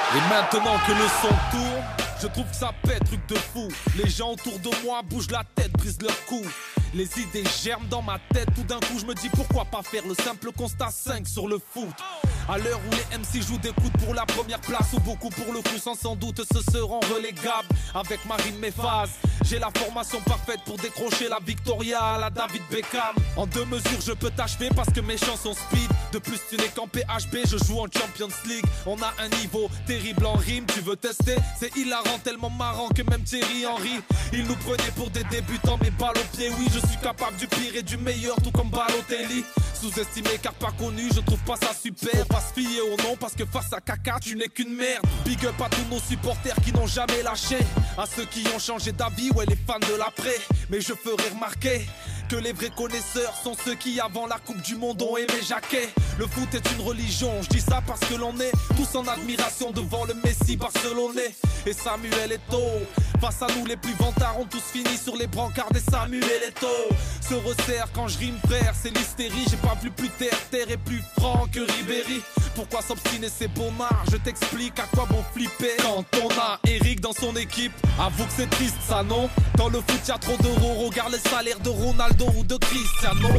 Et maintenant que le son tourne, je trouve que ça pète, truc de fou. Les gens autour de moi bougent la tête, brisent leur cou. Les idées germent dans ma tête, tout d'un coup je me dis pourquoi pas faire le simple constat 5 sur le foot. À l'heure où les MC jouent des coudes pour la première place, ou beaucoup pour le coup sans doute se seront relégables. Avec ma rime mes phases, j'ai la formation parfaite pour décrocher la Victoria à la David Beckham. En 2 mesures je peux t'achever parce que mes chansons speed. De plus tu n'es qu'en PHB, je joue en Champions League. On a un niveau terrible en rime, tu veux tester? C'est hilarant, tellement marrant que même Thierry Henry il nous prenait pour des débutants, mais balle au pied. Oui, je suis capable du pire et du meilleur, tout comme Balotelli. Sous-estimé car pas connu, je trouve pas ça super. Faut pas se fier au nom parce que face à Kaka tu n'es qu'une merde. Big up à tous nos supporters qui n'ont jamais lâché, à ceux qui ont changé d'avis, ouais les fans de l'après. Mais je ferai remarquer que les vrais connaisseurs sont ceux qui avant la Coupe du Monde ont aimé Jacquet. Le foot est une religion, je dis ça parce que l'on est tous en admiration devant le Messi barcelonais. Et Samuel Eto'o, face à nous les plus vantards ont tous fini sur les brancards des Samuel Eto'o. Se resserre quand je rime frère, c'est l'hystérie. J'ai pas vu plus terre est plus franc que Ribéry. Pourquoi s'obstiner c'est bonnard? Je t'explique à quoi bon flipper quand on a Eric dans son équipe. Avoue que c'est triste ça non? Dans le foot y'a trop d'euros, regarde les salaires de Ronaldo ou de Cristiano.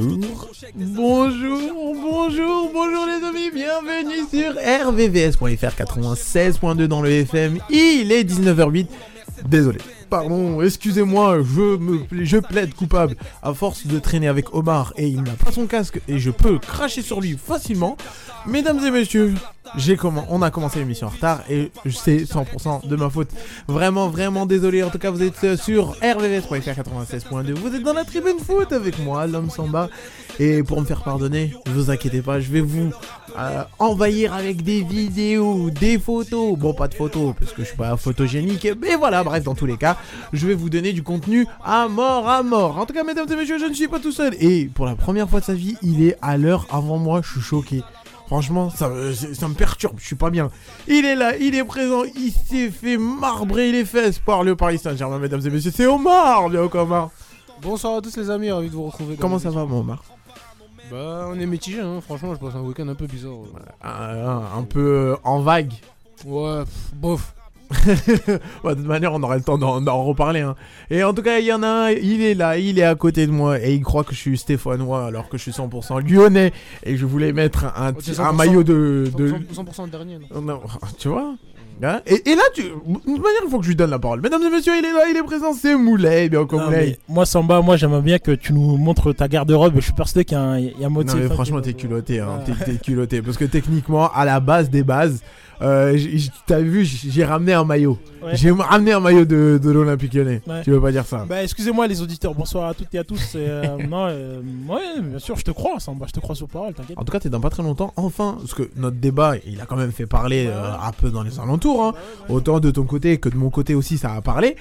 Bonjour les amis, bienvenue sur RVVS.fr 96.2 dans le FM. Il est 19h08, désolé. Pardon, excusez-moi, je plaide coupable. À force de traîner avec Omar et il n'a pas son casque et je peux cracher sur lui facilement. Mesdames et messieurs, on a commencé l'émission en retard et c'est 100% de ma faute. Vraiment désolé. En tout cas, vous êtes sur RVVS.fr 96.2. Vous êtes dans la tribune foot avec moi, l'homme Samba. Et pour me faire pardonner, ne vous inquiétez pas, je vais vous envahir avec des vidéos, des photos. Bon, pas de photos parce que je suis pas photogénique. Mais voilà, bref, dans tous les cas, je vais vous donner du contenu à mort. En tout cas, mesdames et messieurs, je ne suis pas tout seul. Et pour la première fois de sa vie, il est à l'heure avant moi. Je suis choqué. Franchement, ça me perturbe, je suis pas bien. Il est là, il est présent, il s'est fait marbrer les fesses par le Paris Saint-Germain, mesdames et messieurs. C'est Omar, bien quoi, Omar. Bonsoir à tous les amis, ravi de vous retrouver. Comment ça va, mon Omar? Bah, on est mitigé, hein. Franchement, je passe un week-end un peu bizarre. Un peu en vague. Ouais, bof. Ouais, de toute manière, on aura le temps d'en reparler. Hein. Et en tout cas, il y en a un, il est là, il est à côté de moi et il croit que je suis stéphanois alors que je suis 100% lyonnais et je voulais mettre un maillot de 100% dernier. Non, tu vois hein et là, de toute manière, il faut que je lui donne la parole. Mesdames et messieurs, il est là, il est présent, c'est Moulay, bien comme Moulay. Moi, Samba, j'aimerais bien que tu nous montres ta garde-robe. Je suis persuadé qu'il y a un motif. Non, mais franchement, t'es culotté, hein. T'es culotté. Parce que techniquement, à la base des bases, t'as vu, j'ai ramené un maillot. Ouais. J'ai ramené un maillot de l'Olympique Lyonnais. Ouais. Tu veux pas dire ça? Bah, excusez-moi, les auditeurs. Bonsoir à toutes et à tous. Ouais, bien sûr, je te crois, Samba. Je te crois sur parole, t'inquiète. En tout cas, t'es dans pas très longtemps. Enfin, parce que notre débat, il a quand même fait parler un peu dans les alentours. Hein. Autant de ton côté que de mon côté aussi, ça a parlé.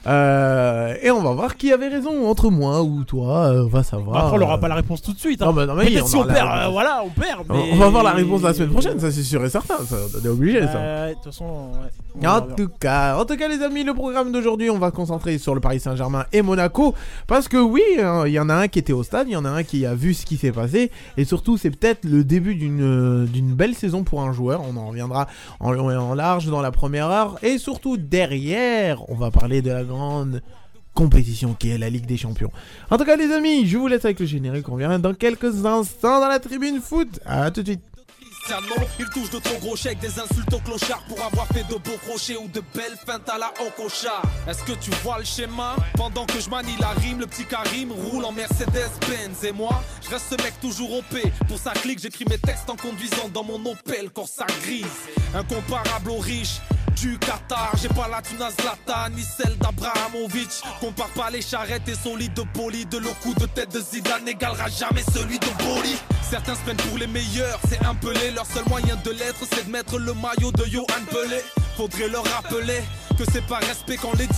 Et on va voir qui avait raison entre moi ou toi, va savoir. Après on n'aura pas la réponse tout de suite. Hein. Non, mais peut-être si on perd, on perd. Mais... On va voir la réponse la semaine prochaine, ça c'est sûr et certain, ça on est obligé ça. De toute façon, ouais. En tout cas les amis, le programme d'aujourd'hui, on va se concentrer sur le Paris Saint-Germain et Monaco, parce que oui, il y en a un qui était au stade, il y en a un qui a vu ce qui s'est passé, et surtout c'est peut-être le début d'une belle saison pour un joueur. On en reviendra en long et en large dans la première heure, et surtout derrière, on va parler de la grande compétition qui est la Ligue des Champions. En tout cas les amis, je vous laisse avec le générique, on revient dans quelques instants dans la tribune foot. À tout de suite. Il touche de trop gros chèques, des insultes au clochard pour avoir fait de beaux crochets ou de belles feintes à la Okocha. Est-ce que tu vois le schéma? Pendant que je manie la rime, le petit Karim roule en Mercedes-Benz. Et moi, je reste ce mec toujours OP. Pour sa clique, j'écris mes textes en conduisant dans mon Opel Corsa grise. Incomparable aux riches du Qatar, j'ai pas la thune à Zlatan ni celle d'Abrahamovic. Compare pas les charrettes et solides de Poli. De le coup de tête de Zidane n'égalera jamais celui de Boli. Certains se prennent pour les meilleurs, c'est un pelé. Leur seul moyen de l'être, c'est de mettre le maillot de Johan Pelé. Faudrait leur rappeler que c'est par respect qu'on les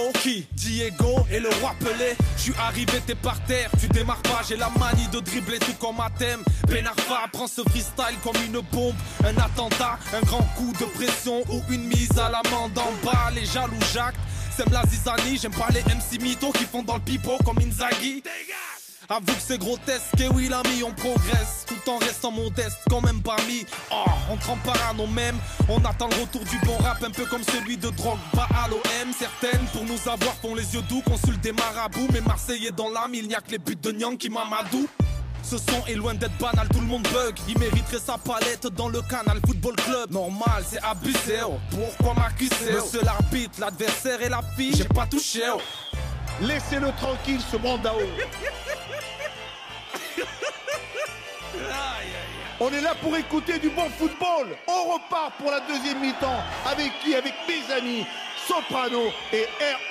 Diego et le roi Pelé. Je suis arrivé, t'es par terre, tu démarres pas. J'ai la manie de dribbler tout comme à thème. Ben Arfa prend ce freestyle comme une bombe. Un attentat, un grand coup de pression ou une mise à l'amende en bas. Les jaloux Jacques, sème la zizanie. J'aime pas les MC mythos qui font dans le pipeau comme Inzaghi. Avoue que c'est grotesque, et oui l'ami on progresse, tout en restant modeste, quand même parmi. Oh, on trempe parano même, on attend le retour du bon rap, un peu comme celui de Drogba à l'OM. Certaines pour nous avoir font les yeux doux, consultent des marabouts, mais Marseillais dans l'âme, il n'y a que les buts de Nyang qui Mamadou. Ce son est loin d'être banal, tout le monde bug. Il mériterait sa palette dans le Canal Football Club. Normal, c'est abusé, oh. Pourquoi m'accuser? Monsieur l'arbitre, l'adversaire et la fille, j'ai pas touché, oh. Laissez-le tranquille, ce Mandao. On est là pour écouter du bon football. On repart pour la deuxième mi-temps. Avec qui? Avec mes amis Soprano et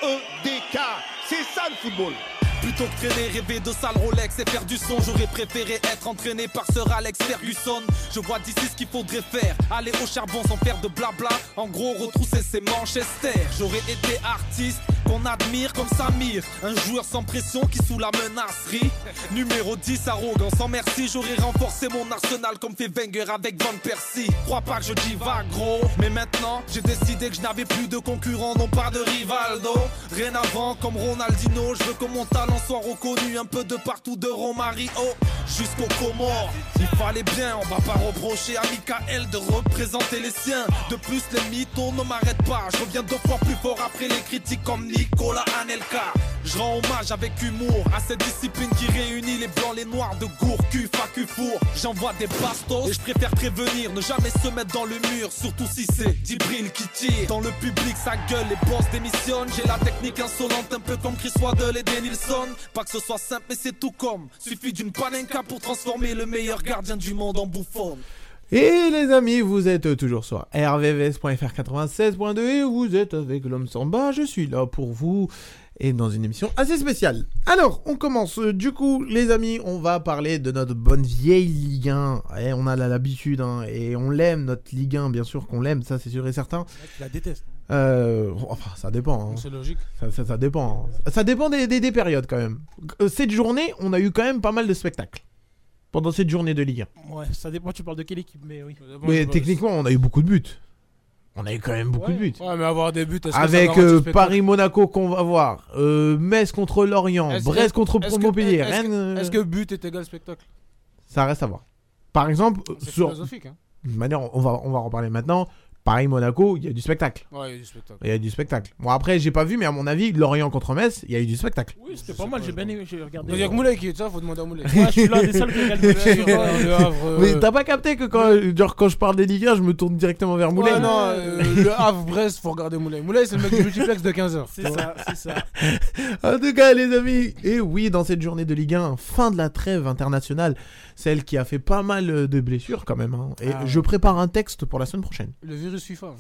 REDK. C'est ça le football. Plutôt que traîner, rêver de sale Rolex et faire du son, j'aurais préféré être entraîné par Sir Alex Ferguson. Je vois d'ici ce qu'il faudrait faire, aller au charbon sans faire de blabla. En gros, retrousser ses Manchester. J'aurais été artiste qu'on admire comme Samir, un joueur sans pression qui sous la menacerie. Numéro 10, arrogant sans merci. J'aurais renforcé mon arsenal comme fait Wenger avec Van Persie. Crois pas que je divague gros, mais maintenant j'ai décidé que je n'avais plus de concurrents, non pas de Rivaldo. Rien avant comme Ronaldinho, je veux que mon talent soit reconnu un peu de partout, de Romario jusqu'aux Comores. Il fallait bien, on va pas reprocher à Michael de représenter les siens. De plus les mythos ne m'arrêtent pas, je reviens 2 fois plus fort après les critiques comme Nicolas Anelka. Je rends hommage avec humour à cette discipline qui réunit les blancs, les noirs de Gour, cul, facu, four. J'envoie des bastos et je préfère prévenir, ne jamais se mettre dans le mur, surtout si c'est Djibril qui tire. Dans le public ça gueule, les boss démissionnent. J'ai la technique insolente, un peu comme Chris Waddle et Denilson. Pas que ce soit simple mais c'est tout comme suffit d'une panenka pour transformer le meilleur gardien du monde en bouffon. Et les amis, vous êtes toujours sur rvvs.fr 96.2 et vous êtes avec l'homme samba. Je suis là pour vous et dans une émission assez spéciale. Alors, on commence. Du coup, les amis, on va parler de notre bonne vieille Ligue 1. Et on a l'habitude, hein, et on l'aime, notre Ligue 1, bien sûr qu'on l'aime, ça c'est sûr et certain. Tu la détestes. Enfin, ça dépend. Hein. C'est logique. Ça dépend. Hein. Ça dépend des périodes quand même. Cette journée, on a eu quand même pas mal de spectacles. Pendant cette journée de Ligue 1. Ouais, ça dépend, tu parles de quelle équipe, mais oui. Mais techniquement, on a eu beaucoup de buts. On a eu quand même beaucoup de buts. Ouais, mais avoir des buts, avec Paris-Monaco qu'on va voir, Metz contre Lorient, Brest contre Montpellier, Rennes. Est-ce que but est égal spectacle? Ça reste à voir. Par exemple, c'est sur philosophique. Hein. de manière, on va en reparler maintenant. Paris-Monaco, il y a du spectacle. Ouais, il y a du spectacle. Il y a du spectacle. Bon, après, j'ai pas vu, mais à mon avis, Lorient contre Metz, il y a eu du spectacle. Oui, c'était pas mal, j'ai bien aimé, j'ai regardé. Il y a que Moulay qui est ça, faut demander à Moulay. Ouais, je suis l'un des seuls qui regarde Le Havre. Mais t'as pas capté que quand je parle des Ligue 1, je me tourne directement vers Moulay? Ouais, non, le Havre-Brest, faut regarder Moulay. Moulay, c'est le mec du multiplex de 15h. C'est ça. En tout cas, les amis, et oui, dans cette journée de Ligue 1, fin de la trêve internationale, celle qui a fait pas mal de blessures quand même. Hein. Et je prépare un texte pour la semaine prochaine. Le virus FIFA.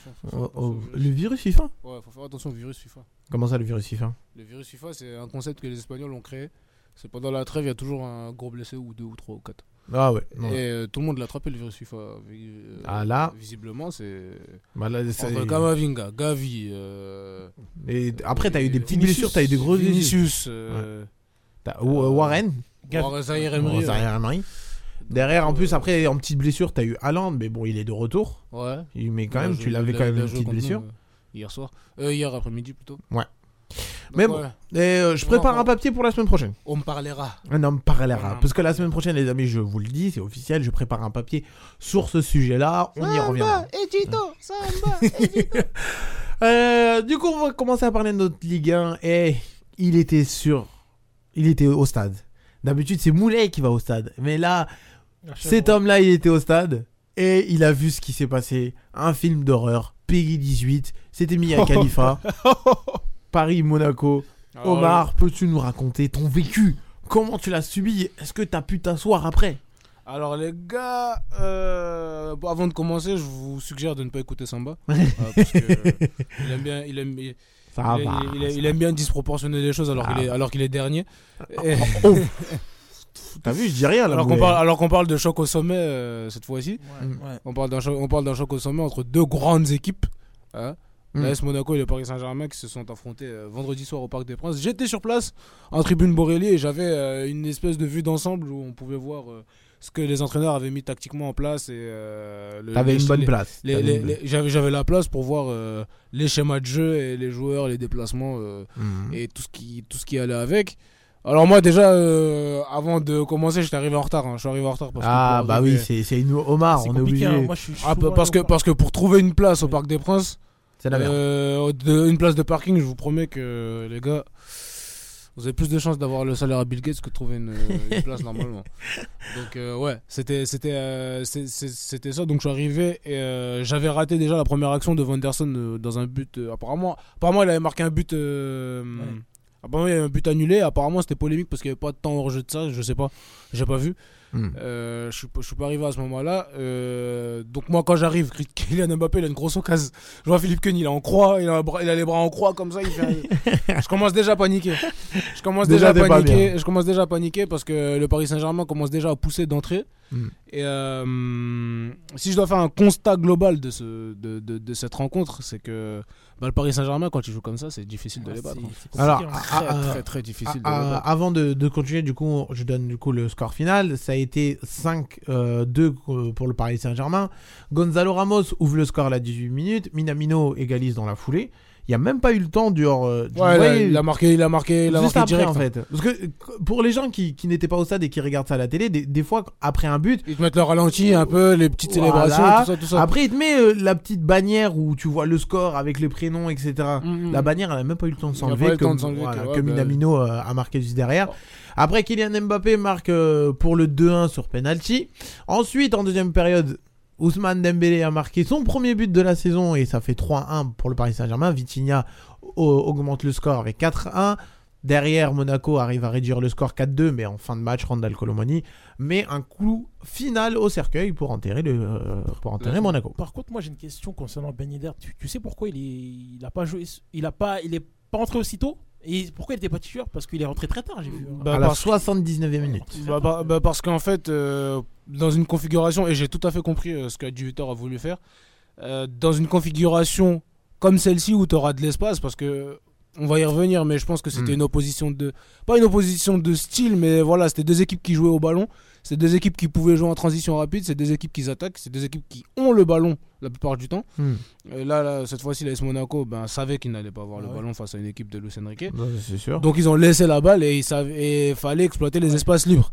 Le virus FIFA? Ouais, faut faire attention au virus FIFA. Comment ça, le virus FIFA? Le virus FIFA, c'est un concept que les Espagnols ont créé. C'est pendant la trêve, il y a toujours un gros blessé, ou 2 ou 3 ou 4. Ah ouais. Et tout le monde l'a attrapé, le virus FIFA. Là. Visiblement, c'est. Bah là, entre Camavinga, Gavi. Et après, t'as eu des petites blessures, t'as eu des gros. Vinicius. Warren. Zaïre Emery. Derrière, en plus, après, en petite blessure, t'as eu Haaland, mais bon, il est de retour. Ouais. Mais quand même, tu l'avais quand même une petite blessure. Hier soir. Hier après-midi plutôt. Ouais. Donc, mais bon, je prépare un papier pour la semaine prochaine. On me parlera. On me parlera. Parce que la semaine prochaine, les amis, je vous le dis, c'est officiel, je prépare un papier sur ce sujet-là. On y reviendra. Du coup, on va commencer à parler de notre Ligue 1. Et il était au stade. D'habitude, c'est Moulay qui va au stade. Mais là, cet homme-là, il était au stade. Et il a vu ce qui s'est passé. Un film d'horreur. Peggy 18. C'était Mia Khalifa. Paris-Monaco. Omar, peux-tu nous raconter ton vécu? Comment tu l'as subi? Est-ce que t'as pu t'asseoir après? Alors les gars, avant de commencer, je vous suggère de ne pas écouter Samba. Parce que il aime bien disproportionner les choses alors qu'il est dernier. T'as vu, je dis rien là. Alors qu'on parle de choc au sommet cette fois-ci. Ouais. On parle d'un choc au sommet entre 2 grandes équipes. Hein. L'AS Monaco et le Paris Saint-Germain qui se sont affrontés vendredi soir au Parc des Princes. J'étais sur place en tribune Borély et j'avais une espèce de vue d'ensemble où on pouvait voir ce que les entraîneurs avaient mis tactiquement en place. T'avais une bonne place. J'avais la place pour voir les schémas de jeu et les joueurs, les déplacements et tout ce qui allait avec. Alors moi déjà avant de commencer j'étais arrivé en retard je suis arrivé en retard parce oui c'est une Omar, on est obligé moi, je suis parce que pour trouver une place au Parc des Princes c'est la merde. Une place de parking, je vous promets que les gars vous avez plus de chances d'avoir le salaire à Bill Gates que de trouver une place normalement. Donc ouais, c'était ça. Donc je suis arrivé et j'avais raté déjà la première action de Vanderson dans un but. Apparemment il avait marqué un but. Apparemment il y avait un but annulé. Apparemment c'était polémique parce qu'il n'y avait pas de temps hors jeu de ça. Je sais pas, j'ai pas vu. Je suis pas arrivé à ce moment-là. Donc moi quand j'arrive, Kylian Mbappé il a une grosse occasion. Je vois Philippe Koenig, il est en croix, il a les bras en croix comme ça. Je commence déjà à paniquer. Je commence déjà à paniquer parce que le Paris Saint-Germain commence déjà à pousser d'entrée. Et si je dois faire un constat global de cette rencontre, c'est que le Paris Saint-Germain quand il joue comme ça, c'est difficile de les battre. Alors très difficile de les battre. Avant de continuer, du coup, je donne le score final. Ça a été 5-2 pour le Paris Saint-Germain. Gonzalo Ramos ouvre le score à la 18 minutes. Minamino égalise dans la foulée. Il n'y a même pas eu le temps il a marqué juste après direct, en fait. Parce que pour les gens qui n'étaient pas au stade et qui regardent ça à la télé, des fois après un but, ils te mettent le ralenti un peu, les petites célébrations, tout ça. Après ils te mettent la petite bannière où tu vois le score avec les prénoms, etc. La bannière elle n'a même pas eu le temps de s'enlever, que Minamino a marqué juste derrière. Après Kylian Mbappé marque pour le 2-1 sur penalty. Ensuite en deuxième période, Ousmane Dembélé a marqué son premier but de la saison et ça fait 3-1 pour le Paris Saint-Germain. Vitinha augmente le score avec 4-1. Derrière, Monaco arrive à réduire le score 4-2, mais en fin de match, Randal Colomani met un coup final au cercueil pour enterrer Monaco. Par contre, moi j'ai une question concernant Ben Yedder. Tu sais pourquoi il a pas joué, il est pas entré aussitôt? Et pourquoi il était pas titulaire? Parce qu'il est rentré très tard, j'ai vu. À la 79e minute. Parce qu'en fait, dans une configuration, et j'ai tout à fait compris ce que Victor a voulu faire, dans une configuration comme celle-ci où tu auras de l'espace, parce que on va y revenir, mais je pense que c'était une opposition pas une opposition de style, mais voilà, c'était deux équipes qui jouaient au ballon, c'est deux équipes qui pouvaient jouer en transition rapide, c'est deux équipes qui attaquent, c'est deux équipes qui ont le ballon la plupart du temps. Et là, cette fois-ci, l'AS Monaco savait qu'ils n'allaient pas avoir le ballon face à une équipe de Luis Enrique. C'est sûr. Donc ils ont laissé la balle et il fallait exploiter les espaces libres.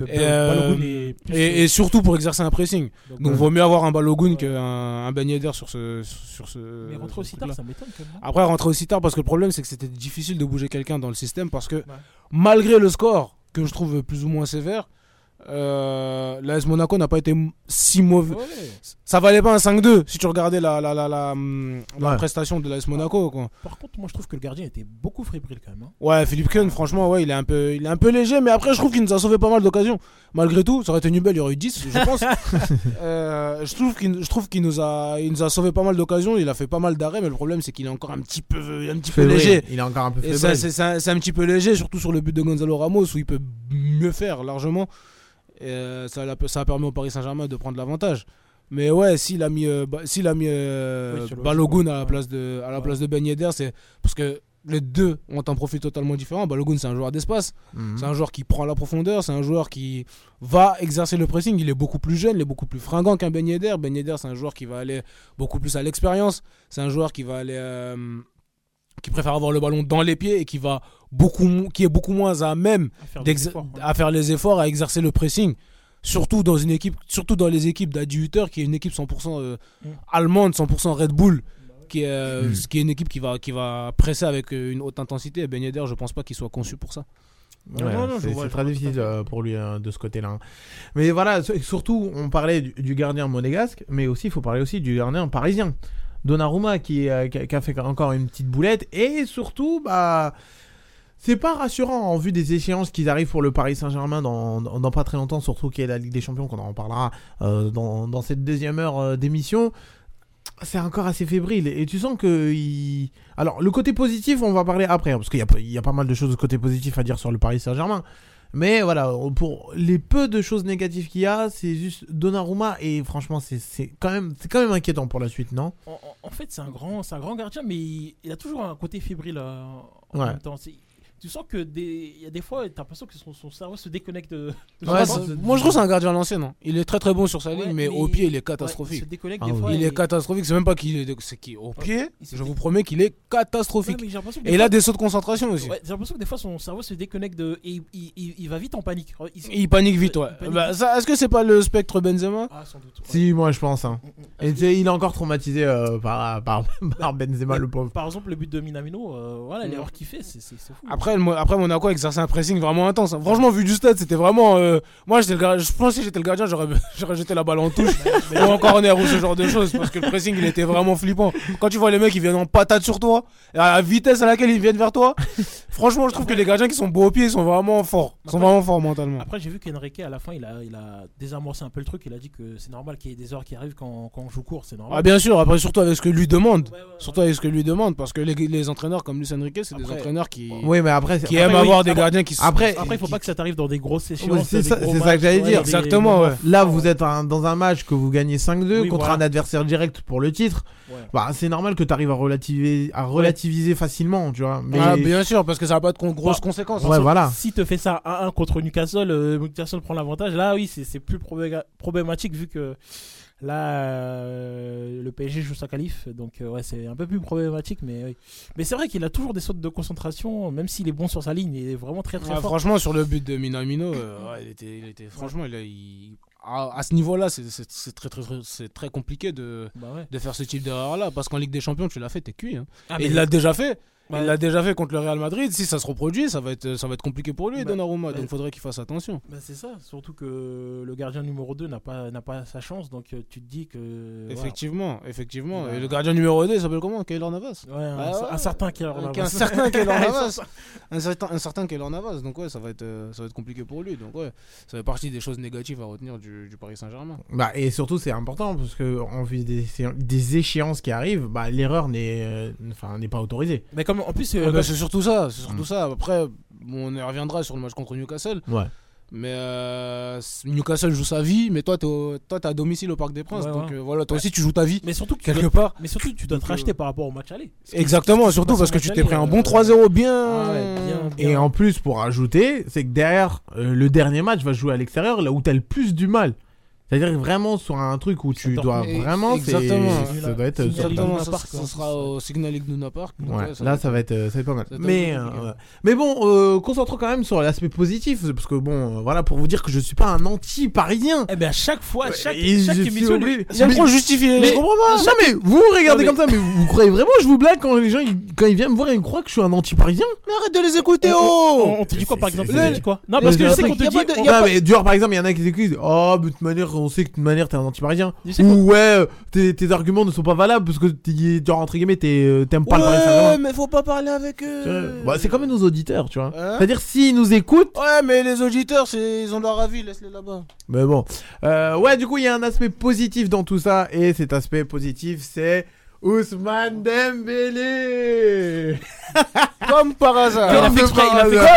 Et surtout pour exercer un pressing. Donc vaut mieux avoir un Balogun qu'un Ben Yedder sur ce. Mais rentrer aussi tard, ça m'étonne quand même. Après, rentrer aussi tard parce que le problème, c'est que c'était difficile de bouger quelqu'un dans le système parce que malgré le score que je trouve plus ou moins sévère, l'AS Monaco n'a pas été si mauvais. Ça valait pas un 5-2 si tu regardais la prestation de l'AS Monaco, quoi. Par contre, moi je trouve que le gardien était beaucoup fébrile quand même. Ouais, Philippe Koenig, franchement, il est un peu léger, mais après je trouve qu'il nous a sauvé pas mal d'occasions. Malgré tout, ça aurait été Nubel, il y aurait eu 10, je pense. Je trouve qu'il nous a sauvé pas mal d'occasions, il a fait pas mal d'arrêts, mais le problème c'est qu'il est encore un petit peu léger. Il est encore un peu fébrile. C'est un petit peu léger, surtout sur le but de Gonzalo Ramos où il peut mieux faire largement. Et ça a permis au Paris Saint-Germain de prendre l'avantage. Mais ouais, s'il a mis Balogun à la place de Ben Yedder, c'est parce que les deux ont un profil totalement différent. Balogun, c'est un joueur d'espace, c'est un joueur qui prend la profondeur, c'est un joueur qui va exercer le pressing. Il est beaucoup plus jeune, il est beaucoup plus fringant qu'un Ben Yedder. Ben Yedder, c'est un joueur qui va aller beaucoup plus à l'expérience, c'est un joueur qui va aller qui préfère avoir le ballon dans les pieds et qui est beaucoup moins à même à faire les efforts, à exercer le pressing. Surtout dans les équipes d'Adi qui est une équipe 100% allemande, 100% Red Bull, qui est une équipe qui va presser avec une haute intensité. Et Ben Yedder, je pense pas qu'il soit conçu pour ça. C'est très difficile pour lui de ce côté-là. Mais voilà, surtout, on parlait du gardien monégasque, mais aussi il faut parler aussi du gardien parisien. Donnarumma qui a fait encore une petite boulette et surtout c'est pas rassurant en vue des échéances qui arrivent pour le Paris Saint-Germain dans pas très longtemps, surtout qu'il y a la Ligue des Champions qu'on en parlera dans cette deuxième heure d'émission. C'est encore assez fébrile et tu sens que alors le côté positif on va parler après parce qu'il y a pas mal de choses de côté positif à dire sur le Paris Saint-Germain. Mais voilà, pour les peu de choses négatives qu'il y a, c'est juste Donnarumma et franchement, c'est quand même inquiétant pour la suite, non ? En fait, c'est un grand gardien, mais il a toujours un côté fébrile en même temps. tu sens que il y a des fois, t'as l'impression que son cerveau se déconnecte de moi je trouve que c'est un gardien à l'ancienne. Hein. Il est très très bon sur sa ligne, mais au pied il est catastrophique. Il se déconnecte des fois. Il est catastrophique. C'est même pas qu'il est, c'est qu'il au pied. Je vous promets qu'il est catastrophique. Et il a des sauts de concentration aussi. J'ai l'impression que des fois son cerveau se déconnecte et il va vite en panique. Il panique vite, ouais. Est-ce que c'est pas le spectre Benzema? Ah, sans doute. Si, moi je pense. Hein. Et il est encore traumatisé par Benzema, le pauvre. Par exemple, le but de Minamino, voilà, l'erreur qu'il fait, c'est fou. Après Monaco a exercé un pressing vraiment intense. Franchement, vu du stade, c'était vraiment. Moi, je pense que si j'étais le gardien, j'aurais jeté la balle en touche ou en corner ou ce genre de choses, parce que le pressing il était vraiment flippant. Quand tu vois les mecs qui viennent en patate sur toi, à la vitesse à laquelle ils viennent vers toi, franchement, je trouve que les gardiens qui sont beaux au pied, ils sont vraiment forts. Ils sont vraiment forts mentalement. Après, j'ai vu qu'Enrique à la fin, il a désamorcé un peu le truc. Il a dit que c'est normal qu'il y ait des heures qui arrivent quand on joue court, c'est normal. Ah, bien sûr. Après, surtout avec ce que lui demande. Surtout avec ce que lui demande, parce que les entraîneurs comme Luis Enrique, c'est des entraîneurs qui. Oui, mais après, aiment avoir des gardiens qui sont. Après, il faut pas que ça t'arrive dans des grosses sessions. C'est ça que j'allais dire. Exactement, ouais. Là, vous êtes dans un match que vous gagnez 5-2 contre un adversaire direct pour le titre. Bah, c'est normal que tu arrives à relativiser facilement, tu vois. Mais... Ah, bien sûr, parce que ça va pas de grosses conséquences. Ouais, voilà. Si te fait ça 1-1 contre Newcastle, Newcastle prend l'avantage. Là, oui, c'est plus problématique vu que là, le PSG joue sa qualif. Donc, ouais, c'est un peu plus problématique. Mais c'est vrai qu'il a toujours des sautes de concentration, même s'il est bon sur sa ligne. Il est vraiment très fort. Franchement, sur le but de Minamino, il était franchement, à ce niveau-là, c'est très compliqué de faire ce type d'erreur-là. Parce qu'en Ligue des Champions, tu l'as fait, t'es cuit. Hein. Et il l'a déjà fait. Il l'a déjà fait contre le Real Madrid. Si ça se reproduit, ça va être compliqué pour lui, Donnarumma. Donc il faudrait qu'il fasse attention. C'est ça. Surtout que le gardien numéro 2 n'a pas sa chance. Donc tu te dis que. Effectivement. Et le gardien numéro 2, il s'appelle comment? Keylor Navas. Un certain Keylor Navas. Un certain Keylor Navas. Donc ouais, ça va être compliqué pour lui. Donc ouais, ça fait partie des choses négatives à retenir du Paris Saint-Germain. Bah, et surtout, c'est important parce qu'en vue des échéances qui arrivent, l'erreur n'est pas autorisée. Mais comme en plus, c'est surtout ça. Après, on y reviendra sur le match contre Newcastle. Ouais. Mais Newcastle joue sa vie, mais toi t'es à domicile au Parc des Princes, donc voilà, toi aussi tu joues ta vie. Mais surtout quelque part. Mais surtout tu dois te racheter par rapport au match aller. Exactement, surtout parce que tu t'es pris un bon 3-0 bien. Et en plus, pour ajouter, c'est que derrière le dernier match va jouer à l'extérieur, là où t'as le plus du mal. C'est-à-dire vraiment sur un truc où tu dois vraiment. Exactement. Ça doit être. Exactement. Ça sera au Signal Iduna Park. Ouais. Là, ça va être pas mal. Mais bon, concentrons quand même sur l'aspect positif, parce que bon, voilà, pour vous dire que je suis pas un anti-parisien. Eh ben à chaque fois, chaque émission, il a trop justifié. Je comprends pas. Non mais vous regardez comme ça, mais vous croyez vraiment je vous blague quand les gens quand ils viennent me voir ils croient que je suis un anti-parisien? Mais arrête de les écouter. On te dit quoi par exemple? Non parce que je sais qu'on te dit. Non mais Dior par exemple, il y en a qui s'écusent. Oh, de toute manière on sait que de toute manière t'es un anti-parisien. Ou ouais, tes arguments ne sont pas valables parce que genre entre guillemets t'aimes pas le Paris Saint-Germain. Ouais, mais faut pas parler avec eux. Bah, c'est comme nos auditeurs, tu vois. C'est-à-dire s'ils nous écoutent. Ouais, mais les auditeurs, ils ont leur avis, laisse-les là-bas. Mais bon, ouais, du coup il y a un aspect positif dans tout ça et cet aspect positif c'est Ousmane Dembélé. Comme par hasard. Il a fait exprès.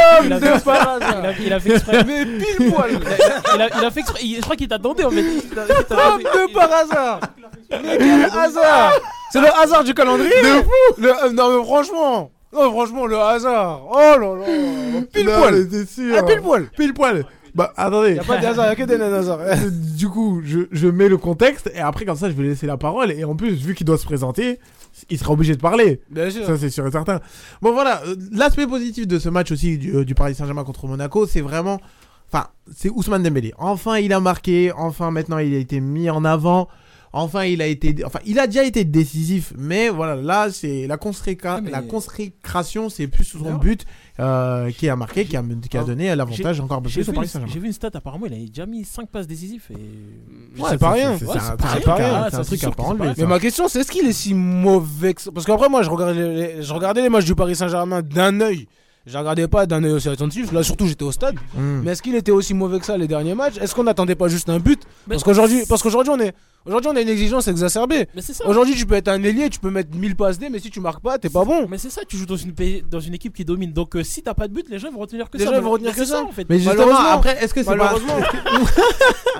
Il a fait exprès. Mais pile poil. Il a fait exprès. Je crois qu'il t'attendait en fait. Comme de par hasard. Mais quel hasard. C'est le hasard du calendrier. De fou. Non mais franchement. Non franchement le hasard. Oh là là. Pile poil. C'est sûr. Ah, pile poil. Pile poil. Bah attendez. Y'a pas de hasard, y'a que des hasards. Du coup, je mets le contexte et après comme ça je vais laisser la parole et en plus vu qu'il doit se présenter, il sera obligé de parler. Bien sûr. Ça c'est sûr et certain. Bon voilà, l'aspect positif de ce match aussi du Paris Saint-Germain contre Monaco, c'est vraiment, c'est Ousmane Dembélé. Enfin il a marqué, enfin maintenant il a été mis en avant. Enfin, il a déjà été décisif, mais voilà, là, c'est la consécration, c'est plus son but qui a marqué, qui a donné l'avantage encore plus au Paris Saint-Germain. J'ai vu une stat, apparemment, il a déjà mis 5 passes décisives. C'est pas rien. C'est un truc à pas enlever. Mais ma question, c'est est-ce qu'il est si mauvais que ça? Parce qu'après, moi, je regardais les matchs du Paris Saint-Germain d'un œil. Je regardais pas d'un œil aussi attentif. Là, surtout, j'étais au stade. Mais est-ce qu'il était aussi mauvais que ça les derniers matchs? Est-ce qu'on n'attendait pas juste un but? Parce qu'aujourd'hui, on a une exigence exacerbée. Aujourd'hui, tu peux être un ailier, tu peux mettre 1000 passes D, mais si tu marques pas, t'es pas bon. Mais c'est ça, tu joues dans une équipe qui domine. Donc, si t'as pas de but, les gens vont retenir que ça. Les gens vont retenir que ça. En fait. Mais justement, après, est-ce que c'est pas.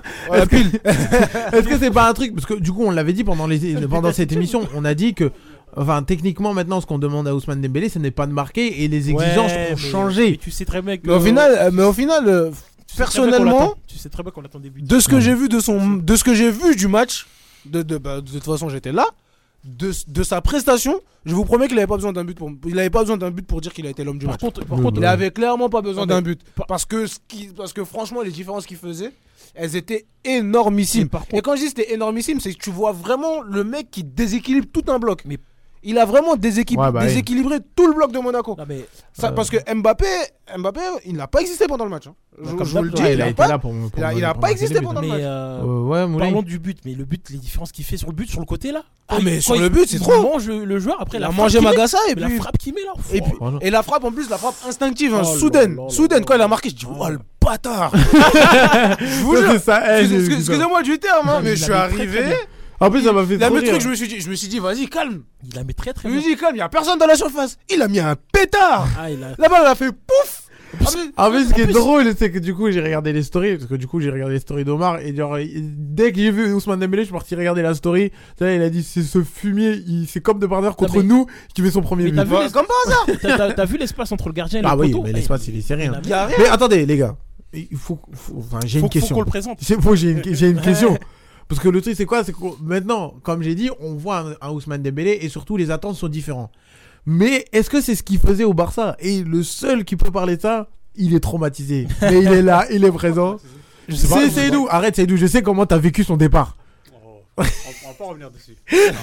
Est-ce que c'est pas un truc? Parce que du coup, on l'avait dit pendant cette émission, on a dit que. Enfin, techniquement, maintenant, ce qu'on demande à Ousmane Dembélé, ce n'est pas de marquer et les exigences ont changé. Mais tu sais très bien que. Mais au final, personnellement, tu sais très bien qu'on attend des buts. de ce que j'ai vu de ce que j'ai vu du match, de toute façon, j'étais là. De sa prestation, je vous promets qu'il n'avait pas besoin d'un but pour dire qu'il a été l'homme du match. Par contre, il avait clairement pas besoin d'un but parce que franchement les différences qu'il faisait, elles étaient énormissimes. Et quand je dis c'était énormissime, c'est que tu vois vraiment le mec qui déséquilibre tout un bloc. Mais il a vraiment déséquilibré tout le bloc de Monaco. Non, mais, parce que Mbappé, il n'a pas existé pendant le match. Je vous le dis, il n'a pas existé pendant le match. Parlons du but, mais le but, les différences qu'il fait sur le but, sur le côté là. Sur le but, c'est trop. Il mange le joueur après il a mangé Magassa et puis la frappe qu'il met là. Et la frappe en plus, la frappe instinctive, soudaine. Quand il a marqué, je dis oh le bâtard. Je vous jure. Excusez-moi du terme, mais je suis arrivé. En plus, ça m'a fait trop rire. Truc, je me suis dit, vas-y, calme. Il a mis très très bien. Je me suis dit, calme, il n'y a personne dans la surface. Il a mis un pétard. La balle, elle a fait pouf. En plus, ce qui est drôle, c'est que du coup, j'ai regardé les stories. Parce que du coup, j'ai regardé les stories d'Omar. Et genre, dès que j'ai vu Ousmane Dembélé, je suis parti regarder la story. Il a dit, c'est ce fumier, c'est comme de par hasard contre nous qui met son premier but. Comme par hasard. T'as vu l'espace entre le gardien et le poteau? poteau? Ah oui, mais l'espace, il est rien. Mais attendez, les gars. J'ai une question. Faut qu'on le présente. J'ai une question. Parce que le truc, c'est quoi? C'est que maintenant, comme j'ai dit, on voit un Ousmane Dembélé et surtout les attentes sont différentes. Mais est-ce que c'est ce qu'il faisait au Barça? Et le seul qui peut parler de ça, il est traumatisé. Mais il est là, il est présent. C'est Seydou. Arrête, Seydou, je sais comment t'as vécu son départ. On va pas revenir dessus.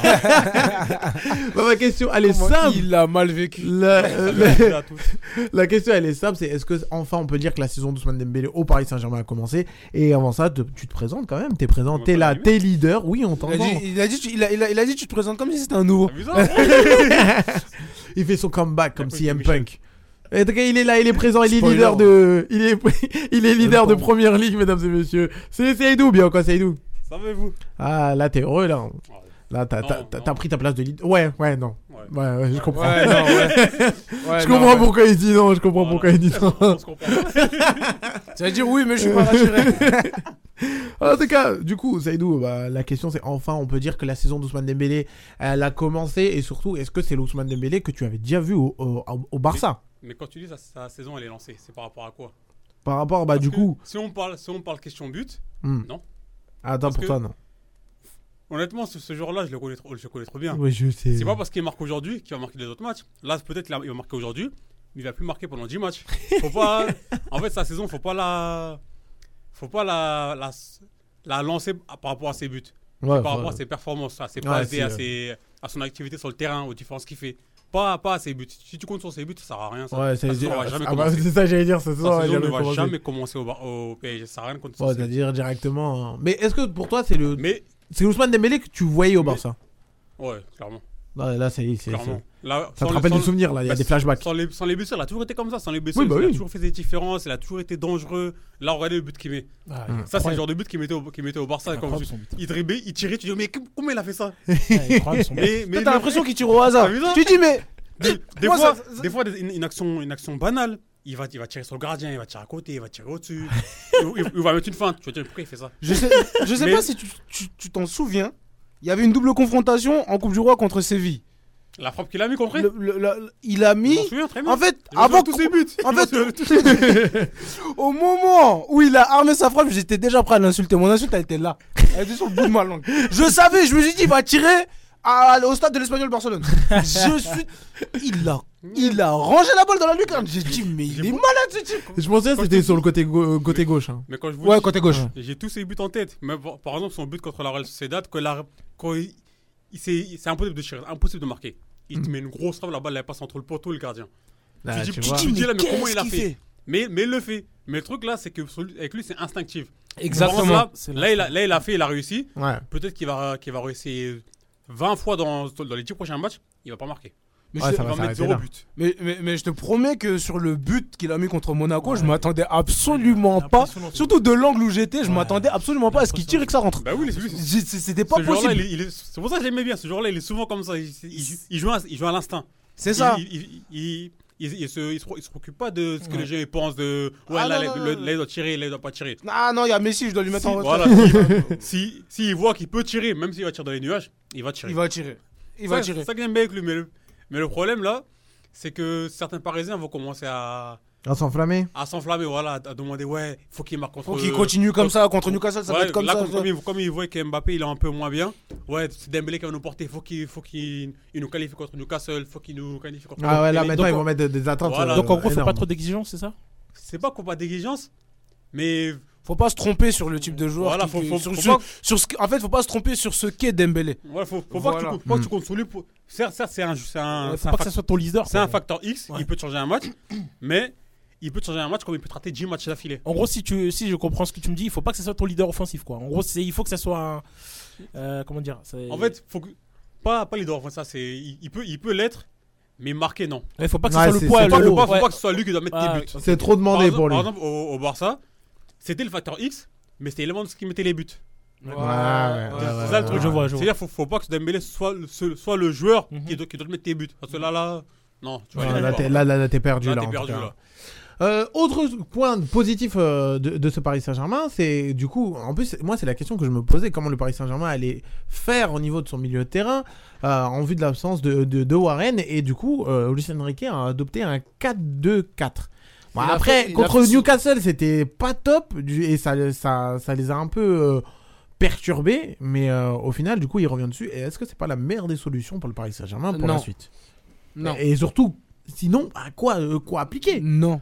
Ma question, elle est simple. Il l'a mal vécu. La question, elle est simple. C'est est-ce que enfin on peut dire que la saison d'Ousmane Dembélé au Paris Saint-Germain a commencé? Et avant ça, tu te présentes quand même. T'es présent, t'es là, t'es leader. Oui, on t'entend. Il a dit tu te présentes comme si c'était un nouveau. Il fait son comeback comme CM Punk. En tout cas, il est là, il est présent, il est leader de, il est leader de première ligue, mesdames et messieurs. C'est Seydou, bien quoi, Seydou. Savez-vous? Ah, là, t'es heureux, là. Là, t'as pris ta place de leader. Ouais, non. Ouais, je comprends. Je comprends pourquoi il dit non, pourquoi il dit non. Ça veut dire oui, mais je suis pas rassuré. En tout cas, du coup, Seydou, la question c'est enfin, on peut dire que la saison d'Ousmane Dembélé, elle a commencé et surtout, est-ce que c'est l'Ousmane Dembélé que tu avais déjà vu au Barça? Mais quand tu dis sa saison, elle est lancée, c'est par rapport à quoi? Par rapport, du coup... Si on parle question but, non. Attends, pour toi, non. Honnêtement, ce joueur-là, je le connais trop bien. Oui, je sais. C'est pas parce qu'il marque aujourd'hui qu'il va marquer les autres matchs. Là, peut-être il va marquer aujourd'hui, mais il va plus marquer pendant 10 matchs. Faut pas... En fait, sa saison, faut pas la lancer par rapport à ses buts. Par rapport à ses performances, à ses passes, à son activité sur le terrain, aux différences qu'il fait. Pas à ses buts. Si tu comptes sur ses buts, ça sert à rien. C'est ça, j'allais dire. Ça ne va jamais commencer au PSG. Ça sert à rien de compter sur ses buts. C'est-à-dire directement. Mais est-ce que pour toi, c'est Ousmane Dembélé que tu voyais au Barça? Ouais, clairement. Là, c'est clairement. Là, ça te rappelle du souvenir, là, il y a des flashbacks. Sans les blessures, il a toujours été comme ça. Sans les blessures, il a toujours fait des différences, il a toujours été dangereux. Là, regardez le but qu'il met. Ça, c'est le genre de but qu'il mettait au Barça. Il driblait, il tirait, tu dis, mais comment il a fait ça? Mais t'as l'impression qu'il tire au hasard. Tu dis, mais. Des fois, une action banale. Il va tirer sur le gardien, il va tirer à côté, il va tirer au-dessus. il va mettre une feinte. Tu vas dire, pourquoi il fait ça? Je sais pas si tu t'en souviens. Il y avait une double confrontation en Coupe du Roi contre Séville. La frappe qu'il a mis contre il a mis. En fait, avant tous ses buts. En fait, au moment où il a armé sa frappe, j'étais déjà prêt à l'insulter. Mon insulte a été là. Elle était sur le bout de ma langue. Je savais, je me suis dit, il va tirer au stade de l'Espagnol Barcelone. Il a rangé la balle dans la lucarne. J'ai dit, mais il est malade ce type. Je pensais que c'était sur le côté gauche. Hein. Mais quand je vous dis, côté gauche. J'ai tous ses buts en tête. Mais par exemple, son but contre la Real Sociedad, c'est impossible de tirer, impossible de marquer. Il te met une grosse frappe, la balle elle passe entre le poteau et le gardien. Tu dis là, mais comment il a fait? Mais il le fait. Mais le truc là, c'est que avec lui, c'est instinctif. Exactement. Là, il a réussi. Ouais. Peut-être qu'il va réussir 20 fois dans les 10 prochains matchs, il va pas marquer. Mais ça va mettre 0 but. Mais je te promets que sur le but qu'il a mis contre Monaco, je m'attendais absolument pas. Surtout de l'angle où j'étais, je m'attendais absolument pas à ce qu'il tire et que ça rentre. Bah oui, c'était pas possible. C'est pour ça que j'aimais bien. Ce joueur-là, il est souvent comme ça. Il joue à l'instinct. C'est ça. Il se préoccupe pas de ce que les gens pensent de là il doit tirer, là il doit pas tirer. Ah non, il y a Messi, je dois lui mettre en retrait. S'il voit qu'il peut tirer, même s'il va tirer dans les nuages, il va tirer. il va tirer. C'est ça que j'aime bien avec lui. Mais le problème là, c'est que certains Parisiens vont commencer à s'enflammer, voilà, à demander ouais, faut qu'il marque contre. Faut qu'il continue comme ça contre Newcastle, ça va être comme là, ça. Comme il voit que Mbappé il est un peu moins bien, ouais, c'est Dembélé qui va nous porter. Faut qu'il nous qualifie contre Newcastle, faut qu'il nous qualifie contre. Ah ouais, là maintenant ils vont mettre des attentes. Voilà, donc en gros, faut pas trop d'exigences, c'est ça? C'est pas qu'on pas d'exigence, mais faut pas se tromper sur le type de joueur. Voilà, en fait, faut pas se tromper sur ce qu'est Dembélé. Voilà, faut pas que tu comptes sur lui. Certes, c'est un faut pas que ça soit ton leader. C'est un facteur X. Il peut te changer un match, mais il peut te changer un match comme il peut te rater 10 matchs d'affilée. En gros, si je comprends ce que tu me dis, il faut pas que ça soit ton leader offensif, quoi. En gros, il faut que ça soit comment dire. En fait, faut que pas leader offensif. Ça, il peut l'être. Mais marqué, non. Il faut pas que ce soit le poids. Faut pas que ce soit lui qui doit mettre tes buts. C'est trop demandé pour lui. Par exemple, au Barça, c'était le facteur X, mais c'était l'élément de ce qui mettait les buts. Ouais, c'est ça le truc. Je vois. C'est-à-dire faut pas que Dembélé soit le joueur qui doit te mettre tes buts. Parce que là, non. Tu vois, là, t'es perdu. Là, t'es perdu, là. Autre point positif de ce Paris Saint-Germain, c'est du coup, en plus, moi c'est la question que je me posais, comment le Paris Saint-Germain allait faire au niveau de son milieu de terrain en vue de l'absence de Warren, et du coup, Luis Enrique a adopté un 4-2-4. Bon, après, contre Newcastle, c'était pas top, et ça les a un peu perturbés, mais au final, du coup, il revient dessus. Et est-ce que c'est pas la meilleure des solutions pour le Paris Saint-Germain pour la suite? Non. Et surtout, sinon, quoi appliquer? Non.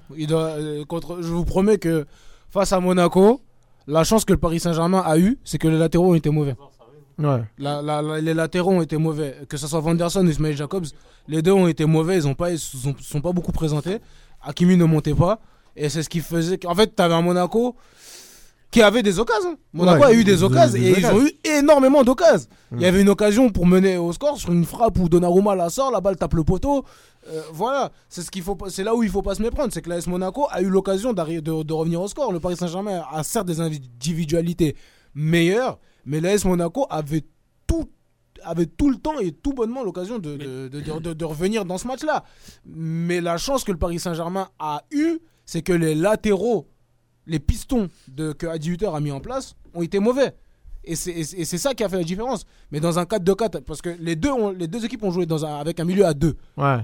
Je vous promets que face à Monaco, la chance que le Paris Saint-Germain a eue, c'est que les latéraux ont été mauvais. Ouais. Les latéraux ont été mauvais. Que ce soit Vanderson ou Ismail Jacobs, les deux ont été mauvais. Ils sont pas beaucoup présentés. Hakimi ne montait pas. Et c'est ce qui faisait qu'en fait, tu avais un Monaco qui avait des occasions. Monaco a eu des occasions et ils ont eu énormément d'occasions. Il y avait une occasion pour mener au score sur une frappe où Donnarumma la sort, la balle tape le poteau. Voilà, c'est là où il faut pas se méprendre, c'est que l'AS Monaco a eu l'occasion de revenir au score. Le Paris Saint-Germain a certes des individualités meilleures, mais l'AS Monaco avait tout le temps et tout bonnement l'occasion de revenir dans ce match-là. Mais la chance que le Paris Saint-Germain a eue, c'est que les latéraux, les pistons que Adi Hütter a mis en place ont été mauvais. Et c'est ça qui a fait la différence. Mais dans un 4-2-4, parce que les deux équipes ont joué avec un milieu à deux. Ouais.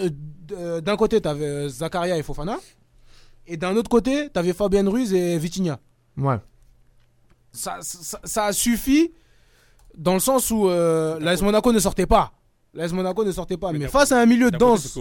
D'un côté, tu avais Zakaria et Fofana. Et d'un autre côté, tu avais Fabien Ruiz et Vitinha. Ouais. Ça a suffi dans le sens où l'AS Monaco ne sortait pas. Mais face à un milieu dense.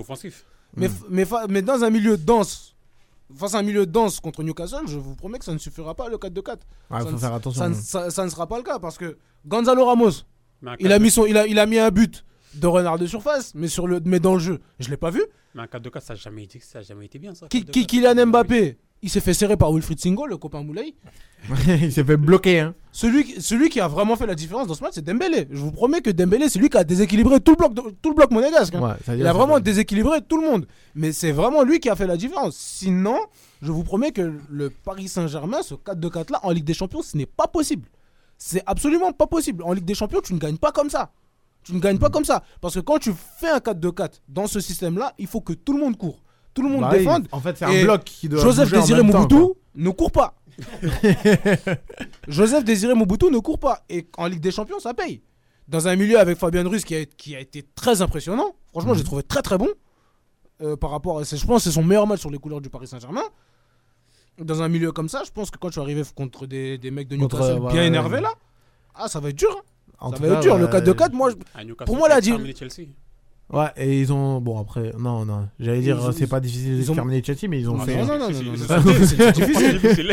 Mais dans un milieu dense. Face à un milieu dense contre Newcastle, je vous promets que ça ne suffira pas le 4-2-4. Faut faire attention. Ça ne sera pas le cas parce que Gonzalo Ramos, il a mis un but de renard de surface, mais dans le jeu, je l'ai pas vu. Mais un 4-2-4, ça n'a jamais été bien ça. Kylian Mbappé, il s'est fait serrer par Wilfried Singo, le copain Moulay. Il s'est fait bloquer. Hein. Celui qui a vraiment fait la différence dans ce match, c'est Dembélé. Je vous promets que Dembélé, c'est lui qui a déséquilibré tout le bloc monégasque. Hein. Ouais, il a vraiment déséquilibré tout le monde. Mais c'est vraiment lui qui a fait la différence. Sinon, je vous promets que le Paris Saint-Germain, ce 4-2-4 là, en Ligue des Champions, ce n'est pas possible. C'est absolument pas possible. En Ligue des Champions, tu ne gagnes pas comme ça. Parce que quand tu fais un 4-2-4 dans ce système-là, il faut que tout le monde court. Tout le monde défende. En fait, c'est un bloc qui doit Joseph bouger Désiré en même Mobutu temps, ne court pas. Joseph Désiré Mobutu ne court pas. Et en Ligue des Champions, ça paye. Dans un milieu avec Fabien Ruiz qui a été très impressionnant. Franchement, j'ai trouvé très très bon. Par rapport à, je pense que c'est son meilleur match sur les couleurs du Paris Saint-Germain. Dans un milieu comme ça, je pense que quand tu arrives contre des mecs de Newcastle bien énervés là, ça va être dur. Ça va être dur. Le 4-2-4, pour moi, là, ouais, et ils ont. Bon, après, non, j'allais dire, c'est pas difficile de terminer Chelsea, mais ils ont fait. Non, c'est difficile.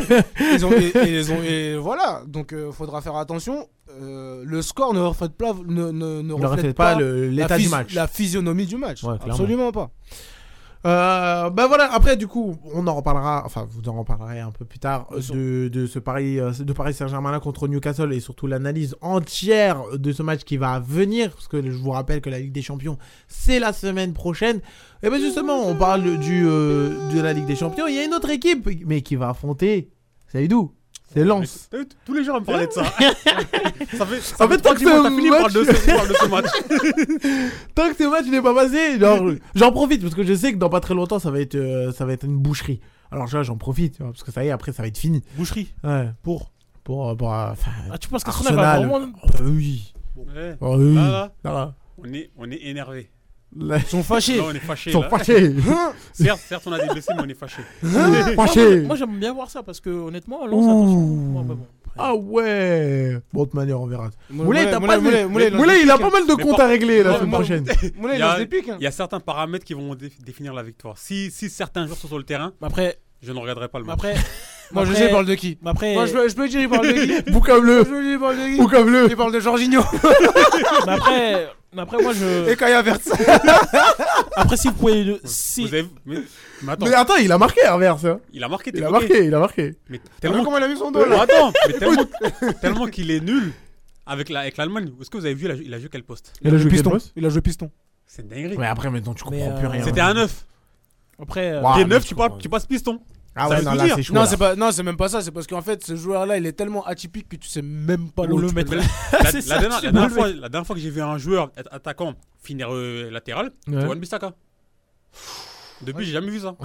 Et voilà, donc faudra faire attention. Le score ne reflète pas l'état du match. La physionomie du match. Ouais, absolument pas. Bah voilà, après du coup on en reparlera, enfin vous en reparlerez un peu plus tard de ce Paris Saint-Germain là contre Newcastle, et surtout l'analyse entière de ce match qui va venir, parce que je vous rappelle que la Ligue des Champions c'est la semaine prochaine. Et bien justement on parle de la Ligue des Champions, il y a une autre équipe mais qui va affronter Saïdou. C'est Lens. Tous les jours, on me parlait de ça. ça fait en fait, tant que ce match. Tant que ce match n'est pas passé, j'en profite parce que je sais que dans pas très longtemps, ça va être une boucherie. Alors, j'en profite parce que ça y est, après, ça va être fini. Boucherie. Ouais. Pour tu penses qu'Arsenal va vraiment. Oui. Ouais. Oui. Là. On est énervé. Ils sont fâchés. Là, on est fâchés. Ils sont fâchés. Certes, on a des blessés, mais on est fâchés. Fâchés. Moi, j'aime bien voir ça parce que honnêtement, Lens, attention. Bon, bah, bon. Ah ouais. Bon, de toute manière, on verra. Moulay, Moulay, il a pas mal de comptes à régler la semaine prochaine. Moulay, il lance des pics. Il y a certains paramètres qui vont définir la victoire. Si certains joueurs sont sur le terrain, Après, je ne regarderai pas le match. Moi, je sais, il parle de qui. Après, Moi, je peux dire, il parle de qui. Bouca bleu. Je peux dire, il parle de qui. Bouca bleu. Il parle de Jorginho. mais après, moi, Et Kaya Vert. après, si vous pouvez. Vous avez... mais attends. Mais attends, il a marqué Hervers. Hein. Il a marqué. Il a marqué. Mais Tellement comment il a mis son dos là. Attends, mais tellement qu'il est nul avec l'Allemagne. Est-ce que vous avez vu, il a joué quel poste? Il a joué piston. quel poste? Il a joué piston. C'est une dinguerie. Mais après, maintenant, tu comprends plus rien. C'était un 9. Après, T'es 9, tu passes piston. Ah Ça ouais, veut non, tout là, dire. c'est chaud. Non, c'est même pas ça. C'est parce qu'en fait, ce joueur-là, il est tellement atypique que tu sais même pas Où où le tu mettre. peux La dernière fois que j'ai vu un joueur être attaquant finir latéral, c'est Wan-Bissaka. Depuis, j'ai jamais vu ça.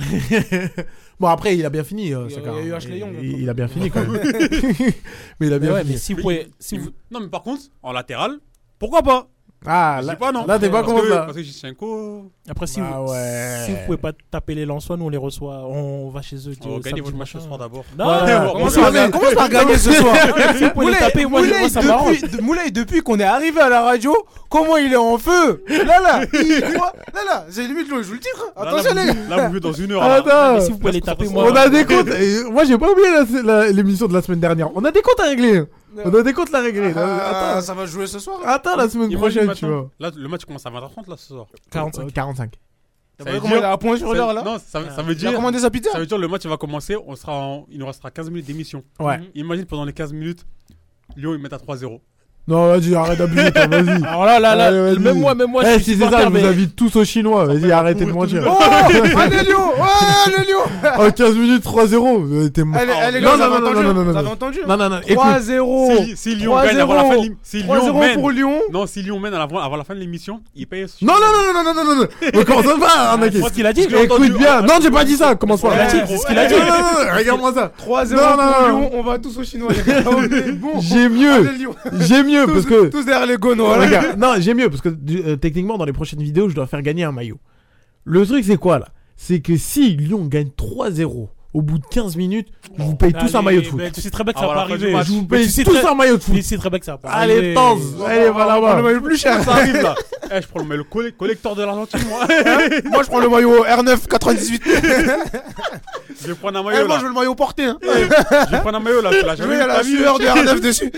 Bon, après, il a bien fini. Il y a eu Ashley Young. Il a bien fini quand même. Mais il a bien mais fini. si vous pouvez. Non, mais par contre, en latéral, pourquoi pas? Ah, Je là, dis pas non. là t'es pas Parce contre que- ça. Parce que Zinchenko, Après, si Ah vous. ouais. Si vous pouvez pas taper les Lensois, nous on les reçoit. On va chez eux. on va gagner samedi votre match ce prochain. soir d'abord. Non, Voilà. Commence par gagner ce soir. si vous pouvez les taper, moi ça m'arrange. Moulay, depuis qu'on est arrivé à la radio, comment il est en feu. Là, il croit. Là, j'ai limite je vous le titre. Attention les gars. Là, vous vivez dans une heure. là. Attends. Si vous pouvez les taper, moi. On a des comptes. Et moi, j'ai pas oublié l'émission de la semaine dernière. On a des comptes à régler. On a des comptes à régler. Attends, Ça va jouer ce soir. attends la semaine Imagine prochaine, maintenant. tu vois. Là, le match commence à 20h30 là ce soir. 45. 45. T'as Ça vu veut comment dire- il a un point sur l'heure là. Non, ça veut Il a dire. commandé sa pizza. Ça veut dire le match il va commencer, il nous restera 15 minutes d'émission. Ouais. Imagine pendant les 15 minutes, Lyon ils mettent à 3-0. Non, vas-y, arrête d'abuser, toi, vas-y. Alors là, Allez, vas-y. même moi, Eh, je si suis c'est ça, supporter, je vous mais- invite tous aux Chinois. Vas-y, arrêtez de mentir. Oh, allez Lyon. Ouais, allez Lyon. En 15 minutes, 3-0. T'es mort. Allez, Non, vous non, avez non, entendu. non, non, Vous non. avez entendu. Non, non, non. Écoute, 3-0. Si Lyon gagne avant la fin de l'émission. Si Lyon 3-0 mène. pour Lyon. Non, si Lyon mène avant la fin de l'émission, il paye. non, non, non, non, non, non, non. On commence pas, arnaquer. C'est ce qu'il a dit. Écoute bien. Non, j'ai pas dit ça. Commence pas. Il a dit, C'est ce qu'il a dit. Non, non, non, regarde-moi ça. 3-0 Non, non, pour non. Lyon. On va tous aux Chinois. Les gars. Bon. J'ai mieux. Allez Lyon. J'ai mieux parce que. Tous derrière les gonos. Regarde, non, j'ai mieux parce que techniquement, dans les prochaines vidéos, je dois faire gagner un maillot. Le truc, c'est quoi là? C'est que si Lyon gagne 3-0 au bout de 15 minutes, je vous paye tous un maillot de foot. Tu sais très bien que ça va Ah, pas voilà, arriver. fin du Je vous Mais paye tu sais tous très- un maillot de foot. Tu sais très bien que ça va pas Allez, arriver. Tanz. Allez, voilà, Le voilà. maillot le plus cher. Ça arrive là. Eh, je prends le maillot collector de l'Argentine, moi. Moi, je prends le maillot R9 98. Je vais prendre un Eh, maillot moi, là. je veux le maillot porté. Hein. Je vais prendre un maillot là. Tu l'as Je jamais veux vu, à la t'as vu sueur de R9 dessus.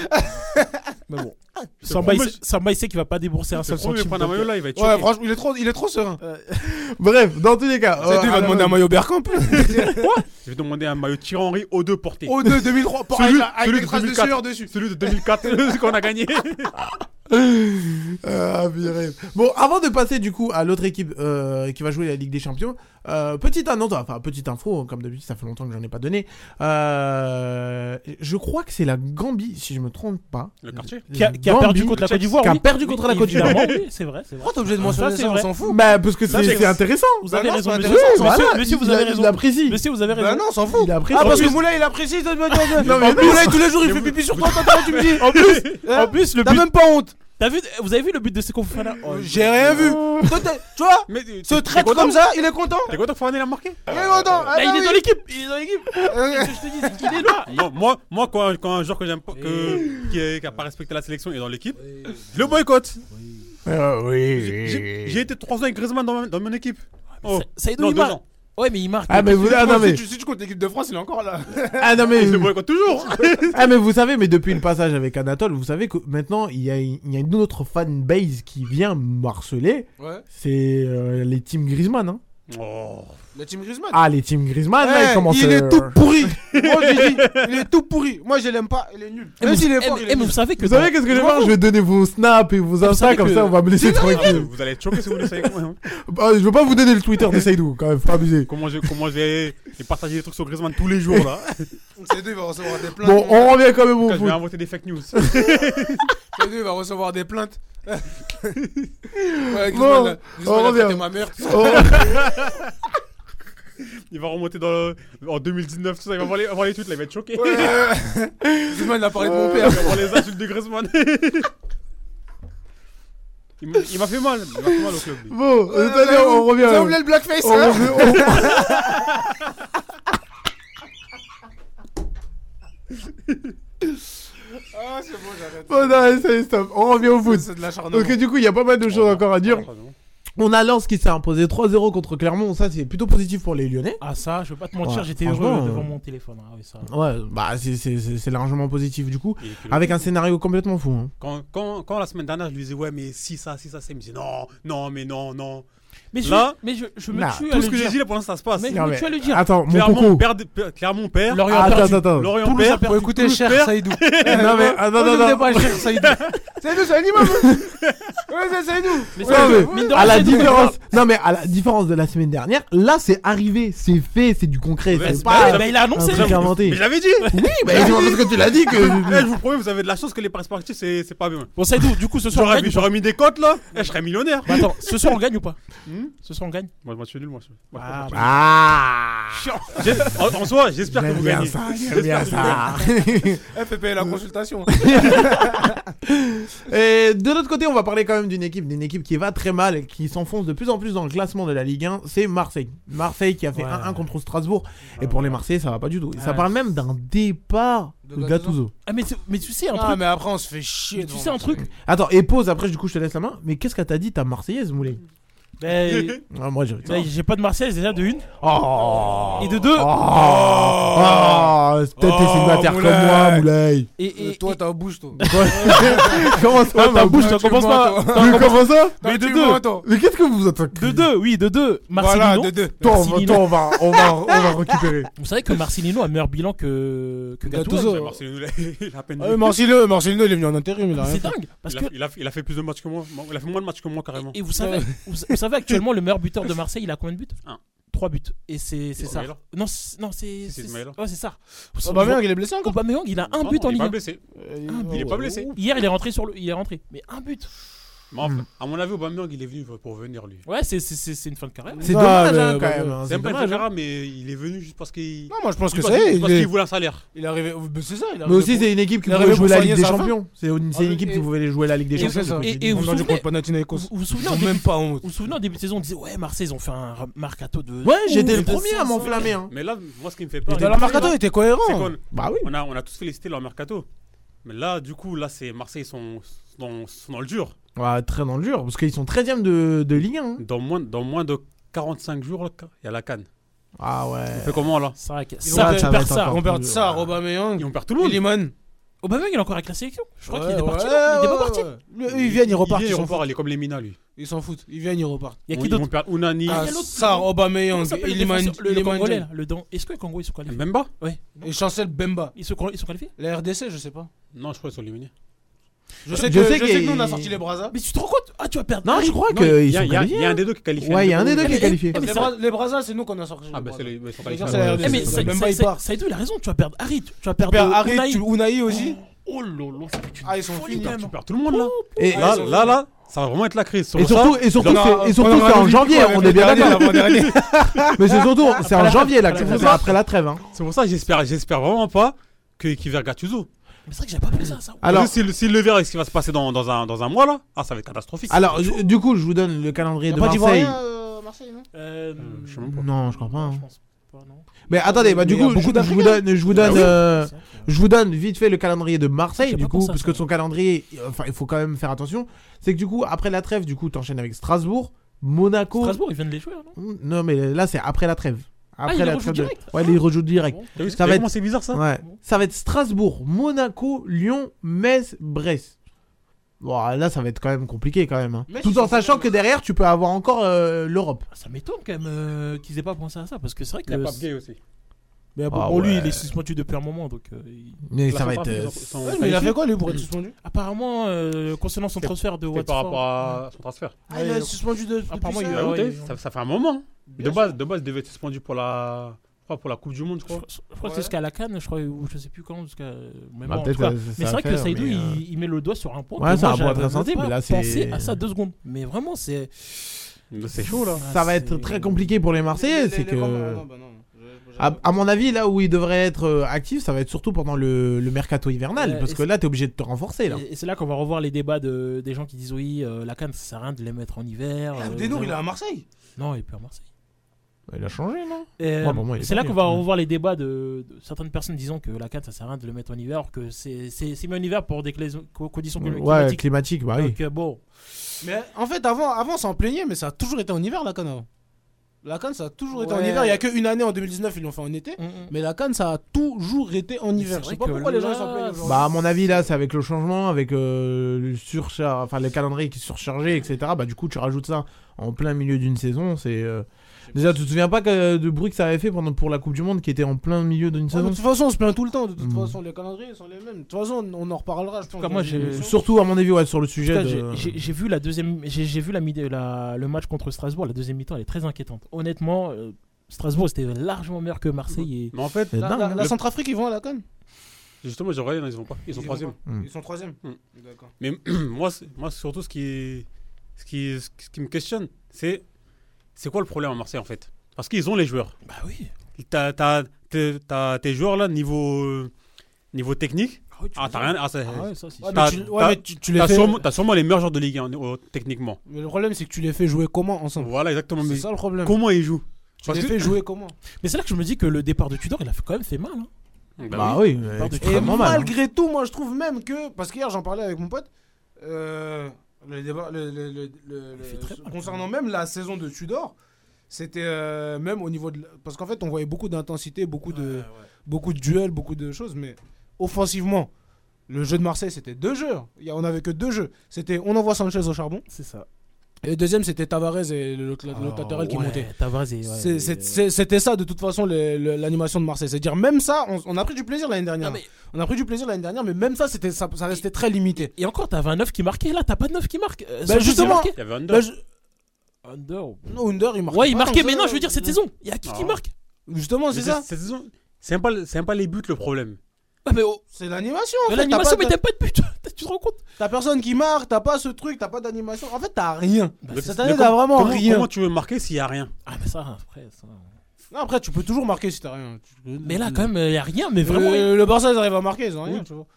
Mais bon. C'est Samba, promis, il sait qu'il va pas débourser un Je seul vais centime. prendre un maillot là, il va être Ouais, choqué. franchement, il est trop serein. Bref, dans tous les cas. C'est lui, il va demander un maillot Bergkamp. Je vais demander un maillot Thierry Henry O2 porté. O2 2003. Avec les traces de sueur dessus. Celui de 2004 qu'on a gagné. Ah, purée. Bon, avant de passer du coup à l'autre équipe qui va jouer la Ligue des Champions, petite annonce, enfin petite info, comme d'habitude, ça fait longtemps que j'en ai pas donné. Je crois que c'est la Gambie, si je me trompe pas. Le quartier. Qui a perdu contre la Côte d'Ivoire. Qui a oui. perdu contre la Côte d'Ivoire. Évidemment, oui, c'est vrai. Pourquoi t'es obligé de mentionner c'est ça? On vrai. s'en fout. Bah, parce que Ça, c'est intéressant. Vous Bah avez non, raison, c'est monsieur. intéressant. Monsieur, vous avez raison. Il apprécie. Monsieur, vous avez raison. Bah non, on s'en fout. Il apprécie. Ah, parce En que plus- Moulay, il apprécie. Non, mais Moulay, tous les jours, il fait pipi sur toi. Toi, tu me dis. En plus, le T'as but. même pas honte. Vous avez vu le but de Seko Fofana? J'ai rien vu. Toi, tu vois, Mais ce traître comme ça, il est content. T'es content que Fofana il a marqué? Il est content. Bah, il est dans l'équipe. Il est dans l'équipe. Je te dis, il est là. Non, moi quand un joueur que j'aime pas, qui a pas respecté la sélection est dans l'équipe, je le boycotte. Oui. J'ai été 3 ans avec Griezmann dans mon équipe. Oh. Saïdou, Non, il 2 marque. ans. Ouais, mais il marque. Ah, mais vous, ah, non, mais, Si tu comptes l'équipe de France, il est encore là. ah, non, mais, Je le boycotte toujours. ah, mais vous savez, mais depuis le passage avec Anatole, vous savez que maintenant, il y a une autre fanbase qui vient me harceler. Ouais. C'est les teams Griezmann, hein. Oh. Le team Griezmann. Ah, les teams Griezmann, là, ils commencent il est tout pourri. Moi, j'ai dit, il est tout pourri. Moi, je l'aime pas. Il est nul. Même s'il est fort, il est mais nul. vous savez que. Vous savez qu'est-ce que je vais faire? Je vais donner vos snaps et vos vous Insta, savez comme que- ça on va me laisser tranquille. Vous allez être choqué si vous laissez avec moi. Hein. Bah, je veux pas vous donner le Twitter de Saïdou, quand même, faut pas abuser. Comment je vais partager des trucs sur Griezmann tous les jours là. Saïdou, il va recevoir des plaintes. Bon, on revient quand même au Je vais foot. inventer des fake news. Saïdou, il va recevoir des plaintes. Ouais, Bon, Griezmann, on a revient. traité ma mère. tout ça. Oh, Il va remonter en 2019, tout ça, il va voir les tweets là, il va être choqué. Griezmann, il a parlé de mon père. Il va voir les insultes de Griezmann. Il m'a fait mal. Il m'a fait mal au club. Lui. Bon, c'est-à-dire, on revient. T'as oublié le blackface, on hein revient- Ah, c'est bon, j'arrête. Bon, non, ça y est, stop. On revient au foot. C'est de l'acharnement. Donc, du coup, il y a pas mal de choses encore à dire. On a Lens qui s'est imposé 3-0 contre Clermont. Ça, c'est plutôt positif pour les Lyonnais. Ah, ça, je veux pas te mentir, Ouais, j'étais franchement, heureux devant mon téléphone. Ah, oui, ça. Ouais, bah, c'est largement positif du coup. Avec un scénario complètement fou. Hein. Quand la semaine dernière, je lui disais, ouais, mais si ça, il me disait, non. Mais Là, je me nah, tue à Tout le ce que j'ai dire. dit là pour l'instant, ça se passe. Mais Non, je me mais- tue à le dire. Attends, mon Clermont coco. perd. Lorient a perdu. Attends. Lorient Toulouse perd. a perdu. Faut écouter Toulouse cher perd. Saïdou. Non, mais attends. Cher Saïdou. Saïdou, c'est Anima, ouais, c'est Saïdou. Mais Non, ça, mais mine de à rien, la c'est différence, non mais à la différence de la semaine dernière, là c'est arrivé, c'est fait, c'est du concret, Ouais, c'est c'est pas bah, il a annoncé. un truc inventé. Mais je l'avais dit. Oui, bah c'est parce que tu l'as dit que. Je vous promets, vous avez de la chance que les paris sportifs, c'est pas bien. Bon, Saïdou, du coup, ce soir, on gagne. J'aurais mis des cotes là. Je serais millionnaire. Bah, attends, ce soir, on gagne ou pas Hmm Ce soir, on gagne. Moi, je suis nul, moi. Ah, En soi, j'espère que j'aime vous bien gagnez. ça, j'aime bien ça. FPP, la consultation. Et de l'autre côté, on va parler quand même d'une équipe qui va très mal et qui s'enfonce de plus en plus dans le classement de la Ligue 1, c'est Marseille. Marseille qui a fait 1-1 contre Strasbourg. Et pour les Marseillais, ça va pas du tout. Ça parle même d'un départ de Gattuso. Ah, mais tu sais un Ah, truc. mais après, on se fait chier. Tu sais un truc. Attends, et pause, après du coup je te laisse la main. Mais qu'est-ce que t'as dit ta Marseillaise, Moulay? Moi J'ai pas de Marseillaise déjà de une. Oh. Et de deux. Peut-être t'es célibataire comme moi, Moulay. Et Toi, t'as un bouche, toi. Comment ça, ta bouche, ça commence pas. Mais comment ça? Mais de Tu deux. mens, toi. Mais qu'est-ce que vous attendez? De deux, oui, de deux. Voilà, Marcelino. de deux. Toi, Marcelino. on va récupérer. Vous savez que Marcelino a meilleur bilan que Gattuso. Gattuso. Marcelino, il a à peine. Marcelino, il est venu en intérim. Il a rien C'est fait. dingue. Parce que. Il a fait plus de matchs que moi. Il a fait moins de matchs que moi, carrément. Et vous savez actuellement le meilleur buteur de Marseille, il a combien de buts? 1. 3 buts. Et c'est ça. Ismaïla. Non, c'est Ismaïla. Ouais, c'est ça. Aubameyang, il est blessé encore. Aubameyang, il a un but en Il est Ligue pas 1. blessé. Il est pas blessé. Hier, il est rentré il est rentré. Mais un but. Mais enfin, à mon avis, Aubameyang, il est venu pour venir, lui. Ouais, c'est une fin de carrière. C'est Ouais, dommage mais- hein, quand bah, même. hein, C'est C'est un peu dommage. hein. mais il est venu juste parce qu'il. Non, moi, je pense que Parce c'est. qu'il voulait un salaire. Il est arrivé. C'est ça, il est Mais aussi, c'est une équipe qui il est voulait arrivé jouer pour la Ligue des soigner sa Champions. C'est une équipe qui voulait jouer la Ligue des Et Champions. c'est ça. Et vous On a du souvenez- contre Panathinaikos. Vous vous souvenez Ils en ont début- même pas honte. Vous vous souvenez en début de saison, on disait ouais, Marseille, ils ont fait un mercato de. Ouais, j'étais le de premier à 500. m'enflammer. hein. Mais là, moi, ce qui me fait peur. Leur mercato était cohérent. c'est qu'on Bah oui. on a tous félicité leur mercato. Mais là, du coup, c'est Marseille, ils sont dans le dur. Ouais, très dans le dur, parce qu'ils sont 13ème de Ligue 1. hein. Dans moins de 45 jours, là, il y a la CAN. Ah ouais. On fait comment là? C'est vrai que Ils ça, vont tu ça va perds être ça. encore- On perd ça, Ouais. Aubameyang. Et on perd tout le monde. Iliman. Aubameyang, il est encore avec la sélection. Je crois qu'il est parti. Il est pas parti. Ils viennent, ils repartent. Il Ils s'en repart, foutent. il est comme les Mina, lui. Ils s'en foutent. Ils viennent, ils repartent. Il y a qui Ils vont d'autre? perdre Unani. Ah, il y a l'autre, Sarr, Comment Aubameyang, s'appelle le Iliman. défenseur, le Iliman Congolais Diop. là, le dent. Est-ce que les Congolais sont qualifiés? Mbemba? Et Chancel Bemba. Ils sont qualifiés? La RDC, je sais pas. Non, je crois qu'ils sont éliminés. Je sais Je sais que qu'il- nous, on a sorti les Brazza. Mais tu te rends compte? Ah, tu vas perdre. Non, je crois Non, qu'ils il y sont a qualifiés. un des deux qui est qualifié. Ouais, il y a un des deux qui est Mais- qualifié. mais ça- Les Brazza, c'est nous qu'on a sorti. Ah, bah, ils sont Les qualifiés. gars, c'est la Ouais. Eh, mais RDC. Bemba, il part. Saïdou, il a raison. Tu vas perdre Harit. Tu vas Tu perdre perds Harit, Unai. Unai aussi. Oh lolo, ça fait une Ah, ils sont folie, finis. quand même. Tu perds tout le monde là. Et Ah, ils sont Là, ça va vraiment être la crise. Sur et ça, surtout, c'est en janvier, on est bien d'accord. Mais c'est surtout, c'est en janvier là, que c'est après la trêve. hein. c'est pour ça que j'espère vraiment pas qu'il verra Gattuso. Mais c'est vrai que j'avais pas pensé à ça. Alors, Parce que s'il le verra, ce qui va se passer dans un mois là, ça va être catastrophique. du coup, je vous donne le calendrier de Marseille. Marseille, non Je sais même pas. Non, je crois pas. hein. Je pense pas, non. Mais attendez, bah du Mais il y a coup, beaucoup je vous donne vite fait le calendrier de Marseille, J'ai du pas coup, pensé à parce ça. que son calendrier, enfin, il faut quand même faire attention. C'est que du coup, après la trêve, du coup, t'enchaînes avec Strasbourg, Monaco. Strasbourg, ils viennent de les jouer, non? Non, mais là, c'est après la trêve. Après il les la rejoue trêve de- direct. Ouais, il rejoue direct. Bon. T'as vu Ça va comment c'est bizarre ça? Ouais. Ça va être Strasbourg, Monaco, Lyon, Metz, Brest. Bon, là, ça va être quand même compliqué quand même. hein. Metz, Tout ils en sont sachant fait- que derrière, tu peux avoir encore l'Europe. Ça m'étonne quand même qu'ils aient pas pensé à ça parce que c'est vrai Il y a que. Pape Gay aussi. Mais Ah bon, lui, ouais. il est suspendu depuis un moment donc. Mais Là, ça va sont être. pas- euh, ils sont Ouais, mais il a qualifiés. fait quoi lui pour être suspendu? Apparemment, concernant son transfert de C'est Watford. par rapport à son transfert. Ah, il est suspendu depuis Apparemment, ça. il Ah, a- ouais, ouais, ça fait un moment. De base, il devait être suspendu pour la Coupe du Monde, je Je crois. crois que c'est jusqu'à la Cannes, je crois, ou je sais plus quand. Mais Bah, bon, en peut-être, tout cas. ça Mais c'est va vrai que faire, Saïdou, mais, il met le doigt sur un point. Ouais, que c'est moi, un point j'avais très même sensible, pas là, c'est- pensé à ça 2 secondes. Mais vraiment, c'est. C'est chaud là. Ça va être très compliqué pour les Marseillais, c'est que. À mon avis, là où il devrait être actif, ça va être surtout pendant le mercato hivernal, parce que là, t'es obligé de te renforcer. Là. Et c'est là qu'on va revoir les débats des gens qui disent oui, la CAN, ça sert à rien de les mettre en hiver. Abdenour, il est à Marseille. Non, il est plus à Marseille. Il a changé, non c'est là qu'on va revoir les débats de certaines personnes disant que la CAN, ça sert à rien de le mettre en hiver, alors que c'est mis en hiver pour des conditions climatiques. Ouais, climatiques, bah oui. Donc, bon. Mais en fait, avant, ça en plaignait, mais ça a toujours été en hiver, la CAN avant. La CAN, ça a toujours été en hiver. Il n'y a qu'une année en 2019, ils l'ont fait en été. Mais la CAN, ça a toujours été en hiver. Je sais pas pourquoi les gens s'en plaignent aujourd'hui. Bah, à mon avis, là, c'est avec le changement, avec le calendrier qui est surchargé, etc. Bah, du coup, tu rajoutes ça en plein milieu d'une saison. C'est. Déjà, tu te souviens pas de bruit que ça avait fait pour la Coupe du Monde qui était en plein milieu d'une saison? De toute façon, on se plaint tout le temps. De toute façon, les calendriers sont les mêmes. De toute façon, on en reparlera. Je pense, surtout, à mon avis, sur le sujet. J'ai vu le match contre Strasbourg. La deuxième mi-temps, elle est très inquiétante. Honnêtement, Strasbourg, c'était largement meilleur que Marseille. Mais en fait, la Centrafrique, ils vont à la CAN. Justement, j'ai regardé, non, ils vont pas. Ils sont troisième. Ils sont troisième. D'accord. Mais moi, surtout, ce qui me questionne, c'est quoi le problème à Marseille en fait? Parce qu'ils ont les joueurs. Bah oui. T'as tes joueurs là niveau technique. T'as rien. T'as sûrement les meilleurs joueurs de Ligue 1 techniquement. Mais le problème c'est que tu les fais jouer comment ensemble? Voilà exactement. C'est ça le problème. Comment ils jouent? Tu les fais jouer comment? Mais c'est là que je me dis que le départ de Tudor il a quand même fait mal. Hein. Bah oui. Et malgré tout, moi je trouve même que parce qu'hier j'en parlais avec mon pote. Le débat concernant même la saison de Tudor, c'était même au niveau de parce qu'en fait on voyait beaucoup d'intensité, beaucoup de duels, beaucoup de choses, mais offensivement le jeu de Marseille c'était deux jeux. On avait que deux jeux. C'était on envoie Sanchez au charbon. C'est ça. Et le deuxième c'était Tavares et le latéral qui montait. C'était ça de toute façon l'animation de Marseille. C'est-à-dire même ça, on a pris du plaisir l'année dernière. On a pris du plaisir l'année dernière, mais même ça ça restait très limité. Et encore t'avais un 9 qui marquait, là t'as pas de 9 qui marque. Justement, il y avait Under. Non, Under il marquait. Ouais, il marquait, mais non, je veux dire cette saison. Il y a qui marque? Justement, c'est ça. Cette saison, c'est pas les buts le problème. C'est l'animation. L'animation, mais t'as pas de but. Tu te rends compte? T'as personne qui marque, t'as pas ce truc, t'as pas d'animation. En fait, t'as rien. Cette année, t'as vraiment rien. Comment tu veux marquer s'il y a rien? Ah, mais ça, après, ça. Non, après, tu peux toujours marquer si t'as rien. Mais là, quand même, il y a rien, mais vraiment. Le Barça, ils arrivent à marquer, ils ont rien, tu vois.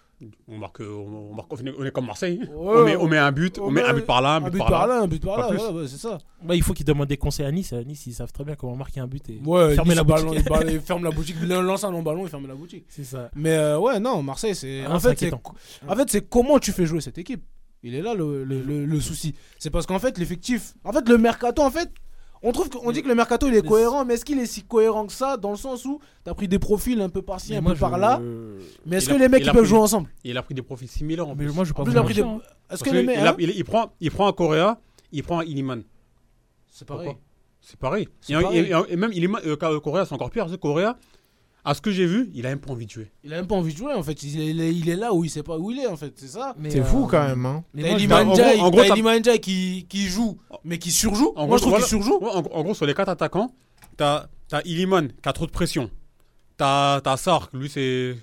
On est comme Marseille. On met un but, on met un but par là, un but par là. Un but par là, c'est ça. Bah, il faut qu'ils demandent des conseils à Nice. À Nice, ils savent très bien comment marquer un but et fermer la boutique. Ils ferment la boutique, lance un long ballon et ferment la boutique. C'est ça. Mais ouais, non, Marseille, c'est. En fait, c'est comment tu fais jouer cette équipe. Il est là le souci. C'est parce qu'en fait, l'effectif. En fait, le mercato, en fait. On dit que le mercato il est cohérent, mais est-ce qu'il est si cohérent que ça dans le sens où t'as pris des profils un peu par-ci, un peu par-là, mais est-ce que les mecs ils peuvent jouer ensemble? Il a pris des profils similaires en plus. Mais moi je pense est-ce que les mecs il prend un Correa, il prend un Iliman. C'est pareil. C'est pareil. Et même Iliman, Correa c'est encore pire. Correa, à ce que j'ai vu, il a même pas envie de jouer. Il a même pas envie de jouer en fait. Il est là où il sait pas où il est en fait. C'est ça. C'est fou quand même. Hein. T'as Iliman Ndiaye qui joue, mais qui surjoue. Moi je trouve qu'il surjoue. En gros, sur les 4 attaquants, t'as Iliman qui a trop de pression. T'as Sarr, lui c'est.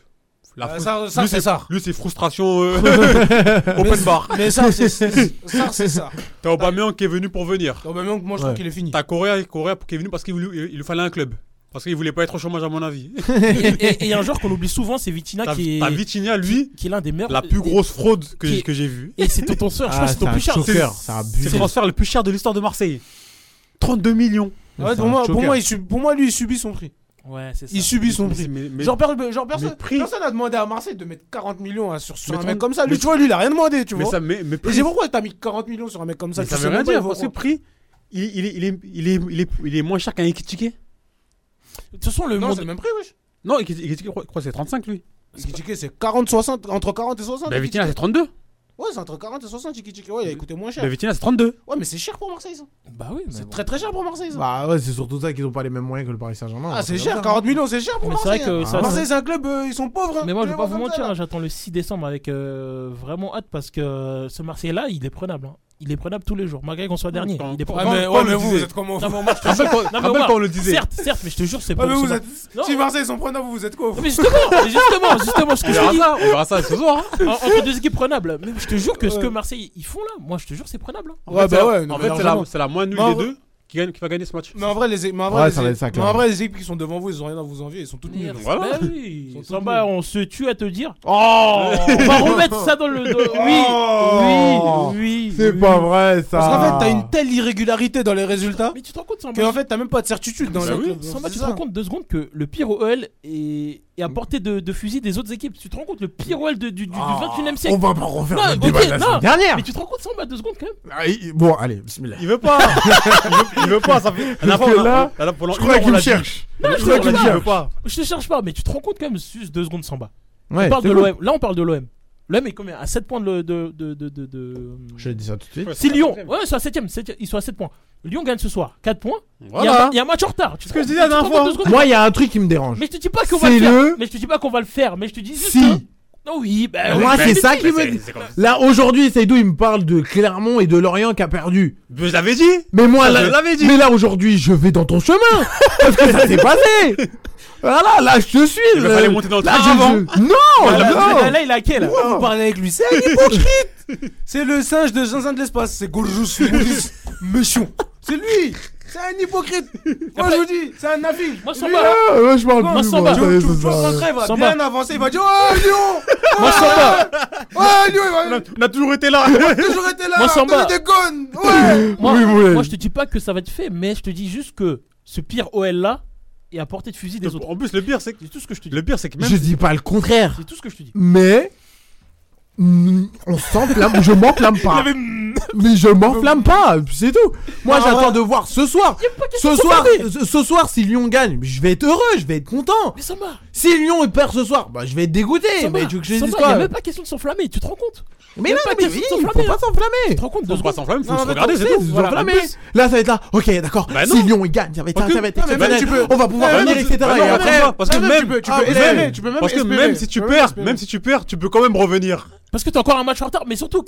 Lui c'est frustration open bar. Mais Sarr c'est ça. T'as Aubameyang qui est venu pour venir. Aubameyang, moi je trouve qu'il est fini. T'as Correa qui est venu parce qu'il lui fallait un club. Parce qu'il voulait pas être au chômage à mon avis. Et il y a un joueur qu'on oublie souvent, c'est Vitinha qui est. Vitinha, lui, qui est l'un des meilleurs. La plus grosse fraude que j'ai vue. Et c'est ton soeur, je crois que c'est ton plus cher. C'est le transfert le plus cher de l'histoire de Marseille. 32 millions. Ouais, pour moi, lui, il subit son prix. Ouais, c'est ça. Il subit son prix. Personne n'a demandé à Marseille de mettre 40 millions sur un mec comme ça. Lui, tu vois, lui, il a rien demandé, tu vois. Mais et c'est pourquoi t'as mis 40 millions sur un mec comme ça? Ça veut rien dire. Ce prix, il est moins cher qu'un Ekitike. De toute façon, non, c'est le même prix, wesh. Non, Ekitike, je crois que c'est 35 lui. Ekitike, c'est 40, 60, entre 40 et 60. Mais Vitinha, c'est 32. Ouais, c'est entre 40 et 60, Ekitike. Ouais, il a coûté moins cher. Mais Vitinha, c'est 32. Ouais, mais c'est cher pour Marseille, ça. Bah oui, c'est très très cher pour Marseille, ça. Bah ouais, c'est surtout ça qu'ils ont pas les mêmes moyens que le Paris Saint-Germain. Ah, c'est cher, 40 millions, c'est cher pour Marseille. Marseille, c'est un club, ils sont pauvres. Mais moi, je vais pas vous mentir, j'attends le 6 décembre avec vraiment hâte parce que ce Marseille-là, il est prenable. Il est prenable tous les jours, malgré qu'on soit dernier. Il est prenable. Ouais, mais vous êtes comment? Rappelle quand on le disait. Certes, mais je te jure, c'est pas. Si Marseille sont prenables, vous êtes quoi? Mais justement, ce que je dis. On verra ça ce soir. Entre deux équipes prenables. Mais je te jure que ce que Marseille ils font là, moi je te jure, c'est prenable. Ouais, bah ouais. En fait, c'est la moins nulle des deux. qui va gagner ce match. Mais en vrai, les équipes qui sont devant vous, ils ont rien à vous envier, ils sont toutes nulles. Voilà. Bah oui. Samba, on se tue à te dire. Oh, on va remettre ça dans le. Oui. C'est pas vrai ça. Parce qu'en fait, t'as une telle irrégularité dans les résultats. Mais tu te rends compte, Samba, qu'en fait, t'as même pas de certitude dans le club. Samba, tu te rends compte 2 secondes que le pire OL est à portée de fusil des autres équipes. Tu te rends compte le pire OL du 21ème siècle. On va pas refaire le débat de la semaine dernière. Mais tu te rends compte, Samba, 2 secondes quand même. Bon, allez, bismillah. Il veut pas. Il veut pas. Ça fait. Je crois qu'il me cherche. Je veux pas. Je te cherche pas, mais tu te rends compte quand même, juste 2 secondes, Samba. Ouais, on parle de l'OM. Là, on parle de l'OM. L'OM est combien à 7 points de. Je dis ça tout de suite. Si Lyon. Ouais, c'est à 7ème. Ils sont à 7 points. Lyon gagne ce soir. 4 points. Voilà. Il y a un match en retard. C'est ce que je disais la dernière fois. Moi, il y a un truc qui me dérange. Mais je te dis pas qu'on va le faire. Mais je te dis pas qu'on va le faire. Mais je te dis juste. Si. Oh oui, moi c'est ça qui me dit. Là aujourd'hui, Seydou il me parle de Clermont et de Lorient qui a perdu. Je l'avais dit. Mais moi là, mais là aujourd'hui, je vais dans ton chemin parce que ça s'est passé. Voilà, là je te suis. Il va falloir monter dans le train avant. Non. Là il a quel là. Vous parlez avec lui, c'est un hypocrite. C'est le singe de Zinzin de l'espace, c'est Goljus Maurice Méchon. C'est lui. C'est un hypocrite. Moi je vous dis, c'est un affiche. Moi Samba. Je parle plus. Tu rencontreras, il va bien avancer, il va dire oh Lyon. Moi Samba. Oh Lyon, on a toujours été là. Moi Samba. Tu déconnes. Ouais. Moi je te dis pas que ça va être fait, mais je te dis juste que ce pire OL là est à portée de fusil des autres. En plus le pire c'est que tout ce que je te dis. Le pire c'est que même je dis pas le contraire. C'est tout ce que je te dis. Mais on s'enflamme, je m'enflamme pas. Mais je m'enflamme pas, c'est tout. Moi j'attends de voir ce soir. Ce soir si Lyon gagne, je vais être heureux, je vais être content. Mais Samba. Si Lyon perd ce soir, bah je vais être dégoûté. Samba, mais tu veux que je dise Samba, quoi? Il y a même pas question de s'enflammer, tu te rends compte? Mais non, mais oui, il faut pas s'enflammer. Tu te rends compte? faut pas s'enflammer, faut Non, se mais regarder, c'est c'est tout. voilà, là ça va être là. OK, d'accord. Bah Si Lyon il gagne, ça va être exceptionnel. tu peux- On va pouvoir revenir etc. Et après parce que même tu peux même parce que espérer. même si tu perds, tu peux quand même revenir. Parce que t'as encore un match en retard, mais surtout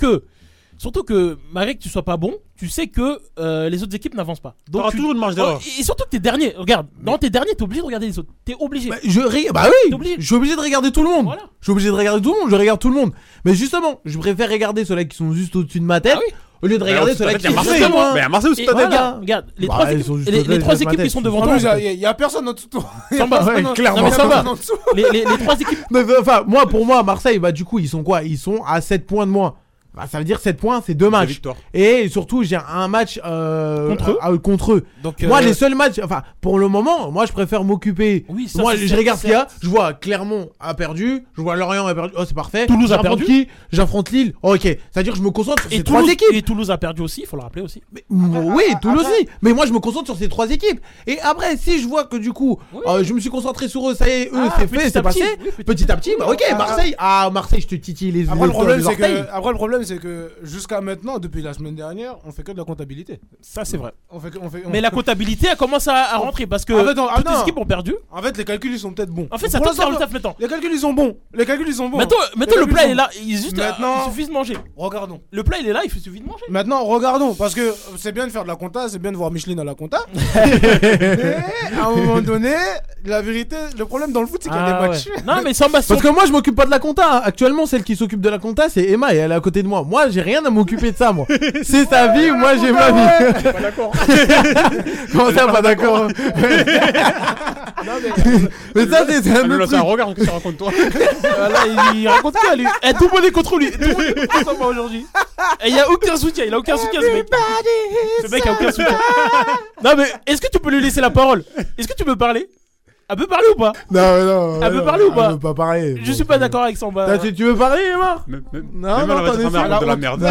que malgré que tu sois pas bon, tu sais que les autres équipes n'avancent pas. Donc tu toujours une marge d'erreur. Et surtout que t'es dernier. Regarde, dans tes derniers, t'es obligé de regarder les autres. T'es obligé. Bah oui, je suis obligé de regarder tout le monde. Voilà. Je suis obligé de regarder tout le monde, je regarde tout le monde. Mais justement, je préfère regarder ceux-là qui sont juste au-dessus de ma tête au lieu de regarder ceux-là qui sont Marseille. Mais à Marseille aussi t'as regarde, les trois équipes qui sont devant toi. Il y a personne en dessous de toi. Clairement. Les trois équipes. Enfin, pour moi, Marseille, bah du coup, ils sont quoi? Ils sont à 7 points de moins. Bah, ça veut dire 7 points, c'est 2 matchs. Et surtout, j'ai un match contre eux. Donc, moi, les seuls matchs, enfin, pour le moment, moi, je préfère m'occuper. Oui, ça, moi, je regarde ce qu'il y a. Je vois Clermont a perdu. Je vois Lorient a perdu. Oh, c'est parfait. Toulouse a perdu. Qui? J'affronte Lille. Oh, ok. C'est-à-dire que je me concentre sur ces 3 équipes. Et Toulouse a perdu aussi, il faut le rappeler aussi. Oui, Toulouse aussi. Mais moi, je me concentre sur ces 3 équipes. Et après, si je vois que du coup, je me suis concentré sur eux, ça y est, eux, c'est fait, c'est passé. Petit à petit, bah, ok, Marseille. Marseille, je te titille les Après, le problème, c'est que jusqu'à maintenant, depuis la semaine dernière, on fait que de la comptabilité. Ça, c'est vrai. Mais la comptabilité, elle commence à rentrer parce que toutes les équipes ont perdu. En fait, les calculs, ils sont peut-être bons. En fait, ça peut faire le taf maintenant. Les calculs, ils sont bons. Maintenant, le plat est là. Il suffit de manger. Regardons. Le plat, il est là, il suffit de manger. Maintenant, regardons. Parce que c'est bien de faire de la compta, c'est bien de voir Micheline à la compta. Mais à un moment donné, la vérité, le problème dans le foot, c'est qu'il y a des matchs. Non, mais Samba. Parce que moi, je m'occupe pas de la compta. Actuellement, celle qui s'occupe de la compta, c'est Emma et elle est à côté de moi. Moi, j'ai rien à m'occuper de ça, moi. C'est sa vie, moi j'ai ma vie. Pas d'accord. Comment ça, pas d'accord? Mais ça, c'est un autre truc. Regarde ce que tu racontes, toi. Là, il raconte quoi, lui? Tout le monde est contre lui. Tout le monde est contre Samba aujourd'hui. Et il y a aucun soutien, ce mec. Ce mec a aucun soutien. Non, mais est-ce que tu peux lui laisser la parole? Est-ce que tu peux parler? Elle peut parler ou pas? Non. Elle peut parler ou pas? Elle peut pas parler. Je suis pas d'accord avec Samba. Tu veux parler, Emma? Non, elle va de la merde.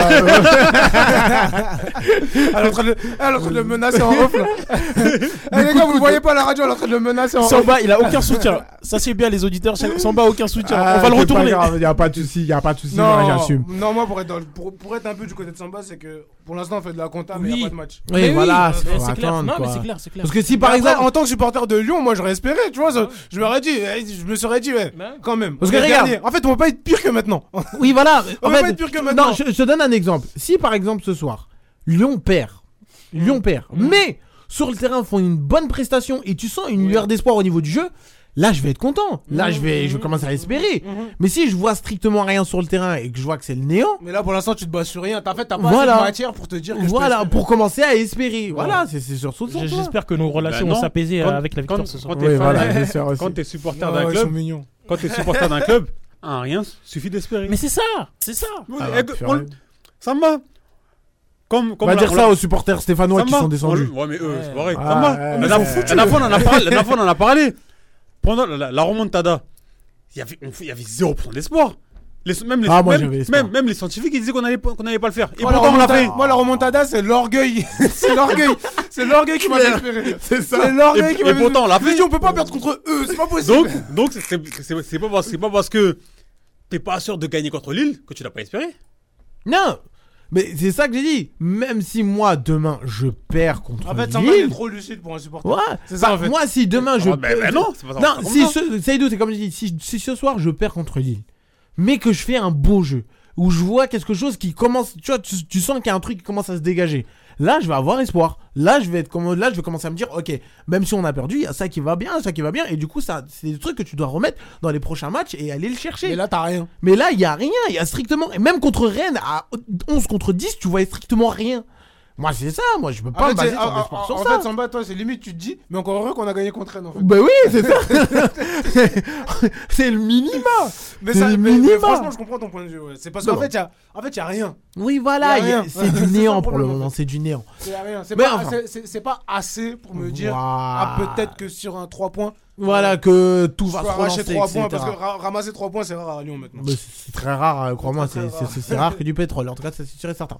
Elle est en train de le menacer en off là. Les gars, vous voyez pas la radio, elle est en train de le menacer en off. Samba, il a aucun soutien. Ça c'est bien les auditeurs. Samba a aucun soutien. On va le retourner. Il y a pas de souci, moi j'assume. Non, moi pour être un peu du côté de Samba, c'est que pour l'instant on fait de la compta, mais il y a pas de match. Oui, voilà, c'est clair. Non, mais c'est clair. Parce que si par exemple, en tant que supporter de Lyon, moi j'aurais espéré, tu vois, je me serais dit, quand même. Parce que regarde, en fait, on va pas être pire que maintenant. Oui, voilà. On va pas être pire que maintenant. Non, je te donne un exemple. Si par exemple ce soir, Lyon perd, mais sur le terrain font une bonne prestation et tu sens une lueur d'espoir au niveau du jeu, là je vais être content. Là je vais commencer à espérer. Mais si je vois strictement rien sur le terrain et que je vois que c'est le néant. Mais là pour l'instant tu te bases sur rien. T'as pas assez de matière pour te dire que voilà, pour commencer à espérer. Voilà, c'est surtout ça. J'espère que nos relations vont s'apaiser avec la victoire ce soir. Quand t'es supporter d'un club, quand t'es supporter d'un club, rien suffit d'espérer. Mais c'est ça. Ça me va. On va dire ça aux supporters stéphanois qui sont descendus. Ouais, mais eux, c'est pareil. La dernière fois, on en a parlé. Pendant la remontada, il y avait 0% d'espoir. Même les scientifiques ils disaient qu'on n'allait pas le faire. Et pourtant on l'a fait. Moi la remontada c'est l'orgueil. C'est l'orgueil qui m'a fait espérer. C'est ça. C'est l'orgueil qui m'a fait. Et pourtant on l'a fait. On peut pas perdre contre eux, c'est pas possible. Donc c'est pas parce que t'es pas sûr de gagner contre Lille que tu l'as pas espéré. Non. Mais c'est ça que j'ai dit. Même si moi demain je perds contre Lille. En fait, Samba est trop lucide pour un supporter. Ouais. C'est ça en fait. Moi si demain je perds. Non, c'est pas ça. Non, Saïdou, c'est comme je dis. Si ce soir je perds contre Lille, mais que je fais un beau jeu où je vois quelque chose qui commence, tu vois, tu sens qu'il y a un truc qui commence à se dégager. Là, je vais avoir espoir. Là, je vais commencer à me dire, ok, même si on a perdu, il y a ça qui va bien, et du coup, ça, c'est des trucs que tu dois remettre dans les prochains matchs et aller le chercher. Mais là, t'as rien. Mais là, il y a rien, il y a strictement, et même contre Rennes à 11 contre 10, tu vois strictement rien. Moi, c'est ça, moi, je peux pas me baser sur l'espoir sur ça. En fait, Samba, toi, c'est limite, tu te dis, mais encore heureux qu'on a gagné contre Rennes, en fait. Bah oui, c'est ça. C'est le minima. Mais franchement, je comprends ton point de vue, ouais. C'est parce qu'en fait, il y a rien. Oui, voilà, c'est du néant pour le moment, c'est du néant. Il y a rien. C'est pas assez pour me dire, peut-être que sur un 3 points. Voilà, que tout va se relancer, 3 points, parce que ramasser 3 points, c'est rare à Lyon maintenant. Bah, c'est très rare, crois-moi, c'est rare que du pétrole. En tout cas, c'est sûr et certain.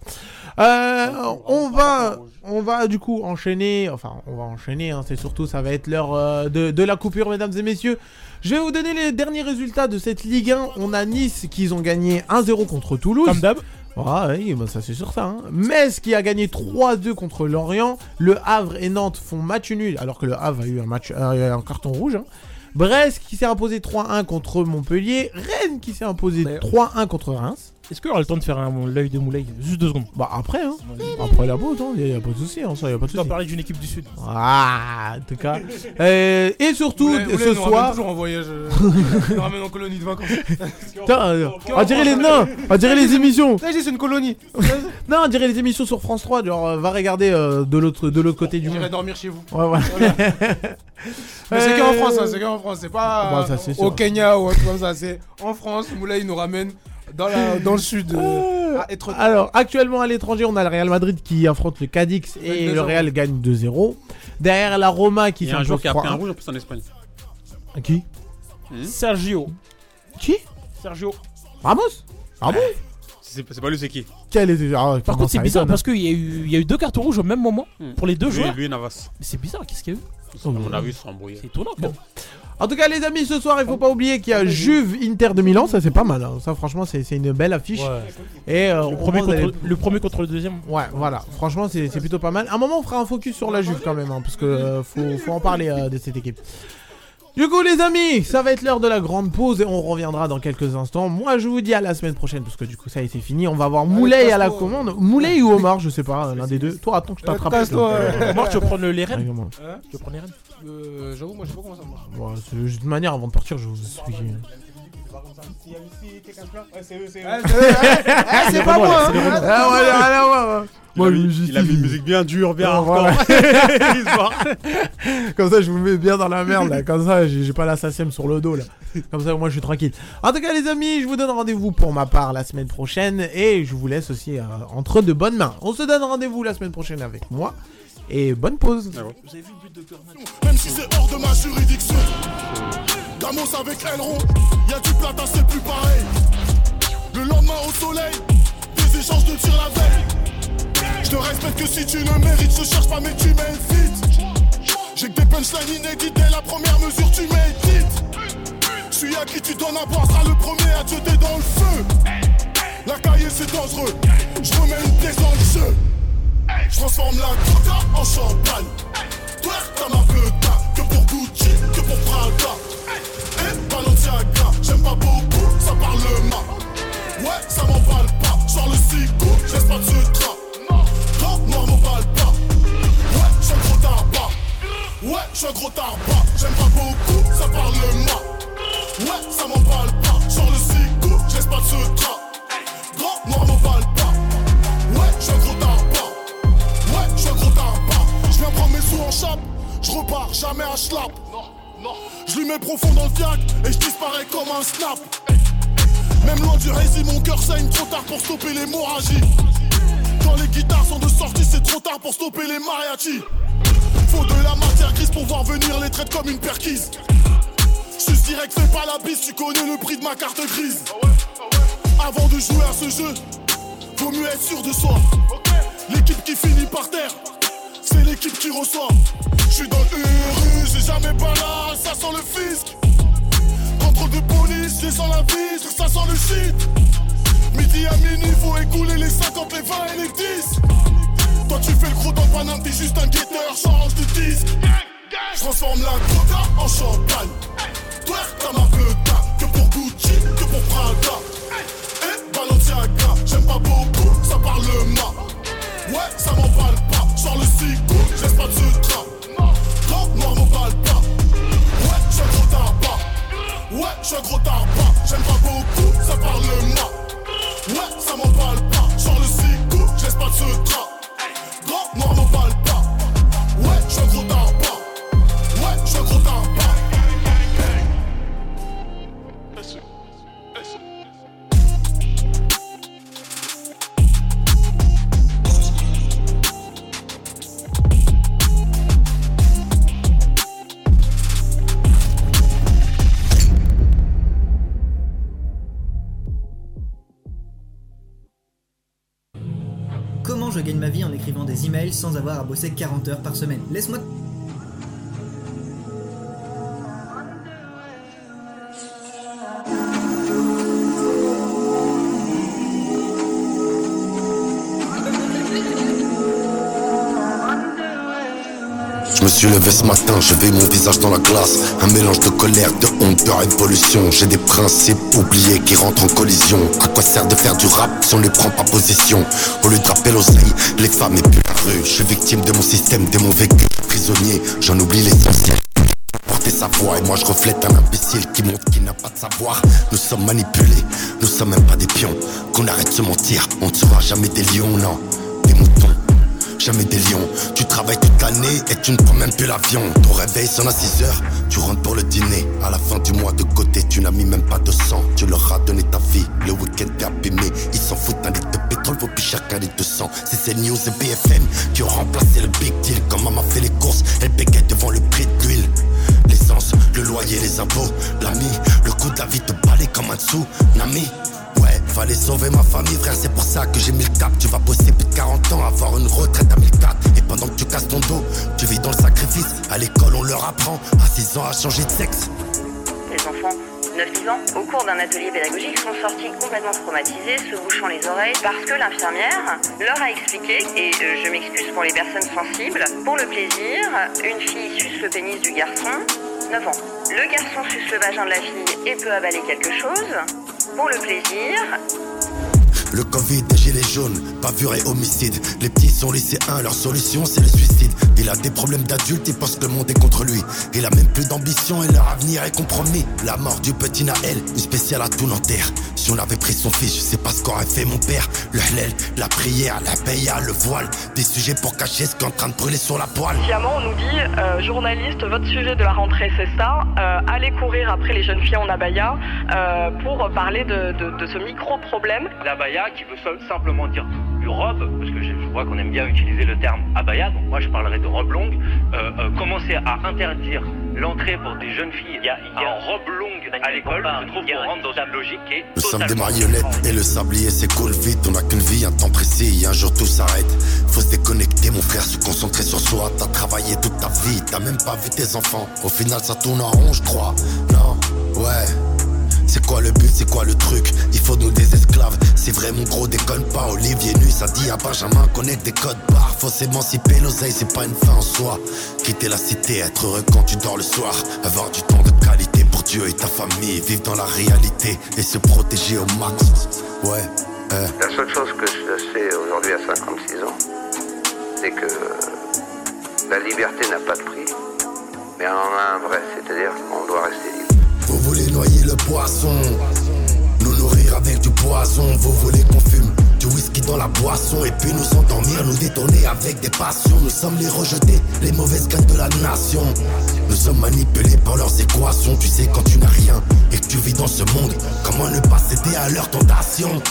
On va du coup enchaîner. Enfin, on va enchaîner. C'est surtout, ça va être l'heure de la coupure, mesdames et messieurs. Je vais vous donner les derniers résultats de cette Ligue 1. On a Nice qui ont gagné 1-0 contre Toulouse. Comme d'hab. Oui, bah ça c'est sur ça. Metz qui a gagné 3-2 contre Lorient. Le Havre et Nantes font match nul alors que le Havre a eu un carton rouge. Brest qui s'est imposé 3-1 contre Montpellier. Rennes qui s'est imposé 3-1 contre Reims. Est-ce qu'on aura le temps de faire l'œil de Moulay? Juste 2 secondes. Bah après, après la botte, il n'y a pas de souci. Ça, y a pas de souci. On va parler d'une équipe du Sud. En tout cas. Et surtout, ce soir. Toujours en voyage. On ramène en colonie de vacances. On dirait les nains. On dirait les émissions. C'est une colonie. Non, on dirait les émissions sur France 3. Genre, va regarder de l'autre côté du monde. J'irai dormir chez vous. Ouais, voilà. Mais c'est qu'en France, c'est pas au Kenya ou autre comme ça. C'est en France. Moulay nous ramène dans le sud. Alors, actuellement à l'étranger, on a le Real Madrid qui affronte le Cadix et le Real gagne 2-0. Derrière la Roma qui fait un joueur qui a pris un rouge en plus en Espagne. Qui Sergio. Qui Sergio Ramos. Ah bon C'est pas lui, c'est qui? Par contre, c'est bizarre parce qu'il y a eu 2 cartons rouges au même moment pour les 2 joueurs. Lui et Navas. Mais c'est bizarre, qu'est-ce qu'il y a eu? À mon avis, ils se sont embrouillés. C'est étonnant quand même. En tout cas, les amis, ce soir, il faut pas oublier qu'il y a Juve Inter de Milan. Ça, c'est pas mal. Ça, franchement, c'est une belle affiche. Ouais. Et le premier contre le deuxième. Ouais, voilà. Franchement, c'est plutôt pas mal. À un moment, on fera un focus sur la Juve quand même, parce que faut en parler de cette équipe. Du coup, les amis, ça va être l'heure de la grande pause et on reviendra dans quelques instants. Moi, je vous dis à la semaine prochaine parce que du coup, ça a été fini. On va voir Moulay à la commande. Moulay ou Omar, je sais pas, l'un des deux. Toi, attends que je t'attrape. Omar, tu veux prendre les rênes? Tu veux prendre les rênes? J'avoue, moi, je sais pas comment ça marche. Bon, de toute manière, avant de partir, je vais vous expliquer. C'est pas moi. Il a mis une musique bien dure, bien hardcore. Comme ça, je vous mets bien dans la merde là. Comme ça, j'ai pas l'assassin sur le dos là. Comme ça, moi, je suis tranquille. En tout cas, les amis, je vous donne rendez-vous pour ma part la semaine prochaine et je vous laisse aussi entre de bonnes mains. On se donne rendez-vous la semaine prochaine avec moi et bonne pause. Vous avez vu le but de Cornet? Même si c'est hors de ma juridiction. Gamos avec Elron, y'a du plata, c'est plus pareil. Le lendemain au soleil, des échanges de tir la veille. Je te respecte que si tu le mérites, je cherche pas mais tu m'invites. J'ai que des punchlines inédites, dès la première mesure tu m'édites. Celui à qui tu donnes à boire sera le premier à te jeter dans le feu. La cahier c'est dangereux, je remets une pièce dans le jeu. Je transforme la coca en champagne. Toi t'as ma queue que pour Gucci, que pour Prada. Balenciaga, j'aime pas beaucoup, ça parle mal. Ouais, ça m'emballe pas, genre le cicou, j'laisse pas de ce drap. Non, moi m'emballe pas. Ouais, j'suis un gros tarbat. Ouais, j'suis un gros tarbat. J'aime pas beaucoup, ça parle moi. Ouais, ça m'emballe pas. Genre le cigou, je laisse pas de ce train. Grand noir m'emballe pas. Ouais, je suis un gros tarpin. Ouais, je suis un gros tarpin. Je viens prendre mes sous en chape. Je repars jamais à schlap. Non. Je lui mets profond dans le fiac et je disparais comme un snap. Même loin du hazy, mon cœur saigne trop tard pour stopper l'hémorragie. Quand les guitares sont de sortie, c'est trop tard pour stopper les mariachis. Faut de la matière grise pour voir venir les traites comme une perquise. Sus direct, fais pas la bise, tu connais le prix de ma carte grise. Avant de jouer à ce jeu, vaut mieux être sûr de soi. L'équipe qui finit par terre, c'est l'équipe qui reçoit. J'suis dans le rue, j'ai jamais pas là, ça sent le fisc. Contrôle de police, j'ai sans la vitre, ça sent le shit. Midi à minuit, faut écouler les 50, les 20 et les 10. Toi tu fais le gros dans Paname, t'es juste un guetteur, change de disque. J'transforme la coca en champagne. Twerk comme un peu que pour Gucci, que pour Prada. Et Balenciaga, j'aime pas beaucoup, ça parle moi. Ouais, ça m'emballe pas, genre le cigou, j'laisse pas de ce train. Grand noir m'emballe pas. Ouais, j'suis un gros tarpin. Ouais, j'suis un gros tarpin. J'aime pas beaucoup, ça parle moi. Ouais, ça m'emballe pas, genre le cigou, j'laisse pas de ce train. Grand noir m'emballe pas. Ouais, j'suis un gros tarpin. Ouais, j'suis un gros tarpin. Comment je gagne ma vie en écrivant des emails sans avoir à bosser 40 heures par semaine? Laisse-moi... Je me suis levé ce matin, je vais mon visage dans la glace. Un mélange de colère, de honte, de révolution. J'ai des principes oubliés qui rentrent en collision. À quoi sert de faire du rap si on ne prend pas position? Au lieu de rapper l'oseille, les femmes et puis la rue. Je suis victime de mon système, de mon vécu. Prisonnier, j'en oublie l'essentiel. Porter sa voix et moi je reflète un imbécile qui montre qu'il n'a pas de savoir. Nous sommes manipulés, nous sommes même pas des pions. Qu'on arrête de se mentir, on ne sera jamais des lions, non, des moutons. Jamais des lions, tu travailles toute l'année et tu ne prends même plus l'avion. Ton réveil sonne à 6h, tu rentres pour le dîner. À la fin du mois de côté, tu n'as mis même pas de sang. Tu leur as donné ta vie, le week-end t'es abîmé. Ils s'en foutent, un litre de pétrole vaut plus cher qu'un litre de sang. C'est ces news et BFM qui ont remplacé le big deal. Quand maman fait les courses, elle bégaye devant le prix de l'huile. L'essence, le loyer, les impôts, l'ami, le coût de la vie te balait comme un tsunami. Ouais, fallait sauver ma famille, frère, c'est pour ça que j'ai mis le cap. Tu vas bosser plus de 40 ans, avoir une retraite à 1004. Et pendant que tu casses ton dos, tu vis dans le sacrifice. À l'école, on leur apprend à 6 ans à changer de sexe. Les enfants 9-10 ans, au cours d'un atelier pédagogique, sont sortis complètement traumatisés, se bouchant les oreilles, parce que l'infirmière leur a expliqué, et je m'excuse pour les personnes sensibles, pour le plaisir, une fille suce le pénis du garçon, 9 ans. Le garçon suce le vagin de la fille et peut avaler quelque chose. Pour le plaisir. Le Covid, des gilets jaunes, bavure et homicide. Les petits sont lycéens, leur solution c'est le suicide. Il a des problèmes d'adulte, il pense que le monde est contre lui. Il a même plus d'ambition et leur avenir est compromis. La mort du petit Naël, une spéciale à tout Nanterre. Si on avait pris son fils, je sais pas ce qu'aurait fait mon père. Le halal, la prière, la païa, le voile. Des sujets pour cacher ce qui est en train de brûler sur la poêle. Sciemment, on nous dit, journaliste, votre sujet de la rentrée c'est ça. Allez courir après les jeunes filles en abaya pour parler de ce micro-problème. L'abaya qui veut simplement dire une robe, parce que je vois qu'on aime bien utiliser le terme abaya, donc moi je parlerai de robe longue. Commencer à interdire l'entrée pour des jeunes filles en robe longue à l'école, je trouve qu'on rentre dans une logique qui est le sable des marionnettes et le sablier s'écoule vite. On n'a qu'une vie, un temps précis, un jour tout s'arrête. Faut se déconnecter mon frère, se concentrer sur soi. T'as travaillé toute ta vie, t'as même pas vu tes enfants. Au final ça tourne en rond je crois. Non, ouais. C'est quoi le but, c'est quoi le truc? Il faut nous des esclaves. C'est vrai mon gros déconne pas. Olivier Nuit, ça dit à Benjamin qu'on est des codes barres. Faut s'émanciper, l'oseille c'est pas une fin en soi. Quitter la cité, être heureux quand tu dors le soir. Avoir du temps de qualité pour Dieu et ta famille. Vivre dans la réalité et se protéger au max. Ouais. La seule chose que je sais aujourd'hui à 56 ans, c'est que la liberté n'a pas de prix, Mais on en a un vrai, c'est-à-dire qu'on doit rester libre. Vous voulez noyer le poisson, nous nourrir avec du poison. Vous voulez qu'on fume du whisky dans la boisson et puis nous endormir, nous détonner avec des passions. Nous sommes les rejetés, les mauvaises graines de la nation. Nous sommes manipulés par leurs équations. Tu sais quand tu n'as rien et que tu vis dans ce monde, comment ne pas céder à leurs tentations?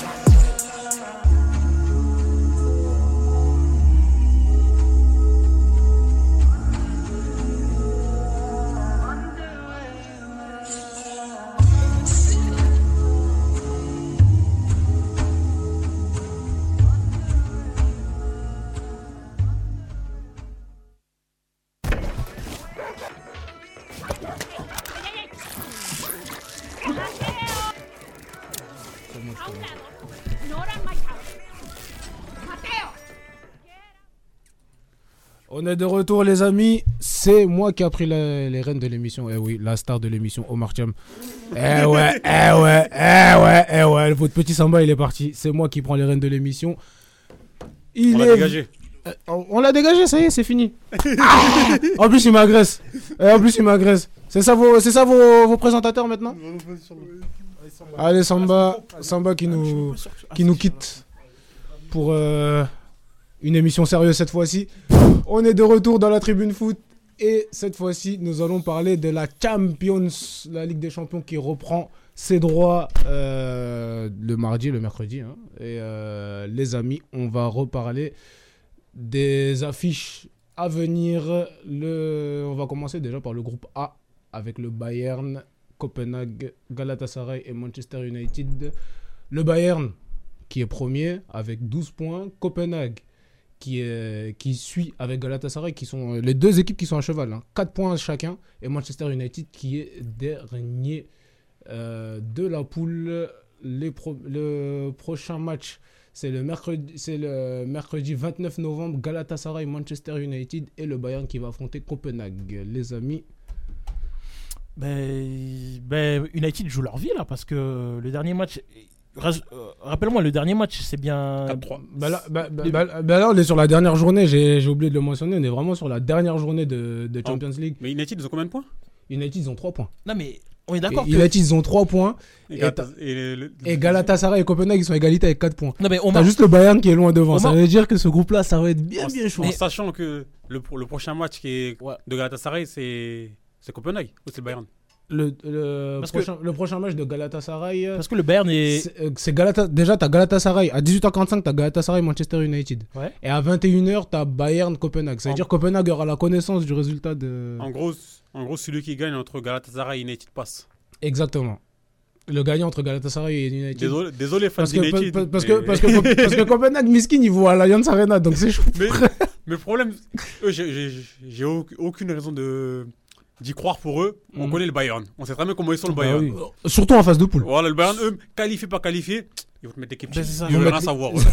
On est de retour les amis, c'est moi qui a pris les rênes de l'émission. Eh oui, la star de l'émission, Omar Thiam. Eh ouais, votre petit Samba il est parti. C'est moi qui prends les rênes de l'émission. On l'a dégagé. On l'a dégagé, ça y est, c'est fini. En plus il m'agresse. C'est ça vos présentateurs maintenant? Allez Samba qui nous quitte pour une émission sérieuse cette fois-ci. On est de retour dans la tribune foot et cette fois-ci nous allons parler de la Champions, la Ligue des Champions qui reprend ses droits le mercredi. Hein. Et les amis, on va reparler des affiches à venir. On va commencer déjà par le groupe A avec le Bayern, Copenhague, Galatasaray et Manchester United. Le Bayern qui est premier avec 12 points, Copenhague qui suit avec Galatasaray, qui sont les deux équipes qui sont à cheval, hein, 4 points chacun, et Manchester United qui est dernier de la poule. Le prochain match, c'est le mercredi 29 novembre, Galatasaray, Manchester United, et le Bayern qui va affronter Copenhague. Les amis, United joue leur vie là, parce que le dernier match... Rappelle-moi, le dernier match, c'est bien 4-3. Là, on est sur la dernière journée, j'ai oublié de le mentionner, on est vraiment sur la dernière journée de Champions League. Mais United, ils ont combien de points? United, ils ont 3 points. Non, mais on est d'accord. United, ils ont 3 points. Et Galatasaray et Copenhague, ils sont égalité avec 4 points. Non, mais t'as juste le Bayern qui est loin devant. Ça veut dire que ce groupe-là, ça va être bien chaud. En sachant que le prochain match qui est de Galatasaray, c'est Copenhague ou c'est le Bayern? Le prochain match de Galatasaray, parce que le Bayern déjà t'as Galatasaray à 18h45, t'as Galatasaray Manchester United, ouais. Et à 21h t'as Bayern Copenhague. Ça veut dire que Copenhague aura la connaissance du résultat de... En gros celui qui gagne entre Galatasaray et United passe. Exactement. Le gagnant entre Galatasaray et United. Désolé fans d'United. Parce que Copenhague miskin il voit à l'Allianz Arena, donc c'est chaud. Mais le problème, j'ai aucune raison d'y croire pour eux. On connaît le Bayern. On sait très bien comment ils sont le Bayern. Oui. Surtout en phase de poule. Voilà, le Bayern, eux, qualifiés, pas qualifiés, ils vont te mettre l'équipe. Ils vont rien savoir. Ils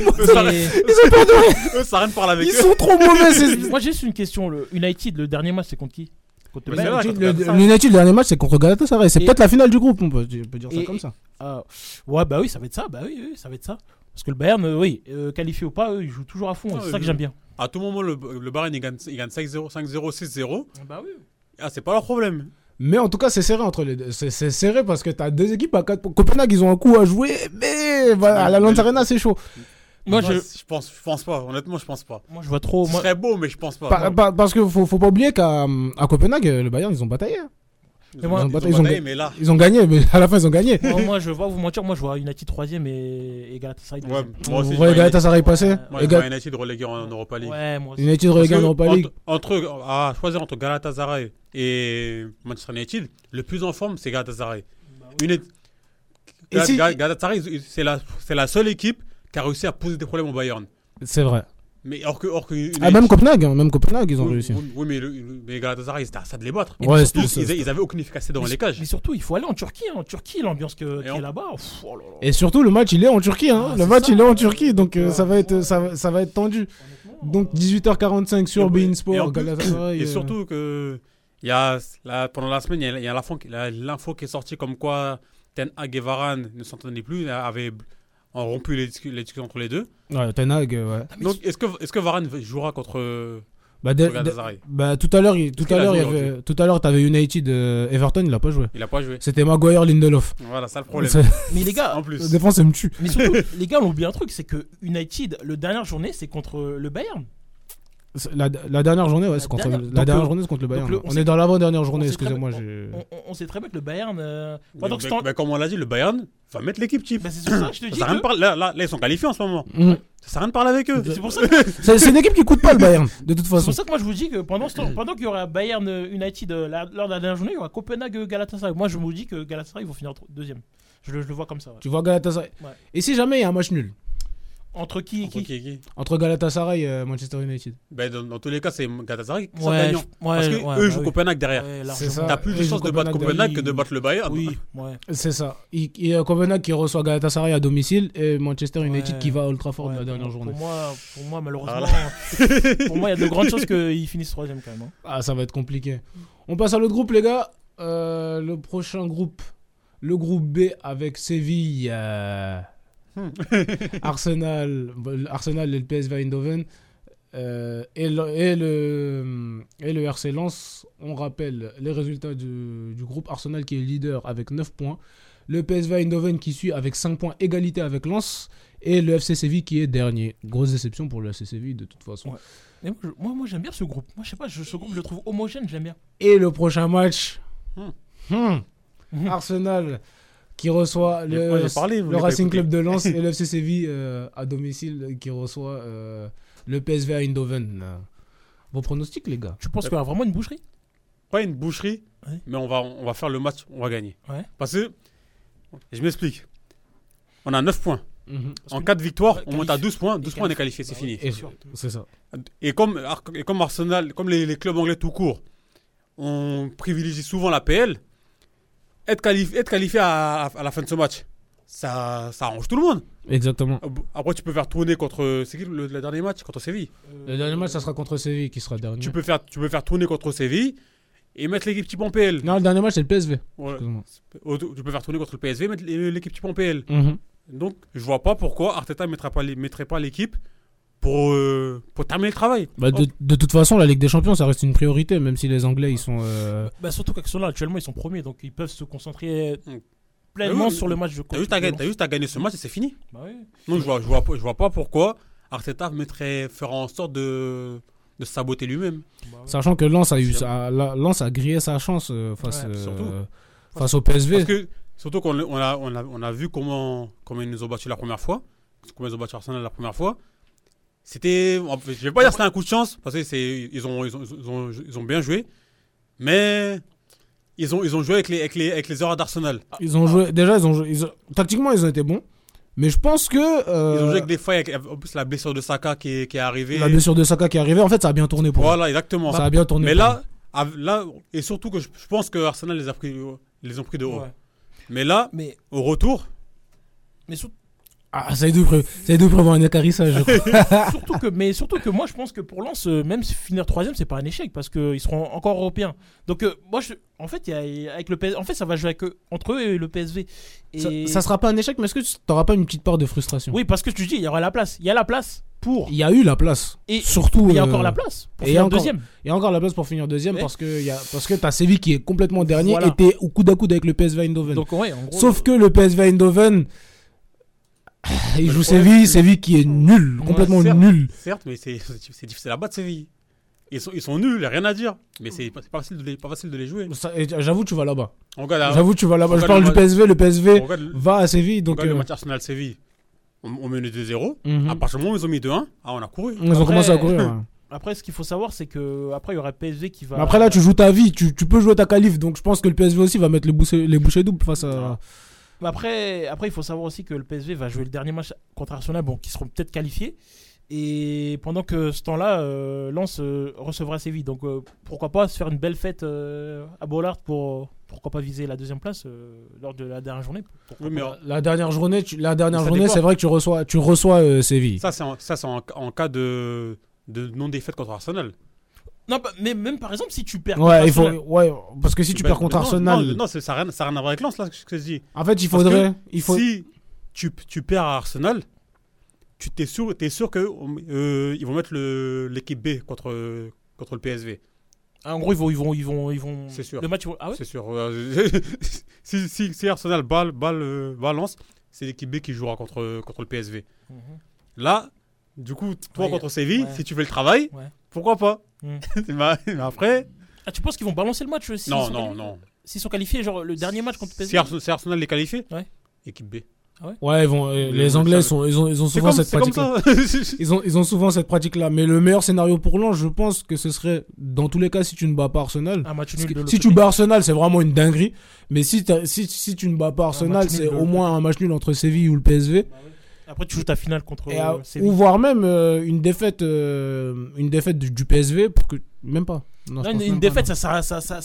ont pas de... Eux, ça rien de parler avec eux. Ils sont trop mauvais. Moi, j'ai juste une question. Le United, le dernier match, c'est contre qui? Le United, le dernier match, c'est contre Galatasaray. C'est peut-être la finale du groupe, on peut dire ça comme ça. Ouais, bah oui, ça va être ça. Bah oui, ça va être ça. Parce que le Bayern, qualifié ou pas, eux, ils jouent toujours à fond. C'est ça que j'aime bien. À tout moment, le Bayern, il gagne 5-0, 5-0, 6-0. Bah oui. Ah, c'est pas leur problème. Mais en tout cas, c'est serré entre les deux. C'est serré parce que t'as deux équipes à 4 points. Copenhague, ils ont un coup à jouer, mais à l'Allianz Arena, c'est chaud. Moi, je pense pas. Honnêtement, je pense pas. Moi, je vois trop. Ce serait beau, mais je pense pas. Parce que faut pas oublier qu'à Copenhague, le Bayern, ils ont bataillé. Ils ont gagné, mais à la fin, ils ont gagné. Moi, je vais pas vous mentir, moi, je vois United 3ème et Galatasaray 2ème. Ouais, moi aussi. Vous voyez Galatasaray passer. Moi, je vois United relégué en Europa League. Ouais, moi aussi. United relégué en Europa League. À choisir entre Galatasaray et Manchester United, le plus en forme, c'est Galatasaray. Galatasaray, c'est la seule équipe qui a réussi à poser des problèmes au Bayern. C'est vrai. Mais or que même Copenhague, ils ont réussi. Oui, mais Galatasaray, c'était ça de les battre. Ouais, ils avaient aucune efficacité dans les cages. Mais surtout, il faut aller en Turquie. En Turquie, l'ambiance qui est là-bas. Et surtout, le match, il est en Turquie. Le match, il est en Turquie, donc ça va être tendu. Donc 18h45 sur beIN Sport, Galatasaray. Et surtout que pendant la semaine, il y a l'info qui est sortie comme quoi Ten Hag et Varane ne s'entendaient plus, avaient rompu les discussions entre les deux. Ouais, Ten Hag, ouais. Donc, est-ce que Varane jouera contre Tout à l'heure, t'avais United Everton, il a pas joué. C'était Maguire Lindelof. Voilà, ça le problème. Mais les gars, en plus, la défense, elle me tue. Mais surtout, les gars, on oublie un truc, c'est que United, le dernière journée, c'est contre le Bayern. La dernière journée, ouais, c'est contre le Bayern. On est dans l'avant-dernière journée, excusez-moi. On sait très bien que le Bayern. Comme on l'a dit, le Bayern va mettre l'équipe type. C'est pour ça que je te dis. Là, ils sont qualifiés en ce moment. Ça sert à rien de parler avec eux. C'est pour ça que... c'est une équipe qui coûte pas le Bayern, de toute façon. C'est pour ça que moi je vous dis que pendant qu'il y aura Bayern United lors de la dernière journée, il y aura Copenhague Galatasaray. Moi je me dis que Galatasaray ils vont finir deuxième. Je le vois comme ça. Ouais. Tu vois Galatasaray. Ouais. Et si jamais il y a un match nul? Entre qui Entre Galatasaray et Manchester United. Dans tous les cas, c'est Galatasaray qui sera gagnant. Parce qu'eux jouent Copenhague derrière. C'est ça. T'as plus de chances de battre Copenhague que de battre le Bayern. Oui, c'est ça. Il y a Copenhague qui reçoit Galatasaray à domicile et Manchester United qui va à Old Trafford la dernière journée. Pour moi, malheureusement, pour moi, il y a de grandes chances qu'ils finissent troisième quand même. Ah, ça va être compliqué. On passe à l'autre groupe, les gars. Le prochain groupe, le groupe B avec Séville. Arsenal et le PSV Eindhoven et le RC Lens. On rappelle les résultats du groupe. Arsenal qui est leader avec 9 points, le PSV Eindhoven qui suit avec 5 points, égalité avec Lens, et le FC Séville qui est dernier. Grosse déception pour le FC Séville de toute façon. Mais moi j'aime bien ce groupe. Moi je sais pas, ce groupe je le trouve homogène, j'aime bien. Et le prochain match, Arsenal qui reçoit le Racing Club de Lens et le FC Séville à domicile qui reçoit le PSV Eindhoven. Vos pronostics, les gars? Tu penses qu'il y aura vraiment une boucherie? Pas une boucherie, mais on va faire le match, on va gagner. Ouais. Parce que, je m'explique, on a 9 points. En cas de victoire, on monte à 12 points. 12 points, on est qualifié, c'est fini. C'est ça. Et comme Arsenal, comme les clubs anglais tout court, on privilégie souvent la PL. Être qualifié à la fin de ce match, ça arrange tout le monde. Exactement. Après, tu peux faire tourner contre... C'est qui le dernier match? Contre Séville. Le dernier match, ça sera contre Séville qui sera dernier. Tu peux faire tourner contre Séville et mettre l'équipe type en PL. Non, le dernier match, c'est le PSV. Ouais. Tu peux faire tourner contre le PSV et mettre l'équipe type en PL. Donc, je vois pas pourquoi Arteta ne mettrait pas l'équipe pour terminer le travail. De toute façon, la Ligue des Champions, ça reste une priorité, même si les Anglais, ils sont... surtout qu'actuellement, ils sont premiers, donc ils peuvent se concentrer pleinement sur le match de T'as juste à gagner ce match et c'est fini. Donc, je vois pas pourquoi Arteta ferait en sorte de saboter lui-même. Sachant que Lens a grillé sa chance face au PSV. Parce que, surtout qu'on a vu comment ils nous ont battu la première fois, comment ils ont battu Arsenal la première fois. Je vais pas dire que c'était un coup de chance parce que ils ont bien joué, mais ils ont joué avec les erreurs d'Arsenal. Tactiquement ils ont été bons, mais je pense que ils ont joué avec des failles, en plus la blessure de Saka qui est arrivée. La blessure de Saka qui est arrivée, en fait ça a bien tourné pour eux. Voilà, exactement. Ça a bien tourné. Mais là et surtout que je pense que Arsenal les ont pris de haut. Ouais. Mais là, au retour, ça a dû prévoir un écarissage. surtout que moi je pense que pour Lens, même finir troisième, c'est pas un échec parce qu'ils seront encore européens. Donc en fait, avec le PSV, en fait ça va jouer entre eux et le PSV. Et... Ça sera pas un échec, mais est-ce que tu n'auras pas une petite part de frustration? Oui, parce que tu dis il y aura la place. Il y a la place pour. Il y a eu la place. Et surtout. Il y a encore la place pour finir deuxième. Il y a encore la place pour finir deuxième parce que t'as Séville qui est complètement dernier et t'es au coude à coude avec le PSV Eindhoven. Donc, en gros, sauf que le PSV Eindhoven. Il joue Séville qui est nul, complètement nul. Certes, mais c'est difficile à battre Séville. Ils sont nuls, il n'y a rien à dire. Mais c'est pas facile de les jouer. J'avoue, tu vas là-bas. Je parle du PSV, le PSV va à Séville. Donc le match Arsenal-Séville, on menait 2-0. À partir du moment où ils ont mis 2-1, on a couru. Ils ont commencé à courir. Après, ce qu'il faut savoir, c'est qu'après, il y aura PSV qui va... Mais après, là, tu joues ta vie. Tu peux jouer ta qualif. Donc, je pense que le PSV aussi va mettre les bouchées doubles face à... Après, il faut savoir aussi que le PSV va jouer le dernier match contre Arsenal, qui seront peut-être qualifiés. Et pendant que ce temps-là, Lens recevra Séville. Donc pourquoi pas se faire une belle fête à Bollaert pourquoi pas viser la deuxième place lors de la dernière journée. La dernière journée, c'est vrai que tu reçois Séville. Ça, c'est en cas de non-défaite contre Arsenal. Non, mais même par exemple, si tu perds contre Arsenal. Parce que si tu perds contre Arsenal. Non, ça n'a rien à voir avec Lens, là, ce que je dis. En fait, Si tu perds à Arsenal, t'es sûr qu'ils vont mettre l'équipe B contre contre le PSV. Ah, en gros, ils vont. C'est sûr. Le match. Ah ouais. C'est sûr. Si Arsenal bat Lens, c'est l'équipe B qui jouera contre le PSV. Là, du coup, toi contre Séville, si tu fais le travail, pourquoi pas. Mais après. Ah, tu penses qu'ils vont balancer le match aussi? Non. S'ils sont qualifiés, genre le dernier match contre le PSV. Si Arsenal les qualifié, équipe B. Ah ouais, ils vont. Les Anglais ils ont souvent cette pratique-là. Ils ont souvent cette pratique-là. Mais le meilleur scénario pour Lens, je pense que ce serait, dans tous les cas, si tu ne bats pas Arsenal. Si tu bats Arsenal, c'est vraiment une dinguerie. Mais si tu ne bats pas Arsenal, c'est au moins un match nul entre Séville ou le PSV. Après, tu joues ta finale contre Séville. Ou voire même une défaite du PSV pour que même pas. Non, une défaite, ça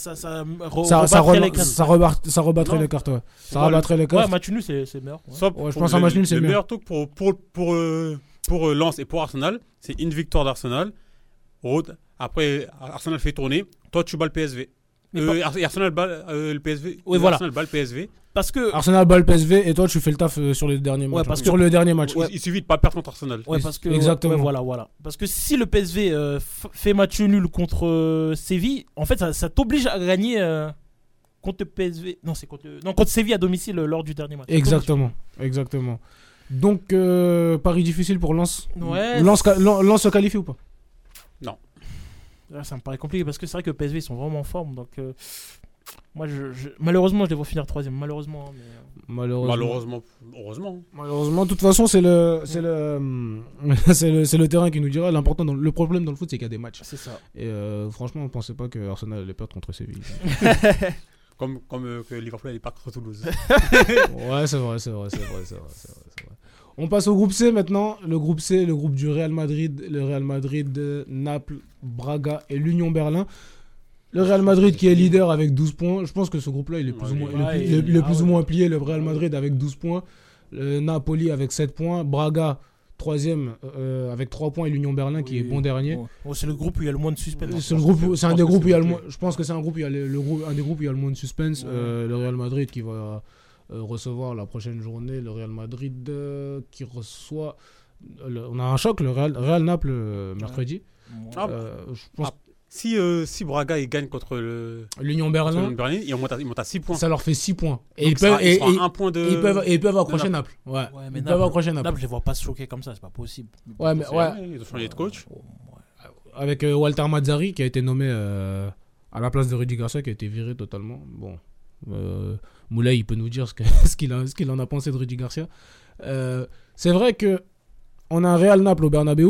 rebattrait les cartes. Ça rebattrait les cartes. Ouais, match nul, c'est meilleur. Je pense un match nul, c'est le meilleur. meilleur truc pour Lens et pour Arsenal, c'est une victoire d'Arsenal. Après, Arsenal fait tourner. Toi, tu bats le PSV. Arsenal bat le PSV. Oui, voilà. Arsenal bat le PSV. Parce que Arsenal bat le PSV et toi tu fais le taf sur le dernier match. Sur le dernier match. Il suffit de pas perdre contre Arsenal. Ouais, parce que exactement. Voilà. Parce que si le PSV fait match nul contre Séville, en fait ça t'oblige à gagner contre le PSV. Non, c'est contre Séville à domicile lors du dernier match. Exactement. Donc pari difficile pour Lens. Ouais. Lens se qualifie ou pas? Non. Là, ça me paraît compliqué parce que c'est vrai que le PSV ils sont vraiment en forme, donc moi malheureusement je les vois finir 3ème, malheureusement. Heureusement. Malheureusement, de toute façon c'est le terrain qui nous dira. Le problème dans le foot, c'est qu'il y a des matchs. C'est ça. Et franchement, on pensait pas que Arsenal allait perdre contre Séville. comme que Liverpool allait perdre contre Toulouse. Ouais, c'est vrai. On passe au groupe C maintenant. Le groupe C, le groupe du Real Madrid, Naples, Braga et l'Union Berlin. Le Real Madrid qui est leader avec 12 points. Je pense que ce groupe-là, il est plus ou moins plié. Le Real Madrid avec 12 points. Le Napoli avec 7 points. Braga, 3ème avec 3 points. Et l'Union Berlin qui est bon dernier. C'est le groupe où il y a le moins de suspense. C'est un des groupes où il y a le moins. Je pense que c'est un groupe où il y a un des groupes où il y a le moins de suspense. Le Real Madrid qui va recevoir la prochaine journée. Le Real Madrid qui reçoit. On a un choc, le Real Naples mercredi. Je pense. Si Braga il gagne contre l'Union Berlin, ils montent à 6 points. Ça leur fait 6 points. Et ils peuvent accrocher Naples. Ouais, mais ils peuvent accrocher Naples, je les vois pas se choquer comme ça, c'est pas possible. Ils ont changé de coach. Avec Walter Mazzarri qui a été nommé à la place de Rudy Garcia qui a été viré totalement. Bon, Moulay il peut nous dire ce qu'il en a pensé de Rudy Garcia. C'est vrai que on a un Real Naples au Bernabeu.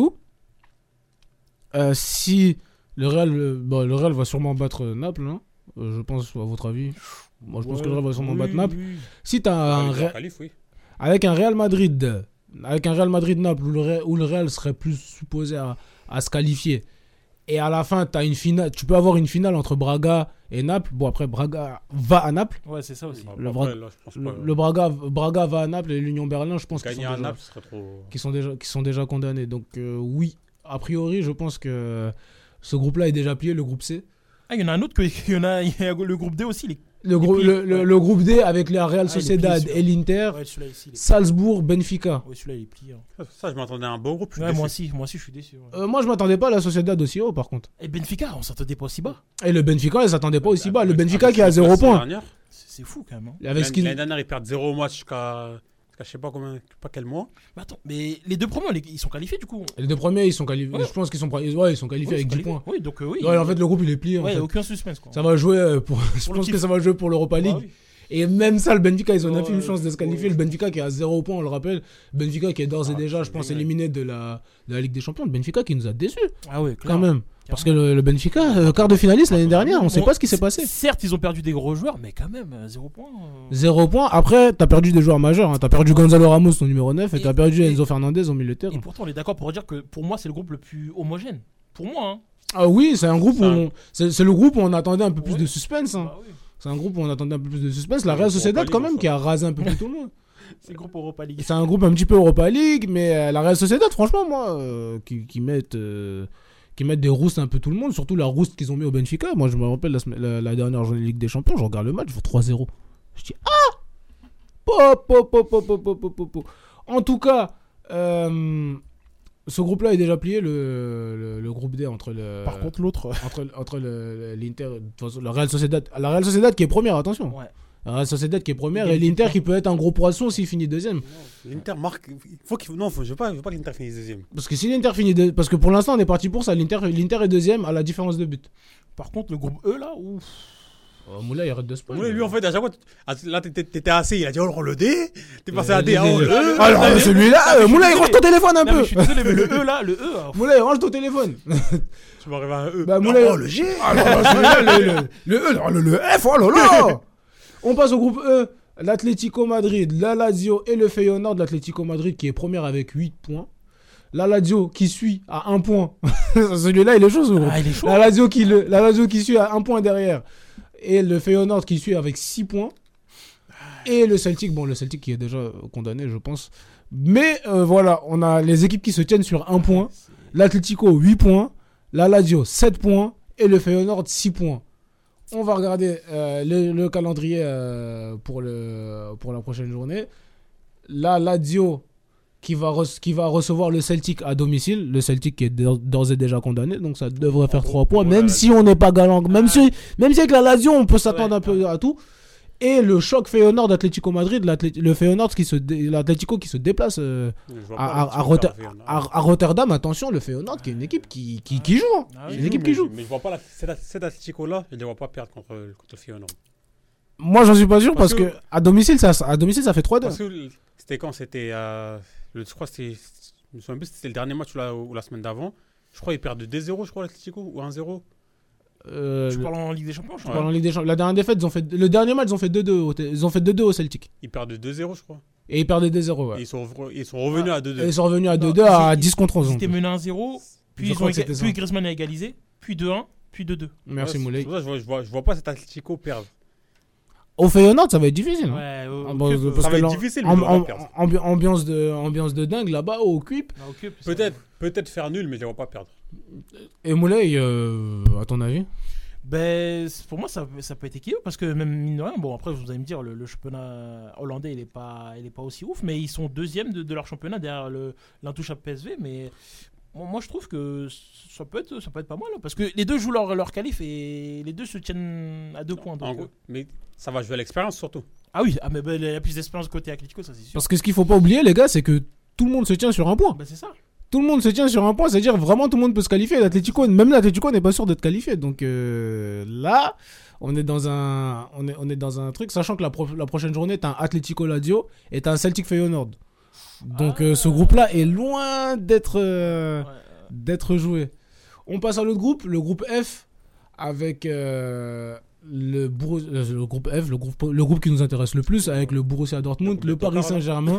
Si le Real va sûrement battre Naples, hein, je pense, à votre avis. Moi, je pense que le Real va sûrement battre Naples. Si tu as avec un Real Madrid, Naples où le Real serait plus supposé à se qualifier, et à la fin, t'as une finale, tu peux avoir une finale entre Braga et Naples. Bon, après, Braga va à Naples. Ouais, c'est ça aussi. Le Braga va à Naples et l'Union Berlin, je pense qu'ils sont déjà condamnés. Donc, oui, a priori, je pense que ce groupe-là est déjà plié, le groupe C. Ah, il y en a un autre, il y a le groupe D aussi. Le groupe D avec la Real Sociedad et l'Inter, Salzbourg, Benfica. Ouais, celui-là il est plié. Ça, je m'attendais à un beau groupe. Moi aussi, je suis déçu. Moi, je m'attendais pas à la Sociedad aussi haut, par contre. Et Benfica, on s'attendait pas aussi bas. Et le Benfica, ils s'attendaient pas aussi bas. Le Benfica qui est à 0 points. C'est fou quand même. Hein. L'année dernière, ils perdent 0 match jusqu'à je sais pas quel mois. Mais attends, mais les deux premiers, ils sont qualifiés du coup. Les deux premiers, ils sont qualifiés. Ouais. Je pense qu'ils sont qualifiés avec 10 points. Oui, donc oui. Ouais, en fait, le groupe il est plié. Ouais, aucun suspense quoi. Ça va jouer je pense que ça va jouer pour l'Europa League. Oui. Et même ça, le Benfica, ils ont même une chance de se qualifier. Le Benfica qui est à 0 points, on le rappelle. Le Benfica qui est d'ores et déjà, je pense, éliminé de la Ligue des Champions. Le Benfica qui nous a déçus. Ah ouais, quand même. Parce que le Benfica, quart de finaliste l'année dernière, on sait pas ce qui s'est passé. Certes, ils ont perdu des gros joueurs, mais quand même, 0 points. 0 points. Après, t'as perdu des joueurs majeurs. Hein. T'as perdu Gonzalo Ramos, ton numéro 9, et t'as perdu Enzo Fernandez au milieu de terrain. Et pourtant, on est d'accord pour dire que pour moi, c'est le groupe le plus homogène. Pour moi, hein. Ah oui, c'est un groupe c'est le groupe où on attendait un peu plus de suspense. Hein. Bah oui. C'est un groupe où on attendait un peu plus de suspense. La Real Sociedad, quand même, qui a rasé un peu plus tout le monde. C'est le groupe Europa League. C'est un groupe un petit peu Europa League, mais la Real Sociedad, franchement, moi, qui mettent des roustes un peu tout le monde, surtout la rouste qu'ils ont mis au Benfica. Moi, je me rappelle la dernière journée de Ligue des Champions, je regarde le match, je vois 3-0. Je dis En tout cas, Ce groupe-là est déjà plié, le groupe D entre le. Par contre, l'autre. Entre l'Inter, le Real Sociedad. La Real Sociedad qui est première, attention. Ouais. La Real Sociedad qui est première et l'Inter qui peut être un gros poisson s'il finit deuxième. L'Inter marque. Je veux pas que l'Inter finisse deuxième. Parce que si l'Inter finit deuxième. Parce que pour l'instant, on est parti pour ça. L'Inter est deuxième à la différence de but. Par contre, le groupe E là, ouf. Moulay, il arrête de se passer. Moulay, lui, en fait, à chaque fois, là, t'étais assez, il a dit, oh, le D, t'es passé à D, oh, le E. Alors, celui-là, Moulay, range ton téléphone un peu. Je suis désolé, mais le E, là, le E. Moulay, range ton téléphone. Tu m'arrives à un E. Bah, Moulay. Oh, le G. Le E, le F, oh là là. On passe au groupe E. L'Atlético Madrid, la Lazio et le Feyenoord. L'Atlético Madrid qui est première avec 8 points. La Lazio qui suit à 1 point. Celui-là, il est chaud, ce groupe. Il est chaud. La Lazio qui suit à 1 point derrière. Et le Feyenoord qui suit avec 6 points. Et le Celtic, le Celtic qui est déjà condamné, je pense. Mais voilà, on a les équipes qui se tiennent sur 1 point. L'Atlético, 8 points. La Lazio, 7 points. Et le Feyenoord, 6 points. On va regarder le calendrier pour la prochaine journée. La Lazio qui va recevoir le Celtic à domicile. Le Celtic qui est d'ores et déjà condamné, donc ça devrait faire 3 points, même si on n'est pas galant. Même si avec la Lazio, on peut s'attendre un peu à tout. Et le choc Feyenoord d'Atlético Madrid, l'Atlético qui se déplace à Rotterdam. Attention, le Feyenoord qui est une équipe qui joue. Une équipe qui joue. Mais je vois pas cet Atlético-là, je ne les vois pas perdre contre le Feyenoord. Moi, j'en suis pas sûr parce que à domicile, ça fait 3-2. Parce que c'était quand c'était je crois que c'était le dernier match ou la semaine d'avant. Je crois qu'ils perdent 2-0, je crois, l'Atlético, ou 1-0. Tu parles en Ligue des Champions, je crois. Je parle en Ligue des Champions. La dernière défaite, le dernier match, ils ont fait 2-2 au Celtic. Ils perdent 2-0, je crois. Et ils perdaient 2-0, ouais. Et ils sont revenus à 2-2. Ils sont revenus à 2-2 à 10 contre 11. Ils étaient menés 1-0, puis Griezmann a égalisé, puis 2-1, puis 2-2. Merci Moulay. Je vois pas cet Atlético perdre. Au Feyenoord, ça va être difficile. Ouais, ça va être difficile, mais on va perdre. Ambiance de dingue là-bas au Cuip. Peut-être faire nul, mais je ne les vois pas perdre. Et Moulay, à ton avis? Pour moi, ça peut être équilibré parce que même mine de rien, après vous allez me dire le championnat hollandais il est pas aussi ouf, mais ils sont deuxième de leur championnat derrière l'intouchable PSV. Mais moi je trouve que ça peut être pas mal parce que les deux jouent leur qualif et les deux se tiennent à 2 points. Donc, mais ça va jouer à l'expérience surtout. Ah oui, mais il y a plus d'expérience côté Atlético, ça c'est sûr. Parce que ce qu'il faut pas oublier les gars, c'est que tout le monde se tient sur un point. C'est ça. Tout le monde se tient sur un point, c'est-à-dire vraiment tout le monde peut se qualifier. Même l'Atlético n'est pas sûr d'être qualifié. Donc là, on est dans un truc, sachant que la prochaine journée, t'as un Atlético Lazio et t'as un Celtic Feyenoord. Donc ce groupe-là est loin d'être joué. On passe à l'autre groupe, le groupe F, avec le groupe F, le groupe qui nous intéresse le plus, avec le Borussia Dortmund, le Paris Saint-Germain,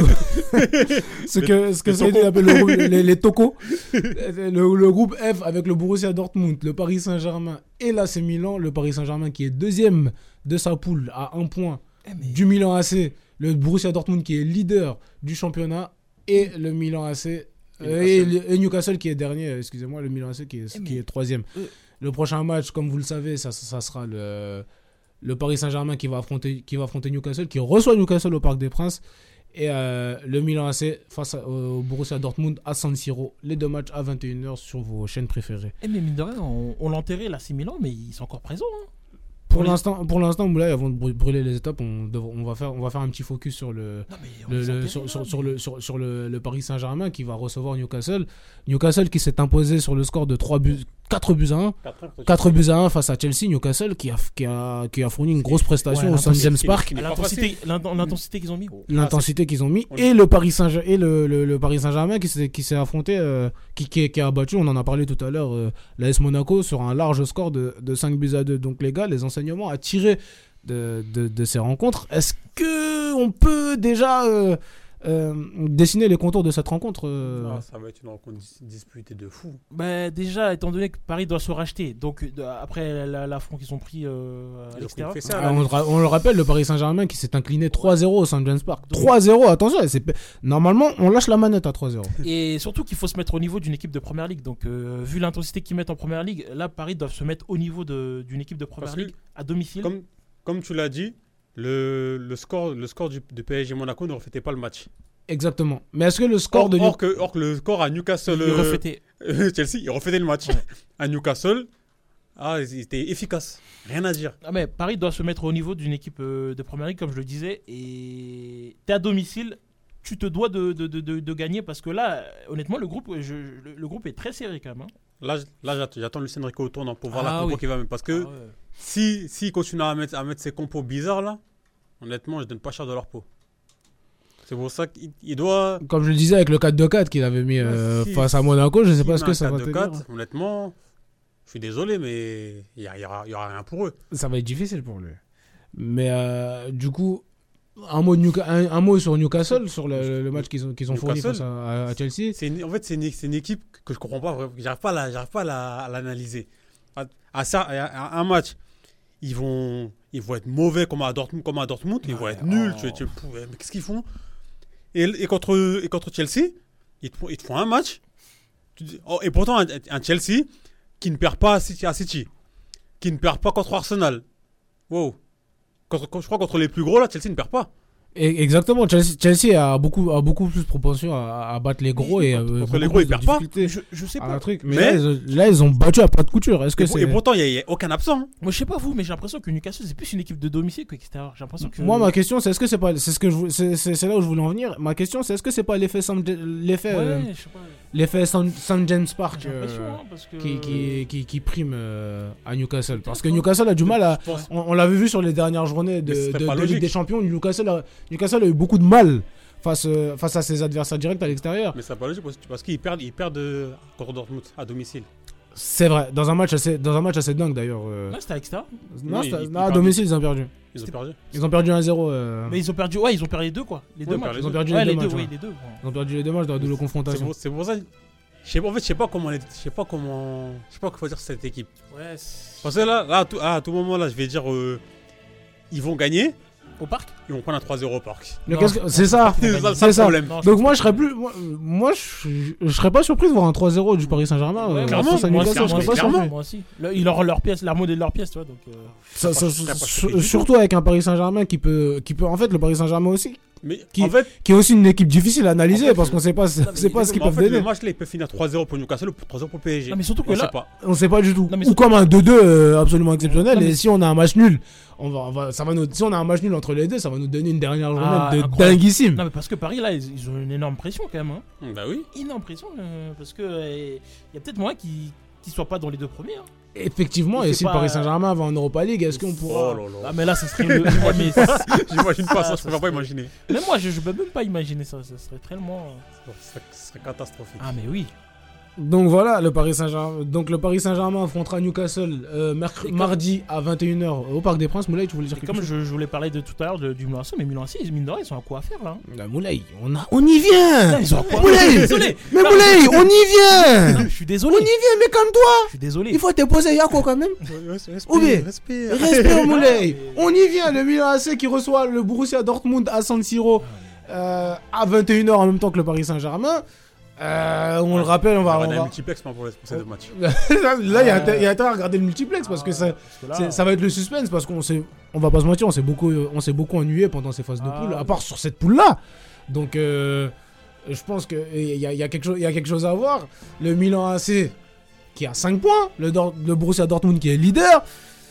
ce que ça appelle les tocos, le groupe F avec le Borussia Dortmund, le Paris Saint-Germain et l'AC Milan. Le Paris Saint-Germain qui est deuxième de sa poule à 1 point du Milan AC, le Borussia Dortmund qui est leader du championnat et le Milan AC et Newcastle qui est dernier, excusez-moi, le Milan AC qui est troisième. Le prochain match, comme vous le savez, ça sera le Paris Saint-Germain qui va affronter Newcastle, qui reçoit Newcastle au Parc des Princes, et le Milan AC face au Borussia Dortmund à San Siro. Les 2 matchs à 21h sur vos chaînes préférées. Mais mine de rien, on l'enterrait l'AC Milan, mais ils sont encore présents. Pour l'instant, Moulay, avant de brûler les étapes, on va faire un petit focus sur le Paris Saint-Germain qui va recevoir Newcastle. Newcastle qui s'est imposé sur le score de 4 buts à 1 face à Chelsea. Newcastle qui a fourni une grosse prestation au St James Park. L'intensité qu'ils ont mis. L'intensité qu'ils ont mis. Et le Paris Saint-Germain qui s'est affronté, qui a battu, on en a parlé tout à l'heure, l'AS Monaco sur un large score de 5 buts à 2. Donc les gars, les enseignements à tirer de ces rencontres, est-ce qu'on peut déjà dessiner les contours de cette rencontre Ça va être une rencontre disputée de fou. Déjà, étant donné que Paris doit se racheter, donc après l'affront qu'ils ont pris à l'extérieur. On le rappelle, le Paris Saint-Germain qui s'est incliné 3-0 au St James Park. 3-0, attention, normalement on lâche la manette à 3-0. Et surtout qu'il faut se mettre au niveau d'une équipe de Première Ligue. Donc vu l'intensité qu'ils mettent en Première Ligue, là Paris doit se mettre au niveau d'une équipe de Première Ligue à domicile. Comme tu l'as dit, le score du PSG Monaco ne reflétait pas le match. Exactement. Mais est-ce que le score de or que le score à Newcastle, Chelsea, il refêtait le match. À Newcastle, ils étaient efficaces. Rien à dire. Mais Paris doit se mettre au niveau d'une équipe de Première Ligue, comme je le disais, et t'es à domicile, tu te dois de gagner parce que là, honnêtement, le groupe est très serré quand même. Là, j'attends Luis Enrique au tournant pour voir la compo qui va mettre. Parce que s'il continue à mettre ces compos bizarres là, honnêtement, je donne pas cher de leur peau. C'est pour ça qu'il doit. Comme je le disais avec le 4-2-4 qu'il avait mis face à Monaco, je sais pas ce que ça va te dire. Honnêtement, je suis désolé, mais il y aura rien pour eux. Ça va être difficile pour lui. Mais du coup, un mot sur Newcastle, sur le match qu'ils ont fourni face à Chelsea. En fait, c'est une équipe que je comprends pas. J'arrive pas à l'analyser. À un match, ils vont être mauvais comme à Dortmund. Ils vont être nuls. Mais qu'est-ce qu'ils font? Et contre Chelsea, ils te font un match. Et pourtant, un Chelsea qui ne perd pas à City, qui ne perd pas contre Arsenal. Wow. Je crois contre les plus gros, là, Chelsea ne perd pas. Exactement, Chelsea a beaucoup plus propension à battre les gros et contre les gros ils perdent pas. Je sais pas. Mais là ils ont battu à pas de couture. Et pourtant il y a aucun absent. Hein. Moi je sais pas vous, mais j'ai l'impression que Newcastle c'est plus une équipe de domicile qu'extérieur. J'ai l'impression que. Moi ma question c'est est-ce que c'est pas c'est là où je voulais en venir. Ma question c'est est-ce que c'est pas l'effet St James Park qui prime à Newcastle parce que Newcastle a du mal à. On l'avait vu sur les dernières journées de Ligue des Champions. Newcastle a eu beaucoup de mal face à ses adversaires directs à l'extérieur. Mais ça pas logique parce qu'ils perdent contre Dortmund à domicile. C'est vrai, dans un match assez dingue d'ailleurs. Non, c'était à l'extérieur. Non, à domicile ils ont perdu. Ils ont perdu 1-0. Mais ils ont perdu les deux quoi. Les deux matchs. Ils ont perdu les deux matchs. Ils ont perdu les deux matchs dans la double confrontation. C'est pour ça. En fait, je sais pas comment faut dire cette équipe. Ouais. Parce que là à tout moment là, je vais dire ils vont gagner. Au parc ? Ils vont prendre un 3-0 au parc. C'est ça. C'est ça le problème. Donc moi je serais plus. Moi je serais pas surpris de voir un 3-0 du Paris Saint-Germain. Clairement, moi aussi. Ils auront leur pièce, la modèle de leur pièce, tu vois. Donc. Surtout avec un Paris Saint-Germain qui peut. En fait, le Paris Saint-Germain aussi. Mais qui est aussi une équipe difficile à analyser parce qu'on sait pas ce qu'ils peuvent donner. Le match là, il peut finir 3-0 pour Newcastle ou 3-0 pour PSG. Non, mais surtout que là, on sait pas du tout. Ou comme un 2-2 absolument exceptionnel. Et si on a un match nul, si on a un match nul entre les deux, ça va nous donner une dernière journée de dinguissime. Non, mais parce que Paris là, ils ont une énorme pression quand même. Bah oui. Énorme pression parce que il y a peut-être moyen qu'ils soient pas dans les deux premiers. Effectivement, et si le Paris Saint-Germain va en Europa League, est-ce qu'on pourra. Ah, mais là, ça serait J'imagine pas ça, je peux pas imaginer. Même moi, je peux même pas imaginer ça, ça serait tellement. Ça serait catastrophique. Ah, mais oui. Donc voilà, le Paris Saint-Germain affrontera Newcastle mardi à 21h au Parc des Princes. Moulay, tu voulais dire quelque chose ? Comme je voulais parler de tout à l'heure du Milan AC, mais Milan AC, mine de rien, ils ont à quoi à faire là. Moulay, on y vient. Ils ont à quoi Moulay, mais Moulay, on y vient. Non, je suis désolé. On y vient, mais calme-toi. Je suis désolé. Il faut te poser Yako quand même. Respire Moulay. On y vient, le Milan AC qui reçoit le Borussia Dortmund à San Siro à 21h en même temps que le Paris Saint-Germain. On le rappelle, on va un multiplex pour ces deux matchs. Là, il y a intérêt à regarder le multiplex parce que ça va être le suspense parce on va pas se mentir, on s'est beaucoup ennuyé pendant ces phases de poule, à part sur cette poule là. Donc, je pense que il y a quelque chose à voir. Le Milan AC qui a 5 points, le Borussia Dortmund qui est leader.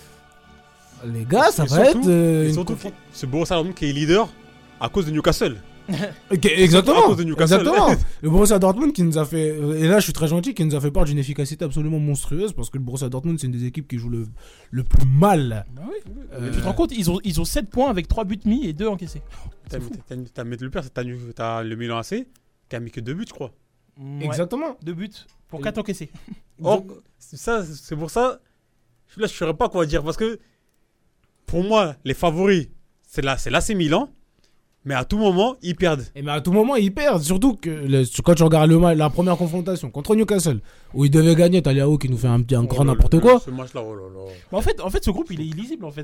Les gars, ça va être. Surtout, ce Borussia Dortmund qui est leader à cause de Newcastle. Exactement. Le Borussia Dortmund qui nous a fait, et là je suis très gentil, qui nous a fait part d'une efficacité absolument monstrueuse parce que le Borussia Dortmund c'est une des équipes qui joue le plus mal. Bah oui. Tu te rends compte, ils ont 7 points avec 3 buts mis et 2 encaissés. T'as le pire, t'as le Milan AC qui a mis que 2 buts, je crois. Ouais. Exactement. 2 buts pour 4 encaissés. Or, c'est pour ça, là je saurais pas quoi dire parce que pour moi les favoris c'est l'AC Milan. Mais à tout moment, ils perdent. Surtout que quand tu regardes le match, la première confrontation contre Newcastle, où ils devaient gagner, t'as Léao qui nous fait un grand n'importe quoi. Ce match-là, oh là là. Mais en fait, ce groupe, il est illisible en fait.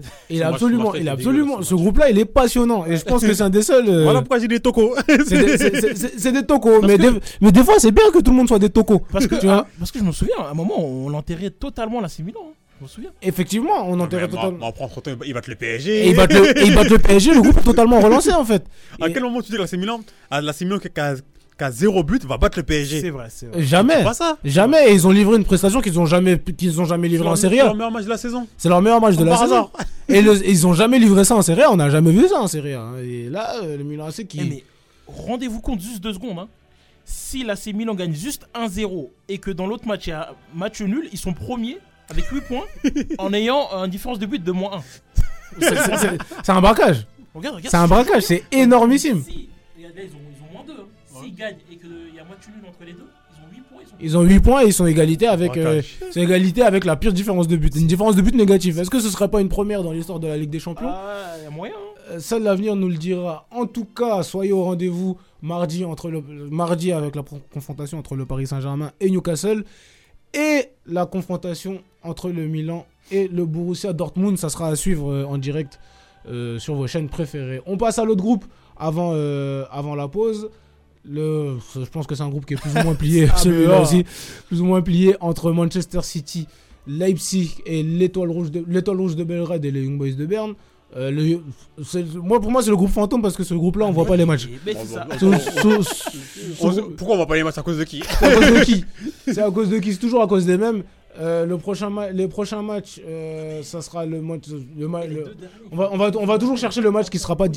Ce groupe-là, il est passionnant. Et je pense que c'est un des seuls. Voilà pourquoi j'ai des tocos. c'est des tocos. Mais des fois, c'est bien que tout le monde soit des tocos. Parce que je me souviens, à un moment, on l'enterrait totalement l'AC Milan. Je m'en souviens. Effectivement, on enterrait totalement. Ils battent le PSG. Et ils battent le PSG, le groupe est totalement relancé en fait. À quel moment tu dis que l'AC Milan qui a 0 but va battre le PSG? C'est vrai. Jamais. C'est pas ça. Jamais. Et ils ont livré une prestation qu'ils ont jamais livré en Serie A. C'est leur meilleur match de la saison. C'est leur meilleur match de la saison. Et ils ont jamais livré ça en Serie A. On n'a jamais vu ça en Serie A. Et là, le Milan AC qui. Mais rendez-vous compte juste 2 secondes. Hein. Si l'AC Milan gagne juste 1-0 et que dans l'autre match il y a match nul, ils sont premiers avec 8 points en ayant une différence de but de -1. C'est un braquage. Regarde, c'est un braquage, c'est énormissime. Là, ils ont -2. S'ils gagnent et qu'il y a match nul entre les deux, ils ont 8 points. Ils ont 8 points et ils sont égalité avec, la pire différence de but. Une différence de but négative. Est-ce que ce serait pas une première dans l'histoire de la Ligue des Champions? Il y a moyen. Ça, l'avenir nous le dira. En tout cas, soyez au rendez-vous mardi avec la confrontation entre le Paris Saint-Germain et Newcastle. Et la confrontation entre le Milan et le Borussia Dortmund. Ça sera à suivre en direct sur vos chaînes préférées. On passe à l'autre groupe avant la pause. Je pense que c'est un groupe qui est plus ou moins plié, celui-là aussi, plus ou moins plié entre Manchester City, Leipzig et l'Étoile Rouge de Belgrade et les Young Boys de Berne. Pour moi, c'est le groupe fantôme parce que ce groupe-là, on voit pas les matchs. Pourquoi on voit pas les matchs? À cause de qui? C'est à cause de qui? C'est toujours à cause des mêmes. Les prochains matchs, ça sera le match. On va toujours chercher le match qui sera pas.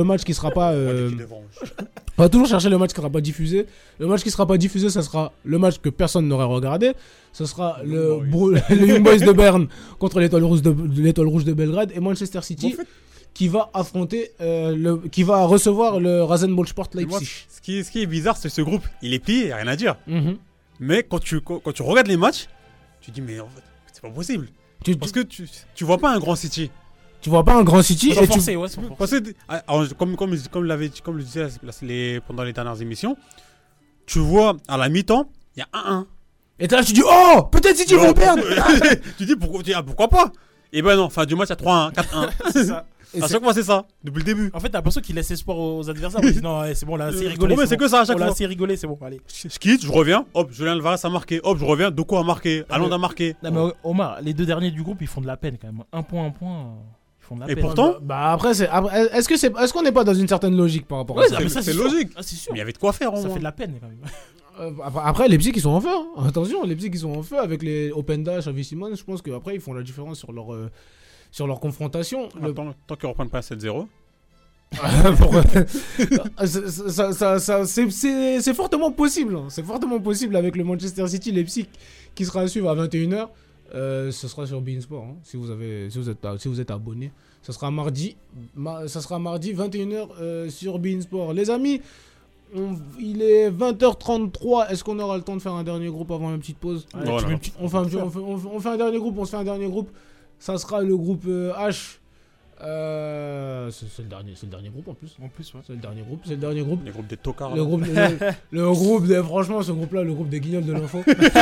On va toujours chercher le match qui sera pas diffusé. Le match qui sera pas diffusé, ça sera le match que personne n'aurait regardé. Ce sera le Young Boys de Berne contre l'Étoile Rouge de Belgrade et Manchester City qui va affronter, qui va recevoir le Rasenballsport Leipzig. Ce qui est bizarre, c'est que ce groupe, il est plié, il n'y a rien à dire. Mais quand tu regardes les matchs, tu dis mais en fait c'est pas possible. Parce que tu vois pas un grand City. Tu vois pas un grand City et parce que comme je disais pendant les dernières émissions, tu vois à la mi-temps, il y a 1-1. Et là tu dis oh, peut-être City vont perdre. Tu dis pourquoi pas. Et ben non, fin du match il y a 3-1, 4-1. C'est ça. À chaque fois c'est ça, depuis le début. En fait t'as l'impression qu'il laisse espoir aux adversaires. On dit non c'est bon là, c'est rigolé. C'est que ça à chaque fois. C'est rigolé, c'est bon, allez. Je quitte, je reviens, hop, Julian Alvarez a marqué, hop, je reviens, Doku a marqué, Haaland a marqué. Non mais Omar, les 2 derniers du groupe ils font de la peine quand même. Un point. Ils font de la peine. Et pourtant après est-ce qu'on n'est pas dans une certaine logique par rapport à ça? C'est logique. C'est sûr. Mais il y avait de quoi faire. Ça fait de la peine quand même. Après les Leipzig ils sont en feu. Hein. Attention, les Leipzig ils sont en feu avec les Openda, Xavi Simons. Je pense qu'après ils font la différence sur leur confrontation. Tant qu'ils reprennent pas 7-0. C'est fortement possible. C'est fortement possible avec le Manchester City Leipzig qui sera à suivre à 21h. Ce sera sur beIN Sport. Hein, si vous êtes abonné. Ça sera mardi 21h sur beIN Sport. Les amis, il est 20h33. Est-ce qu'on aura le temps de faire un dernier groupe avant une petite pause? On fait un dernier groupe. Ça sera le groupe H. C'est le dernier groupe en plus. C'est le dernier groupe. Le groupe des tocards. Le groupe des, franchement, ce groupe-là, le groupe des guignols de l'info.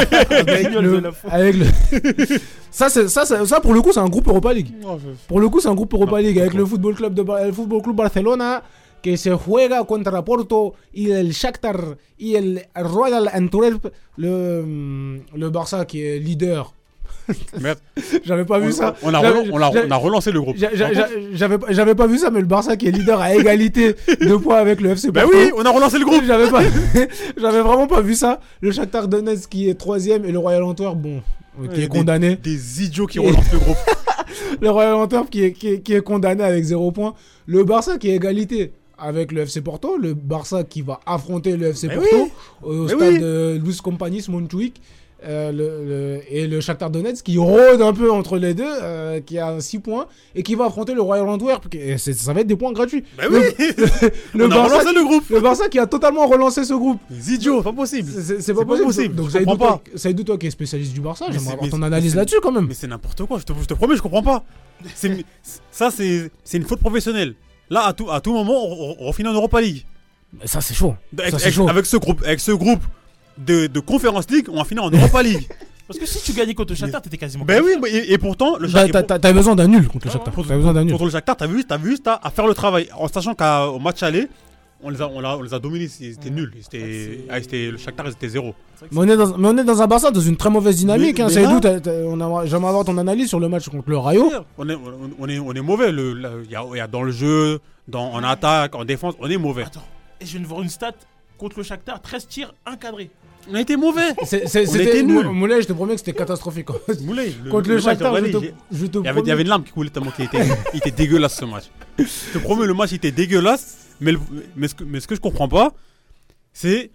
Ça pour le coup, c'est un groupe Europa League. Avec le Football Club Barcelona que se juega contra Porto y el Shakhtar y el Royal Antwerp, le Barça qui est leader. J'avais pas vu ça. On a relancé le groupe. J'avais pas vu ça, mais le Barça qui est leader à égalité de points avec le FC Porto. Bah oui, on a relancé le groupe. J'avais vraiment pas vu ça. Le Shakhtar Donetsk qui est 3ème et le Royal Antwerp, qui est condamné. Des idiots qui relancent le groupe. Le Royal Antwerp qui est condamné avec 0 points. Le Barça qui est égalité avec le FC Porto. Le Barça qui va affronter le FC Porto au stade de Luis Companys Montjuïc. Et le Shakhtar Donetsk qui rôde un peu entre les deux, qui a 6 points et qui va affronter le Royal Antwerp. Ça va être des points gratuits. Bah oui. On a relancé le groupe. Le Barça qui a totalement relancé ce groupe. Les idiots, pas possible. C'est pas possible. Donc Saïdou, toi qui es spécialiste du Barça, j'aimerais avoir ton analyse là-dessus quand même. Mais c'est n'importe quoi, je te promets, je comprends pas. Ça c'est une faute professionnelle. Là à tout moment on finit en Europa League. Ça c'est chaud. Avec ce groupe de Conference League, on va finir en Europa League. Parce que si tu gagnais contre le Shakhtar, t'étais quasiment. Ben oui, et pourtant le Shakhtar. T'as besoin d'un nul contre le Shakhtar. Contre le Shakhtar, t'as vu, t'as à faire le travail. En sachant qu'au match aller, on les a dominés, c'était nul. Le Shakhtar, ils étaient 0. Mais on est dans un Barça dans une très mauvaise dynamique. Seydou, j'aimerais avoir ton analyse sur le match contre le Rayo. On est mauvais. Il y a dans le jeu, en attaque, en défense, on est mauvais. Attends, et je viens de voir une stat contre le Shakhtar, 13 tirs, 1 cadré. On a été mauvais. C'était nul. Moulay, je te promets que c'était catastrophique. Moulay, contre le Shakhtar, il y avait une larme qui coulait tellement qu'il était dégueulasse ce match. Je te promets, le match était dégueulasse. Mais ce que je comprends pas, c'est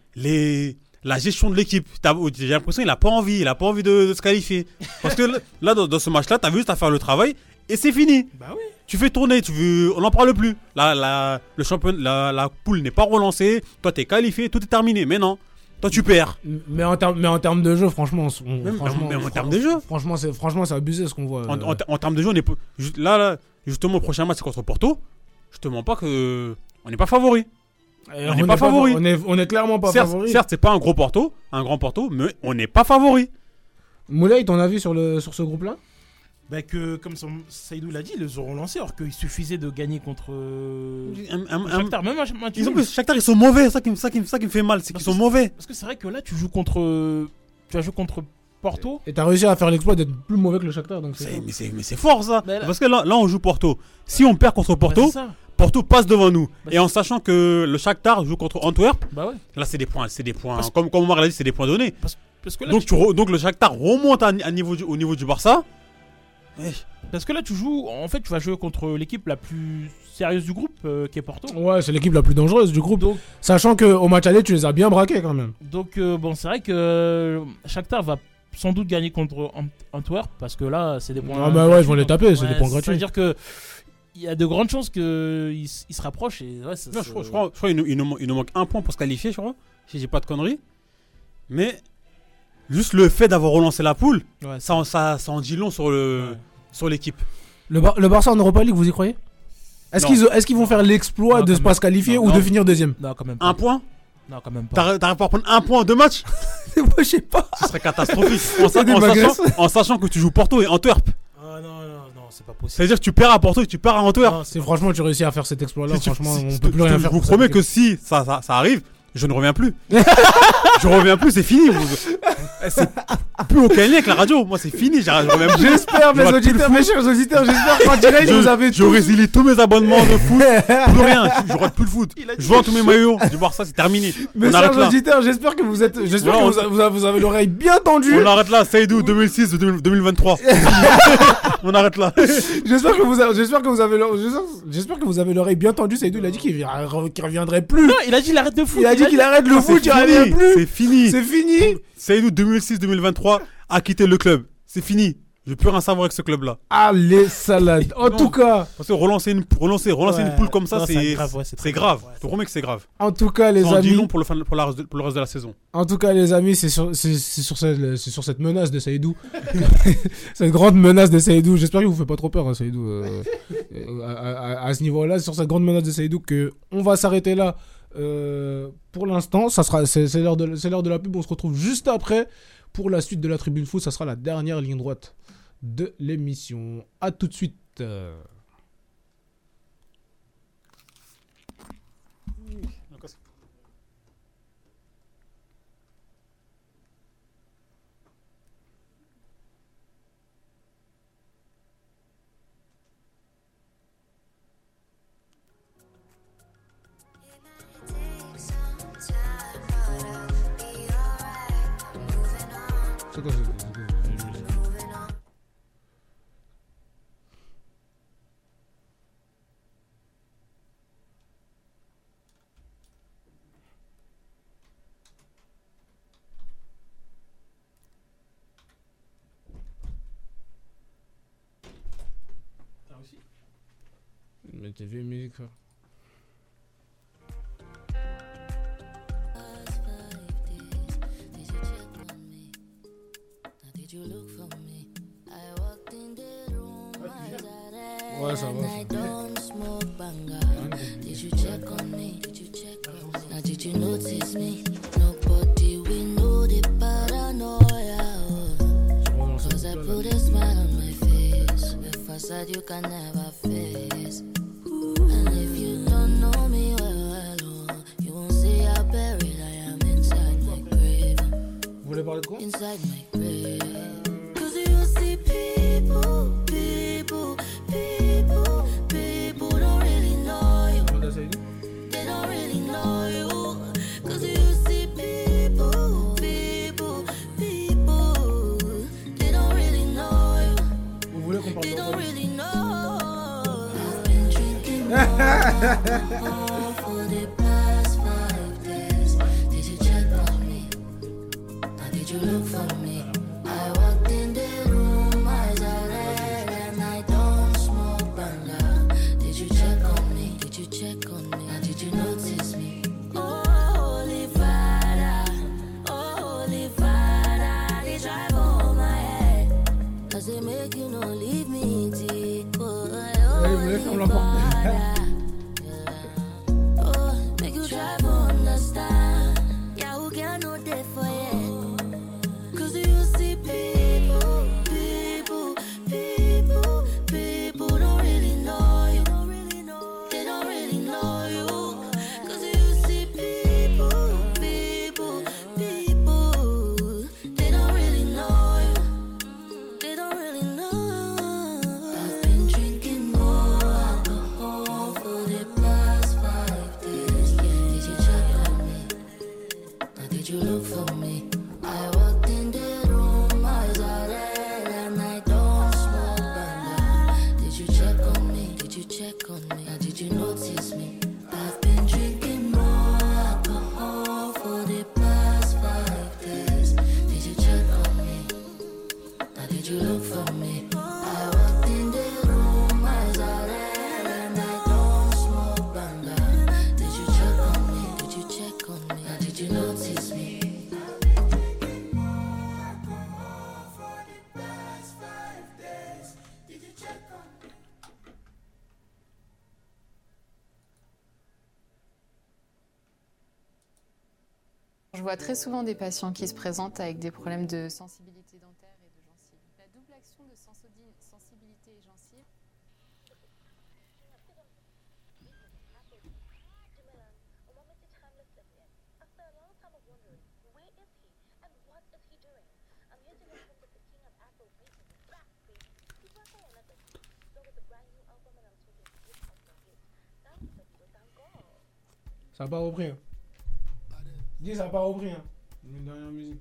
la gestion de l'équipe. J'ai l'impression qu'il a pas envie de se qualifier. Parce que là, dans ce match-là, t'as juste à faire le travail et c'est fini. Bah oui. Tu fais tourner, on n'en parle plus. La poule n'est pas relancée. Toi, t'es qualifié, tout est terminé. Mais non. Toi, tu perds. Mais en termes de jeu, franchement, en termes de jeu, franchement, c'est abusé ce qu'on voit. En termes de jeu, là, justement, le prochain match c'est contre Porto. Je te mens pas que on n'est pas favori. On n'est pas favori. On est clairement pas favori. Certes, c'est pas un grand Porto, mais on n'est pas favori. Moulay, ton avis sur ce groupe-là? Bah que, comme Seydou l'a dit, ils les ont relancés alors qu'il suffisait de gagner contre Shakhtar. Même Shakhtar, ils sont mauvais, ça qui me fait mal, c'est qu'ils sont mauvais. Parce que c'est vrai que là, tu as joué contre Porto. Et t'as réussi à faire l'exploit d'être plus mauvais que le Shakhtar. Donc mais c'est fort ça. Parce que là, on joue Porto. Si on perd contre Porto, Porto passe devant nous. Et en sachant que le Shakhtar joue contre Antwerp, là c'est des points. Comme Omar l'a dit, c'est des points donnés. Parce que là, donc le Shakhtar remonte au niveau du Barça. Ouais. Parce que là tu vas jouer contre l'équipe la plus sérieuse du groupe qui est Porto. Ouais, c'est l'équipe la plus dangereuse du groupe. Donc, sachant qu'au match aller tu les as bien braqués quand même. Donc bon, c'est vrai que Shakhtar va sans doute gagner contre Antwerp parce que là c'est des points. Ah bah ouais, ils vont les taper, c'est des points gratuits. C'est-à-dire que il y a de grandes chances qu'ils se rapprochent et ouais, je crois il nous manque un point pour se qualifier, je crois. Si j'ai pas de conneries. Mais juste le fait d'avoir relancé la poule, ça en dit long sur l'équipe. Le Barça en Europa League, vous y croyez? Est-ce qu'ils vont faire l'exploit de ne pas se qualifier ou de finir deuxième? Non, quand même pas. Un point? Non, quand même pas. T'arrives pas à prendre un point en 2 matchs? Moi, je sais pas. Ce serait catastrophique. en sachant que tu joues Porto et Antwerp. Ah non, c'est pas possible. C'est-à-dire que tu perds à Porto et tu perds à Antwerp. Non, franchement, tu réussis à faire cet exploit-là. Franchement, on peut plus rien faire. Je vous promets que si ça arrive, je ne reviens plus. Je reviens plus, c'est fini. C'est plus aucun lien avec la radio. Moi, c'est fini. Je reviens plus. J'espère, mes chers auditeurs, j'espère qu'en direct, vous avez tout. Je résilie tous mes abonnements de foot. Plus rien. Je regarde plus le foot. Je vends tous mes maillots. Du Barça, c'est terminé. Mes chers auditeurs, j'espère que vous avez l'oreille bien tendue. On arrête là. Seydou 2006-2023. On arrête là. J'espère que vous avez l'oreille bien tendue. Seydou, il a dit qu'il reviendrait plus. Non, il a dit qu'il arrête de foot. Il a dit qu'il arrête le foot, il revient plus. C'est fini. C'est fini. Seydou 2006-2023 a quitté le club. C'est fini. Je veux plus rien savoir avec ce club-là. Allez, salade. En tout cas. Parce que relancer une poule comme ça, c'est grave. Je te promets que c'est grave. En tout cas, les amis. Dis long pour le reste de la saison. En tout cas, les amis, c'est sur cette menace de Seydou. Cette grande menace de Seydou. J'espère qu'il vous fait pas trop peur, hein, Seydou. À ce niveau-là, sur cette grande menace de Seydou, qu'on va s'arrêter là. Pour l'instant, c'est l'heure de la pub. On se retrouve juste après pour la suite de la Tribune Foot. Ça sera la dernière ligne droite de l'émission. À tout de suite. Mais t'as vu musique ça? Ouais, ça va. You can never face. And if you don't know me well, parler de quoi? Inside my grave. 'Cause you see people don't really know you. They don't really know you. 'Cause you see people, they don't really know you. Vous voulez qu'on parle They de don't quoi? really know. I've been drinking more for the past 5 days. Did you check on me? Or did you look for me? I walked in the room, eyes are red, and I don't smoke banga. Did you check on me? Did you check on me? Or did you notice me? Oh, Holy Father, they drive on my head. 'Cause they make you no leave me deep. Oh, Holy Father, oh, make you try to understand. Yeah, who can know that for you? 'Cause you see people don't really know you. They don't really know you. 'Cause you see people, they don't really know you. They don't really know. I've been drinking more alcohol for the past 5 days. Did you check on me? Or did you look for me? I walked in the room, eyes are red, and I don't smoke banga. Did you check on me? Did you check on me? Or did you notice me? I've been drinking more alcohol for the past 5 days. Did you check on me? Or did you look for me? I walked in the room, eyes are red, and I don't smoke banga. Did you check on me? Did you check on me? Or did you notice me? Je vois très souvent des patients qui se présentent avec des problèmes de sensibilité dentaire et de gencives. La double action de sensibilité et gencives. Ça n'a pas repris. Hein. Dis, ça n'a pas repris. Hein. Une dernière musique.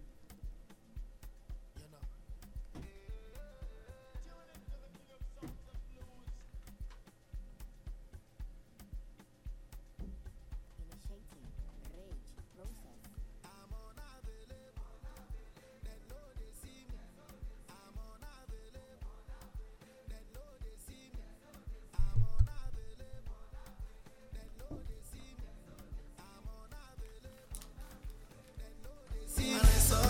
So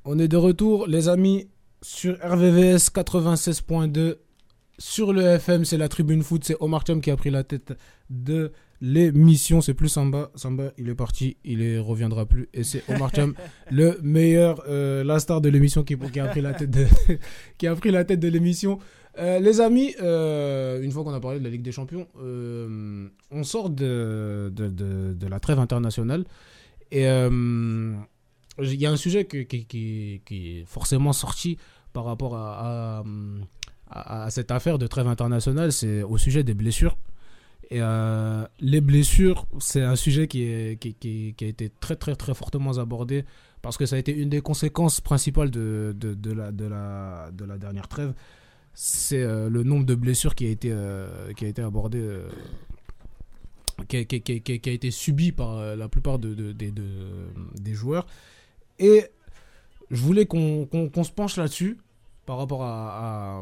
On est de retour, les amis, sur RVVS 96.2. Sur le FM, c'est la Tribune Foot. C'est Omar Thiam qui a pris la tête de l'émission. C'est plus Samba. Samba, il est parti, il ne reviendra plus. Et c'est Omar Thiam, le meilleur, la star de l'émission qui a pris la tête de, qui a pris la tête de l'émission. Les amis, une fois qu'on a parlé de la Ligue des Champions, on sort de la trêve internationale. Et il y a un sujet qui est forcément sorti par rapport à cette affaire de trêve internationale, c'est au sujet des blessures. Et les blessures, c'est un sujet qui a été très très très fortement abordé parce que ça a été une des conséquences principales de la dernière trêve. C'est le nombre de blessures qui a été abordé, qui a été subi par la plupart des joueurs. Et je voulais qu'on se penche là-dessus par rapport à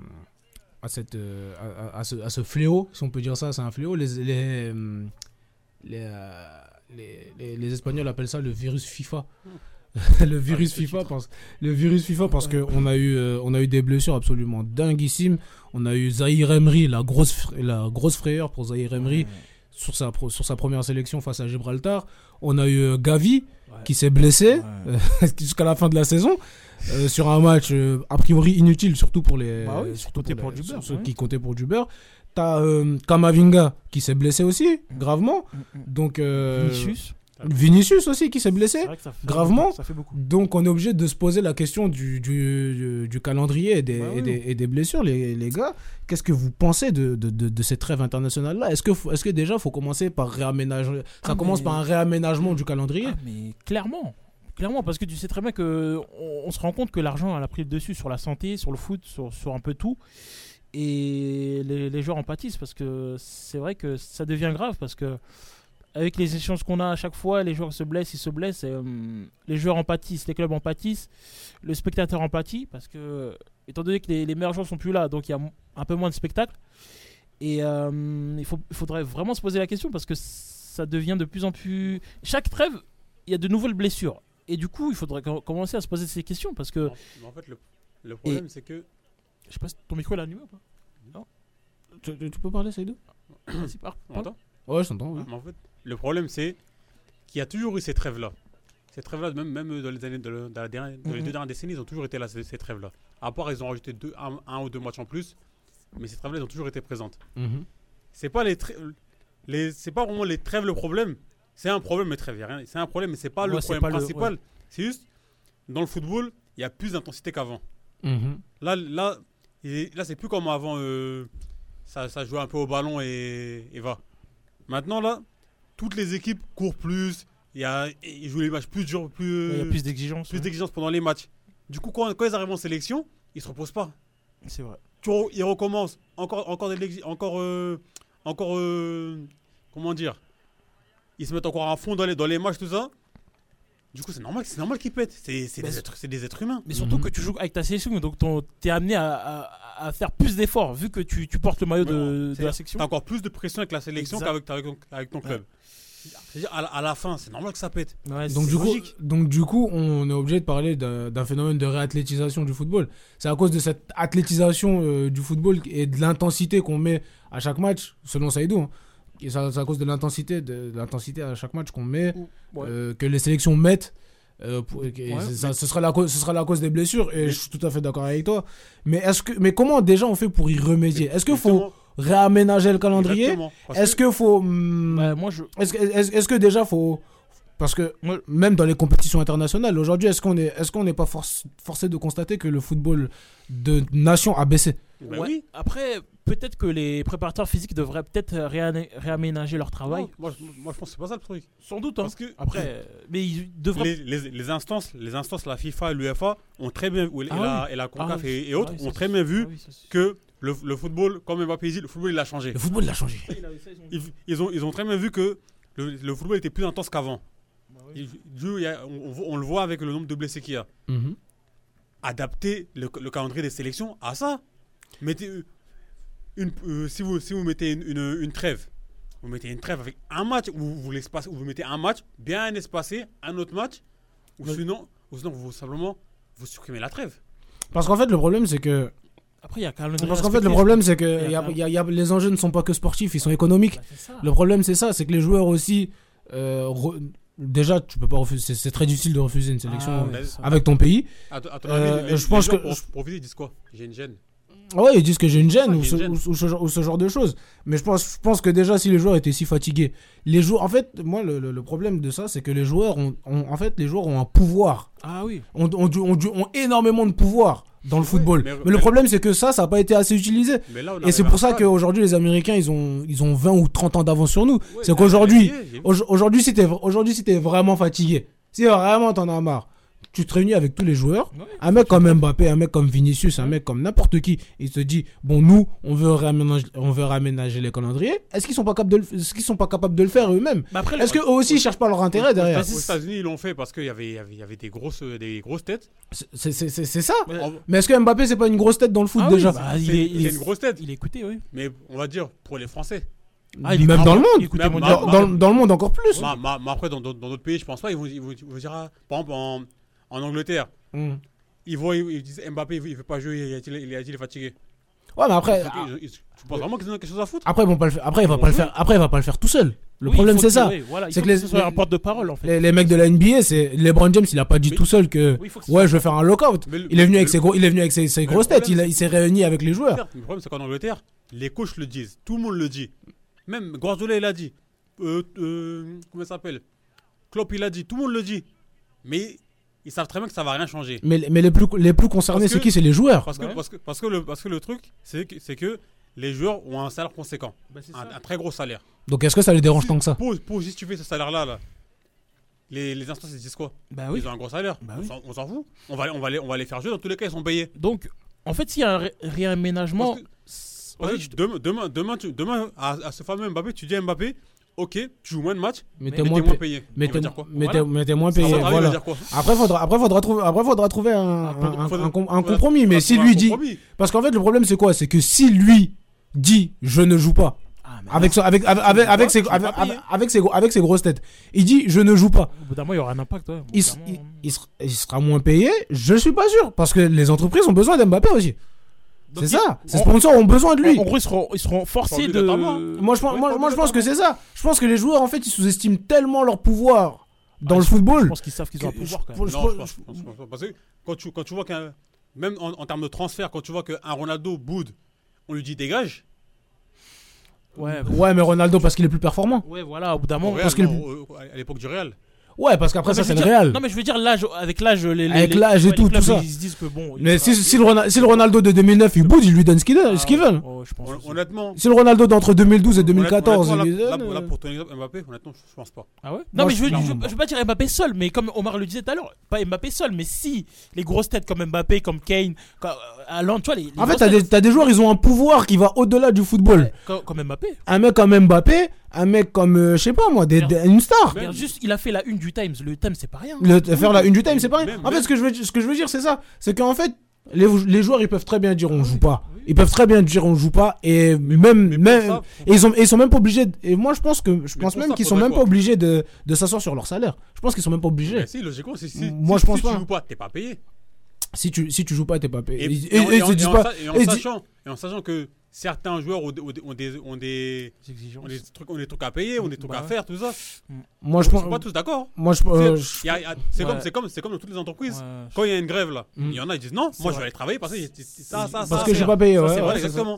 ce fléau, si on peut dire ça, c'est un fléau. Les Espagnols appellent ça le virus FIFA. le virus FIFA parce qu'on a eu des blessures absolument dinguissimes. On a eu Zahir Emery, la grosse frayeur pour Zahir Emery sur sa première sélection face à Gibraltar. On a eu Gavi qui s'est blessé jusqu'à la fin de la saison sur un match a priori inutile, surtout pour ceux qui comptaient pour du beurre. T'as Kamavinga qui s'est blessé aussi gravement. Donc Vinicius aussi qui s'est blessé gravement. Ça fait beaucoup. Donc on est obligé de se poser la question du calendrier et des blessures, les gars. Qu'est-ce que vous pensez de cette trêve internationale là? Est-ce que déjà faut commencer par réaménager? Ça commence par un réaménagement du calendrier? Mais clairement, parce que tu sais très bien que on se rend compte que l'argent elle a pris le dessus sur la santé, sur le foot, sur un peu tout. Et les joueurs en pâtissent parce que c'est vrai que ça devient grave parce que avec les échanges qu'on a à chaque fois, les joueurs se blessent, les joueurs en pâtissent, les clubs en pâtissent, le spectateur en pâtit parce que, étant donné que les meilleurs joueurs sont plus là, donc il y a un peu moins de spectacle. Et il faudrait vraiment se poser la question parce que ça devient de plus en plus. Chaque trêve, il y a de nouvelles blessures. Et du coup, il faudrait commencer à se poser ces questions parce que. Mais en fait, le problème, c'est que. Je sais pas si ton micro est allumé ou pas. Non. Tu peux parler, Saïdou? Vas-y, parle. Ouais, je t'entends. Oui. Mais en fait, le problème, c'est qu'il y a toujours eu ces trêves-là. Ces trêves-là, même dans les années dans les 2 dernières décennies, ils ont toujours été là, ces trêves-là. À part, ils ont rajouté un ou deux matchs en plus, mais ces trêves-là, ils ont toujours été présentes. Mm-hmm. C'est pas c'est pas vraiment les trêves le problème. C'est un problème, les trêves. C'est un problème, mais c'est pas le problème principal. C'est juste, dans le football, il y a plus d'intensité qu'avant. Mm-hmm. Là, c'est plus comme avant. Ça jouait un peu au ballon et va. Maintenant, là, toutes les équipes courent plus. Ils jouent les matchs plus durs, il y a plus d'exigences. Plus d'exigences pendant les matchs. Du coup, quand ils arrivent en sélection, ils se reposent pas. C'est vrai. Ils recommencent. Comment dire? Ils se mettent encore à fond dans les matchs, tout ça. Du coup, c'est normal qu'ils pètent. C'est des êtres humains. Mais surtout que tu joues avec ta sélection, donc t'es amené à faire plus d'efforts, vu que tu portes le maillot de la section. T'as encore plus de pression avec la sélection qu'avec ton club. C'est-à-dire, à la fin, c'est normal que ça pète. Ouais, donc du coup, on est obligé de parler d'un phénomène de réathlétisation du football. C'est à cause de cette athlétisation du football et de l'intensité qu'on met à chaque match, selon Saïdou. Hein. Et c'est à cause de l'intensité à chaque match qu'on met, que les sélections mettent. Ce sera la cause des blessures et je suis tout à fait d'accord avec toi. Mais comment déjà on fait pour y remédier? Est-ce qu'il faut réaménager le calendrier? Est-ce qu'il faut est-ce que déjà faut, parce que même dans les compétitions internationales aujourd'hui, est-ce qu'on n'est pas forcé de constater que le football de nation a baissé? Oui. Après, peut-être que les préparateurs physiques devraient peut-être réaménager leur travail. Non, moi je pense que c'est pas ça le truc. Sans doute. Parce que après, mais ils devraient. Les instances, la FIFA et l'UEFA ont très bien, et la CONCACAF et autres ont très bien vu que le football, comme Mbappé dit, le football il a changé. Le football il a changé. Ils ont très bien vu que le football était plus intense qu'avant. On le voit avec le nombre de blessés qu'il y a. Mm-hmm. Adapter le calendrier des sélections à ça. Mettez si vous mettez une trêve, vous mettez une trêve avec un match où vous mettez un match bien espacé, un autre match, ou sinon vous simplement vous supprimez la trêve. Parce qu'en fait, le problème, c'est que. Après, il y a quand même. Parce qu'en fait, le problème, c'est que les enjeux ne sont pas que sportifs, ils sont économiques. Le problème, c'est ça, c'est que les joueurs aussi. Déjà, tu peux pas refuser. C'est très difficile de refuser une sélection avec ton pays. À ton avis, je pense que. Pour viser, ils disent quoi? J'ai une gêne. Ouais, ils disent que j'ai une gêne ou ce genre de choses. Mais je pense que déjà, si les joueurs étaient si fatigués, les joueurs, en fait, moi, le problème de ça, c'est que les joueurs ont un pouvoir. Ah oui. Ont énormément de pouvoir dans le football. Mais le problème, c'est que ça n'a pas été assez utilisé. Et c'est pour ça qu'aujourd'hui, les Américains, ils ont 20 ou 30 ans d'avance sur nous. C'est qu'aujourd'hui, si t'es vraiment fatigué, si vraiment t'en as marre, tu te réunis avec tous les joueurs, un mec comme Mbappé, un mec comme Vinicius, un mec comme n'importe qui, il te dit bon, nous on veut réaménager les calendriers. Est-ce qu'ils sont pas capables de le faire eux-mêmes? Est-ce qu'eux aussi ils cherchent pas leur intérêt derrière? Aux États-Unis ils l'ont fait parce qu'il y avait des grosses têtes. C'est ça. Mais est-ce que Mbappé c'est pas une grosse tête dans le foot déjà? Il est une grosse tête. Il est écouté, oui. Mais on va dire pour les Français. Même dans le monde. Dans le monde encore plus. Mais après dans d'autres pays je pense pas, ils vont dire par exemple en Angleterre, ils disent Mbappé il veut pas jouer, il est fatigué. Ouais, mais après. Tu penses vraiment qu'ils ont quelque chose à foutre? Après, il va pas le faire tout seul. Le problème, c'est ça. C'est que c'est un porte de parole en fait. Les mecs de la NBA, c'est LeBron James, il a pas dit tout seul que je vais faire un lockout. Il est venu avec ses grosses têtes. Il s'est réuni avec les joueurs. Le problème, c'est qu'en Angleterre, les coachs le disent, tout le monde le dit. Même Guardiola, il a dit. Comment ça s'appelle? Klopp, il a dit. Tout le monde le dit. Mais ils savent très bien que ça va rien changer. Mais les plus concernés, c'est qui? C'est les joueurs. Parce que le truc, c'est que les joueurs ont un salaire conséquent, un très gros salaire. Donc est-ce que ça les dérange tant que ça? Pour justifier ce salaire-là, les instances ils disent quoi? Ils ont un gros salaire. On s'en fout. On va les faire jouer. Dans tous les cas, ils sont payés. Donc, en fait, s'il y a un réaménagement, demain à ce fameux Mbappé, tu dis à Mbappé. Ok, tu joues moins de matchs, mais t'es moins payé. Mais t'es moins payé. Voilà. Après, faudra trouver un compromis. Mais si lui dit. Parce qu'en fait, le problème, c'est quoi? C'est que si lui dit je ne joue pas, avec ses grosses têtes, il dit je ne joue pas. Au bout d'un moment, il y aura un impact. Il sera moins payé, je suis pas sûr. Parce que les entreprises ont besoin d'Mbappé aussi. C'est ça. Ces sponsors ont besoin de lui. En gros, ils seront forcés de. Moi, je pense que c'est ça. Je pense que les joueurs, en fait, ils sous-estiment tellement leur pouvoir dans le football. Je pense qu'ils savent qu'ils ont un pouvoir quand même. Non, parce que quand tu vois qu'un. Même en termes de transfert, quand tu vois qu'un Ronaldo boude, on lui dit dégage. Ouais, mais Ronaldo, parce qu'il est plus performant. Ouais, voilà, au bout d'un moment. À l'époque du Real. Ouais, parce qu'après ça, c'est le Real. Non, mais je veux dire, l'âge, avec l'âge, avec l'âge et tout ça. Ils se disent que bon. Mais si le Ronaldo de 2009 il boude, ils lui donnent ce qu'ils veulent. Honnêtement. Si le Ronaldo d'entre 2012 et 2014, là, pour ton exemple, Mbappé, honnêtement, je pense pas. Ah ouais? Non, mais je veux pas dire Mbappé seul, mais comme Omar le disait tout à l'heure, pas Mbappé seul, mais si les grosses têtes comme Mbappé, comme Kane, Haaland, tu vois, les. En fait, t'as des joueurs, ils ont un pouvoir qui va au-delà du football. Comme Mbappé. Un mec comme Mbappé. Un mec comme, je sais pas moi, une star. Regarde, juste, il a fait la une du Times. Le Times, c'est pas rien. Faire la une du Times, c'est pas rien. En fait, ce que je veux dire, c'est ça. C'est qu'en fait, les joueurs, ils peuvent très bien dire on joue pas. Ils peuvent très bien dire on joue pas. Et ils sont même pas obligés. Et moi, je pense même qu'ils sont même pas obligés de s'asseoir sur leur salaire. Je pense qu'ils sont même pas obligés. Si, logiquement, moi, je pense pas. Si tu joues pas, t'es pas payé. Si tu joues pas, t'es pas payé. Et en sachant que certains joueurs ont des trucs à payer, ont des trucs à faire, tout ça. Moi, je pense pas tous d'accord. C'est comme dans toutes les entreprises. Quand il y a une grève là, il y en a qui disent non, moi je vais aller travailler parce que je suis pas payé. C'est vrai, exactement.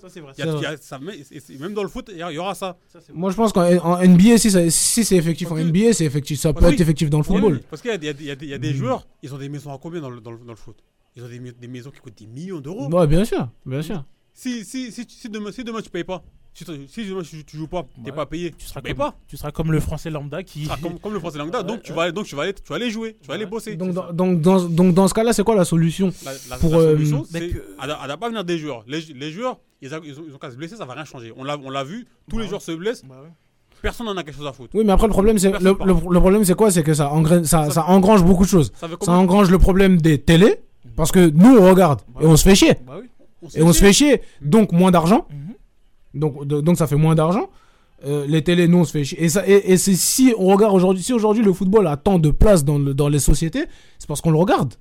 Même dans le foot, il y aura ça. Moi, je pense qu'en NBA, si c'est effectif en NBA, c'est effectif. Ça peut être effectif dans le football. Parce qu'il y a des joueurs, ils ont des maisons à combien dans le foot? Ils ont des maisons qui coûtent des millions d'euros. Ouais, bien sûr. Si demain tu payes pas, si demain tu joues pas, t'es pas payé, tu seras comme le français lambda qui. Comme le français lambda, donc tu vas aller jouer, tu vas aller bosser. Donc dans ce cas-là, c'est quoi la solution? La solution, c'est à pas venir des joueurs. Les joueurs, ils ont qu'à se blesser, ça va rien changer. On l'a vu, tous les joueurs se blessent. Personne n'en a quelque chose à foutre. Oui, mais après le problème c'est quoi? C'est que ça engrange beaucoup de choses. Ça engrange le problème des télés. Parce que nous on regarde et on se fait chier. On se fait chier, donc moins d'argent. Donc ça fait moins d'argent. Les télés, nous on se fait chier. Et c'est si on regarde aujourd'hui, le football a tant de place dans les sociétés, c'est parce qu'on le regarde.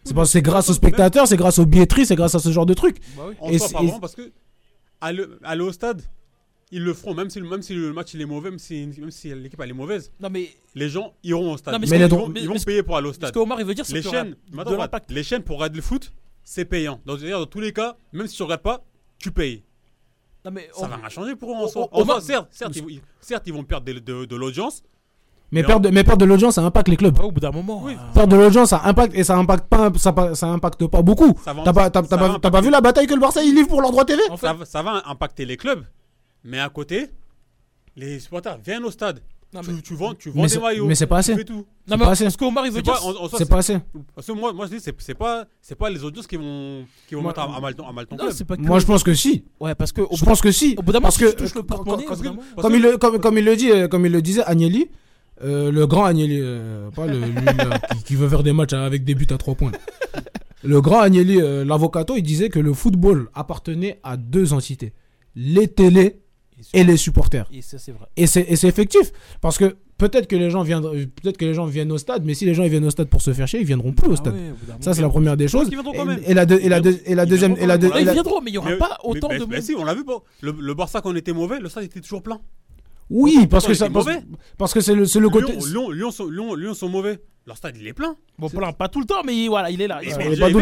C'est grâce aux spectateurs, c'est grâce aux billetteries, c'est grâce à ce genre de trucs. En soi, pas vraiment, parce que aller au stade, ils le feront, même si le match il est mauvais, même si l'équipe elle est mauvaise. Non, mais les gens iront au stade. Non, mais ils vont payer pour aller au stade. Ce qu'Omar il veut dire, c'est que les chaînes pour regarder le foot, c'est payant. Dans tous les cas, même si tu regardes pas, tu payes. Non, mais ça va rien changer pour eux en soi. Certes, ils vont perdre de l'audience. Mais perdre de l'audience, ça impacte les clubs. Au bout d'un moment. Oui. Perdre de l'audience, ça impacte et ça impacte pas beaucoup. T'as pas vu la bataille que le Barça il livre pour leur droit TV? Ça va impacter les clubs, mais à côté, les supporters viennent au stade. Non, tu vends des maillots. Mais c'est pas assez. Non, mais ce qu'Omar il veut dire, c'est pas assez. Parce que moi je dis c'est pas les audiences qui vont mettre à mal ton club. Moi je pense que si. Ouais, parce que je pense que si. Au bout d'un moment, tu touches le porte-monnaie. Comme il le disait Agnelli, le grand Agnelli, pas lui qui veut faire des matchs avec des buts à 3 points. Le grand Agnelli, l'avocato, il disait que le football appartenait à 2 entités, les télés et les supporters. Et ça, c'est vrai. Et c'est effectif, parce que peut-être que les gens viennent au stade, mais si les gens ils viennent au stade pour se faire chier, ils viendront plus au stade. Ça c'est la première des choses. Et la deuxième, ils viendront, mais il y aura pas autant de monde. Mais si, on l'a vu, le Barça quand on était mauvais, le stade était toujours plein. Oui, parce que c'est le côté. Lyon sont mauvais. Leur stade il est plein. Bon, plein, pas tout le temps, mais voilà, il est là. Il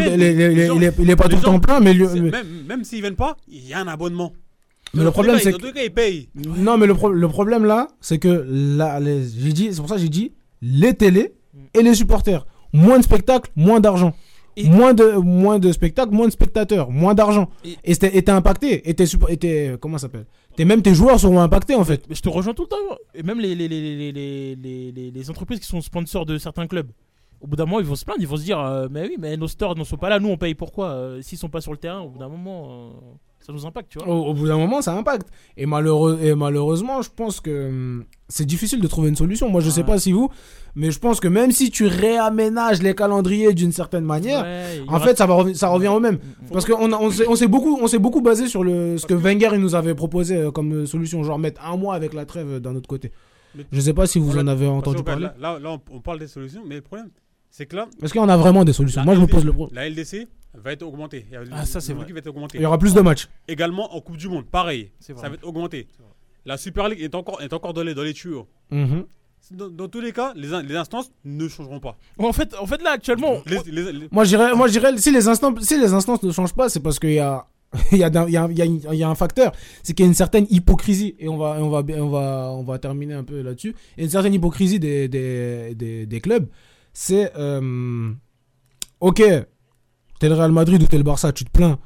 est pas tout le temps plein, mais même s'ils viennent pas, il y a un abonnement. Mais le problème c'est que ils payent. Non, mais le problème là, c'est que c'est pour ça que j'ai dit les télés et les supporters. Moins de spectacles, moins d'argent. Moins de spectacles, moins de spectateurs, moins d'argent. Et t'es impacté. Comment ça s'appelle? Même tes joueurs seront impactés en fait. Mais je te rejoins tout le temps. Et même les entreprises qui sont sponsors de certains clubs. Au bout d'un moment, ils vont se plaindre, ils vont se dire mais oui, mais nos stars ne sont pas là, nous on paye pourquoi s'ils sont pas sur le terrain, au bout d'un moment, ça nous impacte, tu vois. Au bout d'un moment, ça impacte. Et malheureusement, je pense que c'est difficile de trouver une solution. Moi, je sais pas si vous, mais je pense que même si tu réaménages les calendriers d'une certaine manière, en fait, ça revient au même. Parce qu'on s'est beaucoup basé sur ce que Wenger il nous avait proposé comme solution, genre mettre 1 mois avec la trêve d'un autre côté. Je sais pas si vous en avez entendu parler. Là, on parle des solutions, mais le problème, c'est que là. Est-ce qu'il y en a vraiment des solutions? Moi, je me pose le problème. La LDC va être augmentée. Ça, c'est vrai. Il y aura plus de matchs. Également en Coupe du Monde, pareil. Ça va être augmenté. La Super League est encore dans les tuyaux. Dans tous les cas, les instances ne changeront pas. En fait là, actuellement. Moi, je dirais si les instances ne changent pas, c'est parce qu'il y a. Il y a un facteur, c'est qu'il y a une certaine hypocrisie et on va terminer un peu là-dessus. Il y a une certaine hypocrisie des clubs. C'est ok, t'es le Real Madrid ou t'es le Barça, tu te plains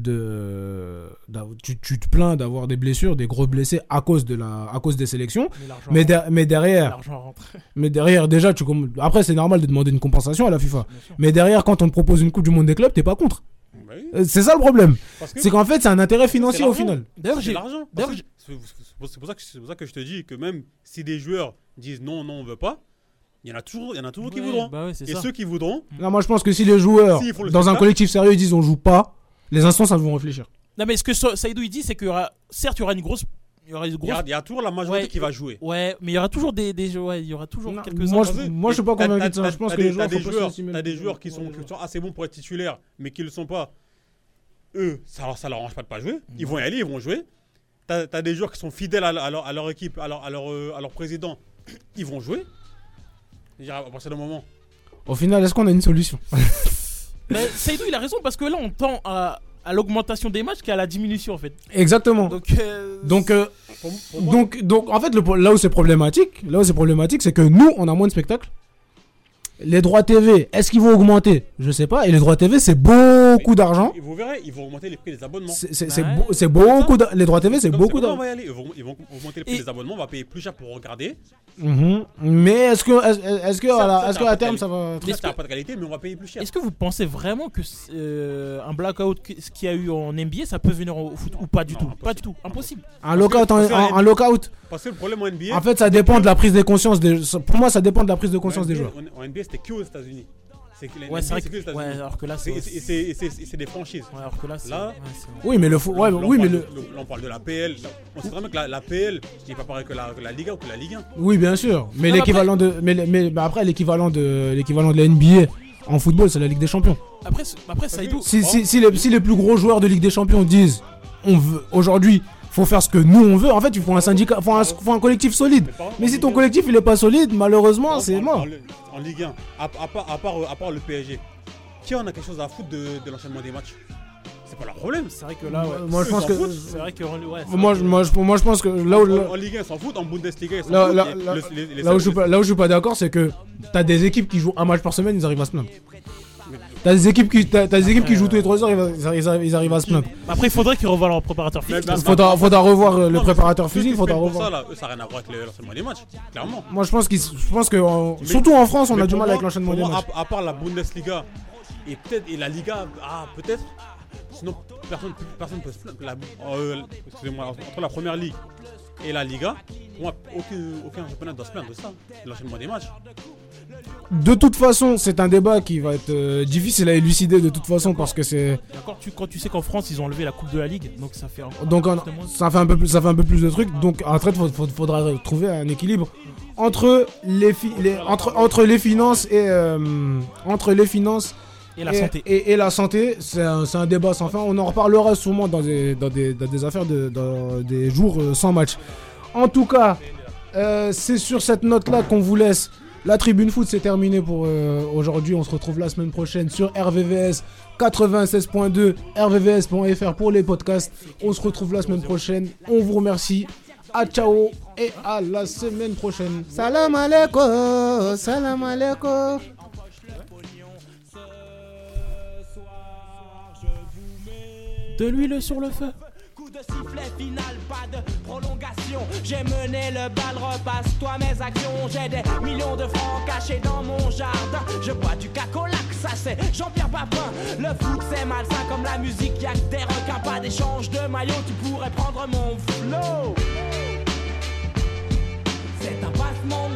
d'avoir des blessures, des gros blessés à cause des sélections. Mais derrière déjà après c'est normal de demander une compensation à la FIFA. Mais derrière, quand on te propose une Coupe du Monde des clubs, t'es pas contre. C'est ça le problème. C'est qu'en fait, c'est un intérêt financier au final. D'ailleurs, j'ai l'argent. C'est pour ça que je te dis que même si des joueurs disent non, on veut pas, il y en a toujours qui voudront. Et ceux qui voudront. Non, moi je pense que si les joueurs, dans un collectif sérieux, ils disent on joue pas, les instances vont réfléchir. Non, mais ce que Saïdou il dit, c'est qu'il y aura, certes, il y aura une grosse. Il y a toujours la majorité qui va jouer. Ouais, mais il y aura toujours il y aura toujours quelques-uns. Moi, je suis pas convaincu de ça. Je pense que les joueurs, t'as des joueurs qui sont assez bons pour être titulaires, mais qui le sont pas. Eux, ça leur arrange pas de pas jouer. Ils vont y aller, ils vont jouer. T'as des joueurs qui sont fidèles à leur équipe, à leur président. Ils vont jouer. À partir d'un moment. Au final, est-ce qu'on a une solution? Mais Saïdou, il a raison parce que là, on tend à l'augmentation des matchs qu'à la diminution en fait. Exactement. Donc en fait, là où c'est problématique, c'est que nous, on a moins de spectacles. Les droits TV, est-ce qu'ils vont augmenter? Je sais pas. Et les droits TV, c'est beaucoup d'argent. Vous verrez, ils vont augmenter les prix des abonnements. C'est beaucoup les droits TV, c'est beaucoup d'argent. Ils vont augmenter les prix des abonnements, on va payer plus cher pour regarder. Mais est-ce que à terme ça va... Ça n'a pas de qualité, mais on va payer plus cher. Est-ce que vous pensez vraiment que un blackout, ce qu'il y a eu en NBA, ça peut venir au foot ou pas du tout? Pas du tout, impossible. Un lockout. Parce que le problème en NBA... En fait, ça dépend de la prise de conscience pour moi, ça dépend de la prise de conscience des joueurs. En NBA, c'était que aux États-Unis. C'est vrai que alors que là c'est des franchises. Ouais, alors que là oui, mais on parle de la PL. On sait vraiment que la PL n'est pas pareil que la Liga ou que la Ligue 1. Oui, bien sûr, mais l'équivalent de l'équivalent de la NBA en football, c'est la Ligue des Champions. Après Saïdou. Si les plus gros joueurs de Ligue des Champions disent on veut aujourd'hui, faut faire ce que nous on veut, en fait, il faut un syndicat, faut un collectif solide. Mais si ton collectif il est pas solide, malheureusement, c'est mort. En Ligue 1, à part le PSG, qui en a quelque chose à foutre de l'enchaînement des matchs? C'est pas leur problème. C'est vrai que là, ouais. Moi, je pense que. C'est vrai que. Ouais, moi, je pense que là où. En Ligue 1, ils s'en foutent. En Bundesliga, ils s'en foutent. Là où je suis pas d'accord, c'est que t'as des équipes qui jouent un match par semaine, ils arrivent à se plaindre. T'as des équipes qui jouent tous les 3 heures, ils arrivent à se plaindre. Après, il faudrait qu'ils revoient leur préparateur physique. Il faudra revoir le préparateur physique. Il faudra revoir. Ça, là, ça n'a rien à voir avec l'enchaînement des matchs, clairement. Moi, je pense que surtout en France, on a du mal avec l'enchaînement des matchs. À part la Bundesliga et la Liga, peut-être. Sinon, personne peut se plaindre. Excusez-moi, entre la première ligue et la Liga, pour moi, aucun championnat doit se plaindre de ça, l'enchaînement des matchs. De toute façon, c'est un débat qui va être difficile à élucider de toute façon parce que c'est. Encore quand tu sais qu'en France ils ont enlevé la Coupe de la Ligue, donc ça fait. Ça fait un peu plus de trucs. Donc après, il faudra trouver un équilibre entre les finances et et la santé. Et la santé, c'est un débat sans fin. On en reparlera souvent dans des affaires dans des jours sans match. En tout cas, c'est sur cette note-là qu'on vous laisse. La Tribune Foot, c'est terminé pour aujourd'hui. On se retrouve la semaine prochaine sur RVVS 96.2, rvvs.fr pour les podcasts. On se retrouve la semaine prochaine. On vous remercie. À ciao et à la semaine prochaine. Salam alaikum. Salam alaikum. De l'huile sur le feu. Coup de sifflet final, pas de prolongation. J'ai mené le bal, repasse-toi mes actions. J'ai des millions de francs cachés dans mon jardin. Je bois du cacolac, ça c'est Jean-Pierre Papin. Le foot c'est malsain comme la musique, y'a que des requins, pas d'échange de maillot. Tu pourrais prendre mon flow. C'est un passement